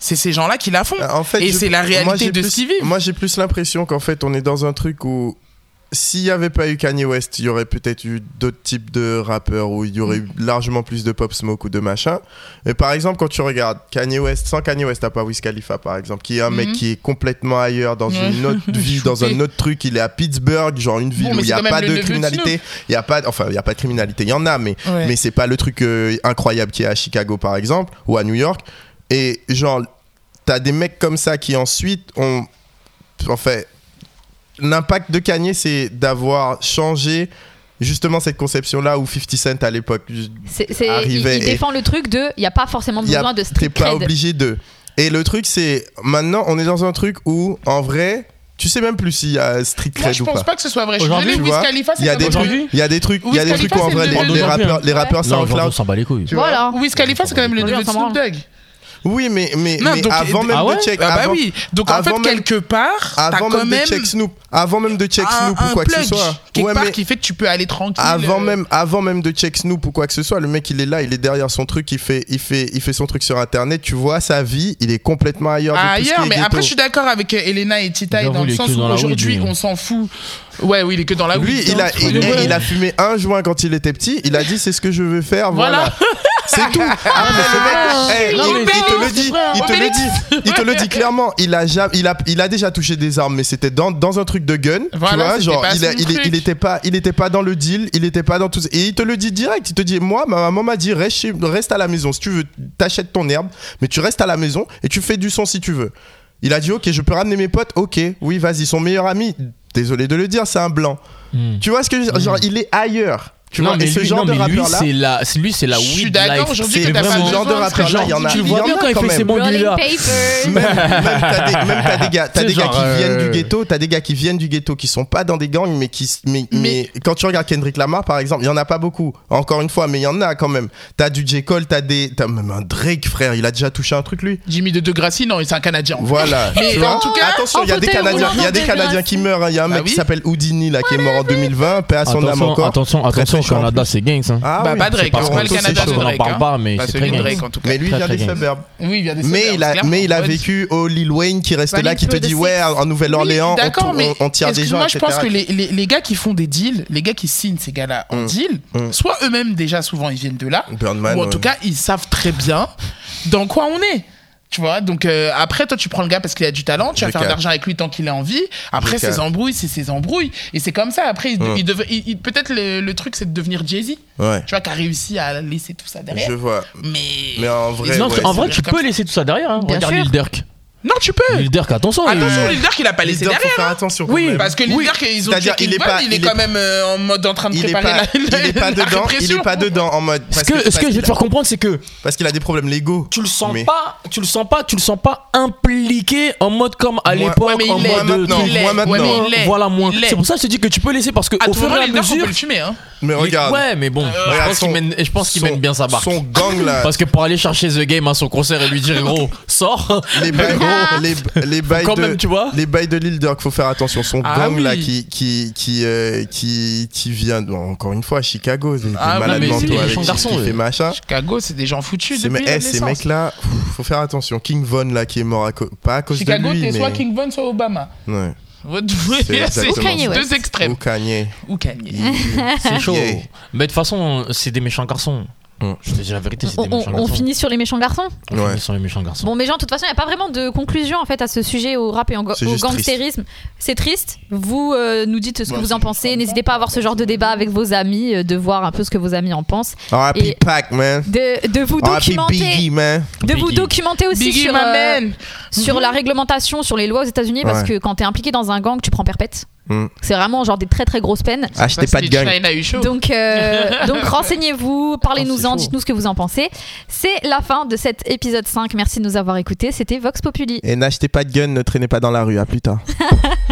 Speaker 6: C'est ces gens-là qui la font.
Speaker 4: En fait,
Speaker 6: et
Speaker 4: je-
Speaker 6: c'est la
Speaker 4: moi,
Speaker 6: réalité
Speaker 4: j'ai
Speaker 6: de
Speaker 4: plus-
Speaker 6: ce qu'ils vivent.
Speaker 4: Moi, j'ai plus l'impression qu'en fait, on est dans un truc où s'il n'y avait pas eu Kanye West, il y aurait peut-être eu d'autres types de rappeurs où il y aurait eu largement plus de Pop Smoke ou de machin. Mais par exemple, quand tu regardes Kanye West, sans Kanye West, t'as pas Wiz Khalifa par exemple, qui est un
Speaker 6: Mhm.
Speaker 4: mec qui est complètement ailleurs, dans
Speaker 6: Ouais.
Speaker 4: une autre vie, dans un autre truc. Il est à Pittsburgh, genre une ville
Speaker 6: Bon,
Speaker 4: où
Speaker 6: mais
Speaker 4: il n'y
Speaker 6: c'est
Speaker 4: a
Speaker 6: quand même
Speaker 4: pas
Speaker 6: le
Speaker 4: de
Speaker 6: neveu de
Speaker 4: criminalité.
Speaker 6: Snoop.
Speaker 4: Il y a pas, enfin, il y a pas de criminalité. Il y en a, mais
Speaker 6: Ouais.
Speaker 4: mais c'est pas le truc euh, incroyable qui est à Chicago par exemple ou à New York. Et genre, t'as des mecs comme ça qui ensuite ont, en fait, l'impact de Kanye, c'est d'avoir changé justement cette conception-là où fifty Cent à l'époque
Speaker 3: C'est, c'est- il,
Speaker 4: arrivait.
Speaker 3: il
Speaker 4: et
Speaker 3: défend le truc de, il n'y a pas forcément
Speaker 4: y a-
Speaker 3: besoin de street
Speaker 4: T'es pas
Speaker 3: cred.
Speaker 4: obligé de. Et le truc, c'est maintenant, on est dans un truc où, en vrai, tu sais même plus s'il y a street
Speaker 6: Moi,
Speaker 4: cred
Speaker 6: je
Speaker 4: ou
Speaker 6: pense
Speaker 4: pas.
Speaker 6: pas que ce soit vrai. Je suis
Speaker 5: Aujourd'hui,
Speaker 6: désolé,
Speaker 4: tu
Speaker 6: Wiz
Speaker 4: vois,
Speaker 6: Khalifa, c'est
Speaker 4: Il y a
Speaker 6: comme
Speaker 4: des trucs,
Speaker 6: aujourd'hui.
Speaker 4: il y a des trucs, il y a
Speaker 6: Wiz
Speaker 4: des trucs
Speaker 6: Khalifa,
Speaker 4: où en
Speaker 6: c'est
Speaker 4: vrai
Speaker 6: le
Speaker 4: les,
Speaker 6: neveu
Speaker 4: les
Speaker 6: de
Speaker 4: rappeurs, les rappeurs
Speaker 5: Non, aujourd'hui, on
Speaker 4: SoundCloud.
Speaker 5: s'en bat les couilles.
Speaker 4: Tu vois.
Speaker 3: Voilà.
Speaker 6: Wiz Khalifa, c'est quand même le
Speaker 3: Aujourd'hui,
Speaker 6: neveu
Speaker 3: on
Speaker 6: de
Speaker 3: s'en
Speaker 6: Snoop
Speaker 3: branle.
Speaker 6: Dogg.
Speaker 4: Oui, mais mais,
Speaker 6: Non,
Speaker 4: mais
Speaker 6: donc,
Speaker 4: avant
Speaker 6: et-
Speaker 4: même
Speaker 5: ah ouais
Speaker 4: de check,
Speaker 6: Ah bah
Speaker 4: avant,
Speaker 6: oui. Donc en fait,
Speaker 4: avant même-
Speaker 6: quelque part, t'as
Speaker 4: avant
Speaker 6: quand
Speaker 4: même
Speaker 6: même
Speaker 4: de check Snoop, avant même de check
Speaker 6: un,
Speaker 4: Snoop ou
Speaker 6: un
Speaker 4: quoi que ce
Speaker 6: plug
Speaker 4: soit.
Speaker 6: quelque
Speaker 4: Ouais,
Speaker 6: part
Speaker 4: mais
Speaker 6: qui fait que tu peux aller tranquille.
Speaker 4: avant
Speaker 6: euh,
Speaker 4: même, avant même de check Snoop ou quoi que ce soit, le mec il est là, il est derrière son truc, il fait, il fait, il fait son truc sur internet. Tu vois sa vie, il est complètement ailleurs de tout ce
Speaker 6: ailleurs,
Speaker 4: qui est
Speaker 6: mais
Speaker 4: ghetto.
Speaker 6: après je suis d'accord avec euh, Elena et Tita
Speaker 5: J'avoue,
Speaker 6: dans
Speaker 5: il
Speaker 6: le
Speaker 5: est
Speaker 6: sens
Speaker 5: que
Speaker 6: où
Speaker 5: dans la
Speaker 6: aujourd'hui
Speaker 5: weed, lui.
Speaker 6: on s'en fout. Ouais, oui, il est que dans la
Speaker 4: Lui,
Speaker 6: weed,
Speaker 4: il
Speaker 6: hein.
Speaker 4: a, il,
Speaker 6: Ouais.
Speaker 4: il a fumé un joint quand il était petit. Il a dit c'est ce que je veux faire. Voilà.
Speaker 6: Voilà.
Speaker 4: C'est tout. Après, le mec, hey,
Speaker 5: Non,
Speaker 4: il,
Speaker 5: mais
Speaker 4: il te
Speaker 5: c'est
Speaker 4: le
Speaker 5: vrai,
Speaker 4: dit,
Speaker 5: c'est vrai.
Speaker 4: il te le
Speaker 6: Obélix.
Speaker 4: dit, il te le dit clairement. Il a jamais, il a, il a déjà touché des armes, mais c'était dans, dans un truc de gun.
Speaker 6: Voilà,
Speaker 4: tu vois,
Speaker 6: c'était
Speaker 4: genre,
Speaker 6: pas
Speaker 4: il, a-
Speaker 6: son
Speaker 4: il, est-
Speaker 6: truc.
Speaker 4: il était pas, il était pas dans le deal, il était pas dans tout. Et il te le dit direct. Il te dit, moi, ma maman m'a dit, reste, chez- reste à la maison. Si tu veux, t'achètes ton herbe, mais tu restes à la maison et tu fais du son si tu veux. Il a dit, ok, je peux ramener mes potes. Ok, oui, vas-y. Son meilleur ami, désolé de le dire, c'est un blanc.
Speaker 5: Hmm.
Speaker 4: Tu vois ce que je veux dire? Genre, il est ailleurs. Tu
Speaker 5: non,
Speaker 4: vois,
Speaker 5: mais
Speaker 4: et ce
Speaker 5: lui,
Speaker 4: genre
Speaker 5: non,
Speaker 4: de
Speaker 5: mais lui,
Speaker 4: rappeur là,
Speaker 5: c'est la, c'est- lui, c'est la
Speaker 6: Je suis
Speaker 5: weed
Speaker 6: d'accord
Speaker 5: life.
Speaker 6: aujourd'hui
Speaker 4: c'est
Speaker 6: que t'as pas
Speaker 4: vraiment
Speaker 6: besoin
Speaker 4: ce genre de
Speaker 6: de
Speaker 4: rappeur là, il y en a,
Speaker 5: Tu le
Speaker 4: il y
Speaker 5: vois
Speaker 4: en
Speaker 5: bien
Speaker 4: a
Speaker 5: quand il
Speaker 4: quand
Speaker 5: fait ses
Speaker 4: même.
Speaker 5: bons
Speaker 3: Rolling
Speaker 5: là.
Speaker 3: paper.
Speaker 4: Même, même t'as des, même t'as des gars, t'as
Speaker 5: C'est
Speaker 4: des gars
Speaker 5: genre,
Speaker 4: qui
Speaker 5: euh,
Speaker 4: viennent du ghetto, t'as des gars qui viennent du ghetto, qui sont pas dans des gangs, mais qui, mais, mais quand tu regardes Kendrick Lamar par exemple, il y en a pas beaucoup, encore une fois, mais il y en a quand même. T'as du J. Cole, t'as des, t'as même un Drake frère, il a déjà touché un truc lui.
Speaker 6: Jimmy de Degrassi, non, c'est un Canadien.
Speaker 4: Voilà.
Speaker 6: Mais
Speaker 4: Tu vois
Speaker 6: en tout cas,
Speaker 4: attention, il y a
Speaker 3: en
Speaker 4: des
Speaker 3: fauteuil
Speaker 4: Canadiens,
Speaker 3: roulant
Speaker 4: il y a des
Speaker 3: de
Speaker 4: Canadiens qui meurent. hein. Il y a un
Speaker 6: Bah
Speaker 4: mec
Speaker 6: oui.
Speaker 4: qui s'appelle Houdini là, qui est mort en deux mille vingt, paix à son âme
Speaker 5: Attention,
Speaker 4: encore.
Speaker 5: attention,
Speaker 4: Très,
Speaker 5: attention,
Speaker 4: très chaud, en
Speaker 5: Canada,
Speaker 4: plus.
Speaker 5: c'est gang ça.
Speaker 4: Ah
Speaker 6: Bah
Speaker 4: oui.
Speaker 6: pas Drake,
Speaker 5: parce
Speaker 6: hein,
Speaker 5: qu'on
Speaker 6: pas le
Speaker 5: sait
Speaker 6: Canada
Speaker 5: qu'on
Speaker 6: de
Speaker 5: en
Speaker 6: Drake.
Speaker 5: parle
Speaker 6: hein.
Speaker 5: pas, mais
Speaker 6: Pas
Speaker 5: c'est
Speaker 6: celui
Speaker 5: très
Speaker 6: de
Speaker 5: gang.
Speaker 6: Drake en tout cas.
Speaker 4: Mais lui il
Speaker 5: Très,
Speaker 4: vient
Speaker 5: très
Speaker 4: des
Speaker 5: gang.
Speaker 4: suburbs.
Speaker 6: Oui, il vient des
Speaker 4: Mais
Speaker 6: suburbs,
Speaker 4: il a,
Speaker 6: clairement.
Speaker 4: mais il a
Speaker 6: Ouais,
Speaker 4: vécu au Lil Wayne qui reste là,
Speaker 3: Running
Speaker 4: qui te
Speaker 3: through the
Speaker 4: dit ouais, en Nouvelle-Orléans,
Speaker 6: Oui,
Speaker 4: on,
Speaker 6: d'accord,
Speaker 4: tourne-
Speaker 6: mais
Speaker 4: on tire des gens.
Speaker 6: moi je pense que
Speaker 4: et cetera.
Speaker 6: les, les, les gars qui font des deals, les gars qui signent ces gars-là en
Speaker 4: Mm.
Speaker 6: deal,
Speaker 4: Mm.
Speaker 6: soit eux-mêmes déjà souvent ils viennent de là,
Speaker 4: Birdman,
Speaker 6: ou en tout
Speaker 4: ouais.
Speaker 6: cas ils savent très bien dans quoi on est. Tu vois, donc euh, après toi tu prends le gars parce qu'il a du talent, tu vas
Speaker 4: Je
Speaker 6: faire de
Speaker 4: capte.
Speaker 6: l'argent avec lui tant qu'il a envie. Après
Speaker 4: Je capte.
Speaker 6: ses embrouilles, c'est ses embrouilles et c'est comme ça. Après il,
Speaker 4: Mm.
Speaker 6: il devait- il- il- peut-être le, le truc c'est de devenir Jay-Z.
Speaker 4: Ouais.
Speaker 6: Tu vois, qui a réussi à laisser tout ça derrière.
Speaker 4: Je vois.
Speaker 6: Mais
Speaker 4: Mais en vrai,
Speaker 5: Non,
Speaker 4: ouais,
Speaker 5: en
Speaker 4: c'est
Speaker 5: vrai,
Speaker 6: bien
Speaker 5: tu
Speaker 6: comme
Speaker 5: peux
Speaker 6: ça.
Speaker 5: laisser tout ça derrière. hein.
Speaker 3: Bien
Speaker 5: Regarde
Speaker 3: sûr.
Speaker 5: Lil Durk.
Speaker 6: non, tu peux.
Speaker 5: Lil Durk, attention.
Speaker 6: Attention,
Speaker 5: il-
Speaker 6: Lil Durk il a pas laissé
Speaker 4: Leader, faut
Speaker 6: derrière.
Speaker 4: faire
Speaker 6: hein.
Speaker 4: attention. quand
Speaker 5: Oui,
Speaker 4: même.
Speaker 6: Parce que Lil
Speaker 4: Oui.
Speaker 6: Durk, ils ont
Speaker 4: C'est-à-dire,
Speaker 6: tué
Speaker 4: il
Speaker 6: King
Speaker 4: est
Speaker 6: Von,
Speaker 4: pas,
Speaker 6: il est
Speaker 4: il est
Speaker 6: quand même euh, en mode en train de
Speaker 4: il est
Speaker 6: préparer
Speaker 4: pas,
Speaker 6: la,
Speaker 4: il est pas
Speaker 6: la
Speaker 4: dedans. Il
Speaker 6: répression.
Speaker 4: est pas dedans en mode.
Speaker 5: Ce
Speaker 4: parce
Speaker 5: que, ce
Speaker 4: parce
Speaker 5: que je vais
Speaker 4: qu'il
Speaker 5: te faire
Speaker 4: a-
Speaker 5: comprendre, c'est que
Speaker 4: Parce qu'il a des problèmes légaux.
Speaker 5: tu le sens
Speaker 4: Mais-
Speaker 5: pas, tu le sens pas, tu le sens pas impliqué en mode comme à
Speaker 4: Moi-
Speaker 5: l'époque,
Speaker 6: Ouais, mais
Speaker 5: en
Speaker 6: il l'est.
Speaker 5: mode
Speaker 4: maintenant,
Speaker 5: truc.
Speaker 6: Il l'est.
Speaker 4: moi maintenant.
Speaker 6: Ouais, mais il l'est.
Speaker 5: Voilà moins.
Speaker 6: Il l'est.
Speaker 5: C'est pour ça que je te dis que tu peux laisser parce que
Speaker 6: À
Speaker 5: au
Speaker 6: tout
Speaker 5: fur et
Speaker 6: moment,
Speaker 5: à
Speaker 6: Lil Durk, on peut
Speaker 5: mesure.
Speaker 6: le fumer. Hein.
Speaker 4: Mais regarde.
Speaker 5: Ouais, mais bon, je
Speaker 4: regarde
Speaker 5: pense qu'il
Speaker 4: son-
Speaker 5: mène, je pense qu'il
Speaker 4: son-
Speaker 5: mène bien sa barque.
Speaker 4: Son gang là.
Speaker 5: Parce que pour aller chercher The Game à son concert et lui dire gros, sors.
Speaker 4: Les bails, les, les bails
Speaker 5: Quand
Speaker 4: de,
Speaker 5: même, tu vois.
Speaker 4: les bails de Lil Durk, faut faire attention. Son
Speaker 6: Ah
Speaker 4: gang
Speaker 6: oui.
Speaker 4: là qui qui qui euh, qui qui vient bon, encore une fois à Chicago, des, des
Speaker 6: Ah oui,
Speaker 4: malades
Speaker 6: mais
Speaker 4: mentaux
Speaker 6: c'est-
Speaker 4: avec
Speaker 5: ils sont
Speaker 4: qui,
Speaker 5: garçons,
Speaker 4: qui
Speaker 5: eux.
Speaker 4: fait machin.
Speaker 6: Chicago, c'est des gens foutus
Speaker 4: C'est-
Speaker 6: depuis
Speaker 4: mais
Speaker 6: la
Speaker 4: eh, ces
Speaker 6: naissance.
Speaker 4: mecs là, faut faire attention. King Von là qui est mort à co- pas à cause
Speaker 6: Chicago,
Speaker 4: de lui,
Speaker 6: t'es
Speaker 4: mais
Speaker 6: soit King Von, soit Obama.
Speaker 4: ouais.
Speaker 6: C'est
Speaker 4: C'est exactement
Speaker 6: c'est
Speaker 3: Kanye
Speaker 6: deux
Speaker 3: West.
Speaker 6: extrêmes.
Speaker 4: Ou Kanye.
Speaker 6: Ou Kanye.
Speaker 5: C'est chaud.
Speaker 4: Yeah.
Speaker 5: Mais de toute façon, c'est des méchants garçons.
Speaker 4: Mm.
Speaker 5: Je te dis la vérité, c'est
Speaker 3: On,
Speaker 5: des méchants
Speaker 3: on- on
Speaker 5: garçons.
Speaker 3: finit sur les méchants garçons.
Speaker 5: On
Speaker 4: Ouais.
Speaker 5: finit sur les méchants garçons.
Speaker 3: Bon, mais gens, de toute façon, il n'y a pas vraiment de conclusion en fait à ce sujet au rap et au,
Speaker 4: C'est
Speaker 3: au
Speaker 4: juste
Speaker 3: gangstérisme. C'est triste. Vous euh, nous dites ce que
Speaker 6: Ouais,
Speaker 3: vous en
Speaker 6: c'est
Speaker 3: pensez.
Speaker 6: juste
Speaker 3: N'hésitez pas à avoir ce genre de débat avec vos amis, euh, de voir un peu ce que vos amis en pensent.
Speaker 4: R I P
Speaker 3: Et-
Speaker 4: Pac man.
Speaker 3: De, de vous
Speaker 4: R I P
Speaker 3: documenter.
Speaker 4: Biggie man.
Speaker 3: De vous
Speaker 5: Biggie.
Speaker 3: documenter aussi
Speaker 6: Biggie,
Speaker 3: sur,
Speaker 6: my
Speaker 3: euh,
Speaker 6: man.
Speaker 3: sur la réglementation, sur les lois aux États-Unis, parce
Speaker 4: Ouais.
Speaker 3: que quand t'es impliqué dans un gang, tu prends perpète.
Speaker 4: Mm.
Speaker 3: C'est vraiment genre des très très grosses peines.
Speaker 4: Achetez
Speaker 6: Parce
Speaker 4: pas de
Speaker 6: que
Speaker 4: gang.
Speaker 6: China a eu chaud.
Speaker 3: Donc, euh, donc renseignez-vous, parlez-nous-en,
Speaker 5: chaud.
Speaker 3: dites-nous ce que vous en pensez. C'est la fin de cet épisode cinq. Merci de nous avoir écoutés. C'était Vox Populi.
Speaker 4: Et n'achetez pas de gun, ne traînez pas dans la rue. À plus tard.
Speaker 1: You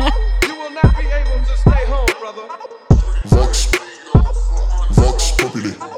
Speaker 1: will not be able to stay home, brother.
Speaker 2: Vox, Vox Populi.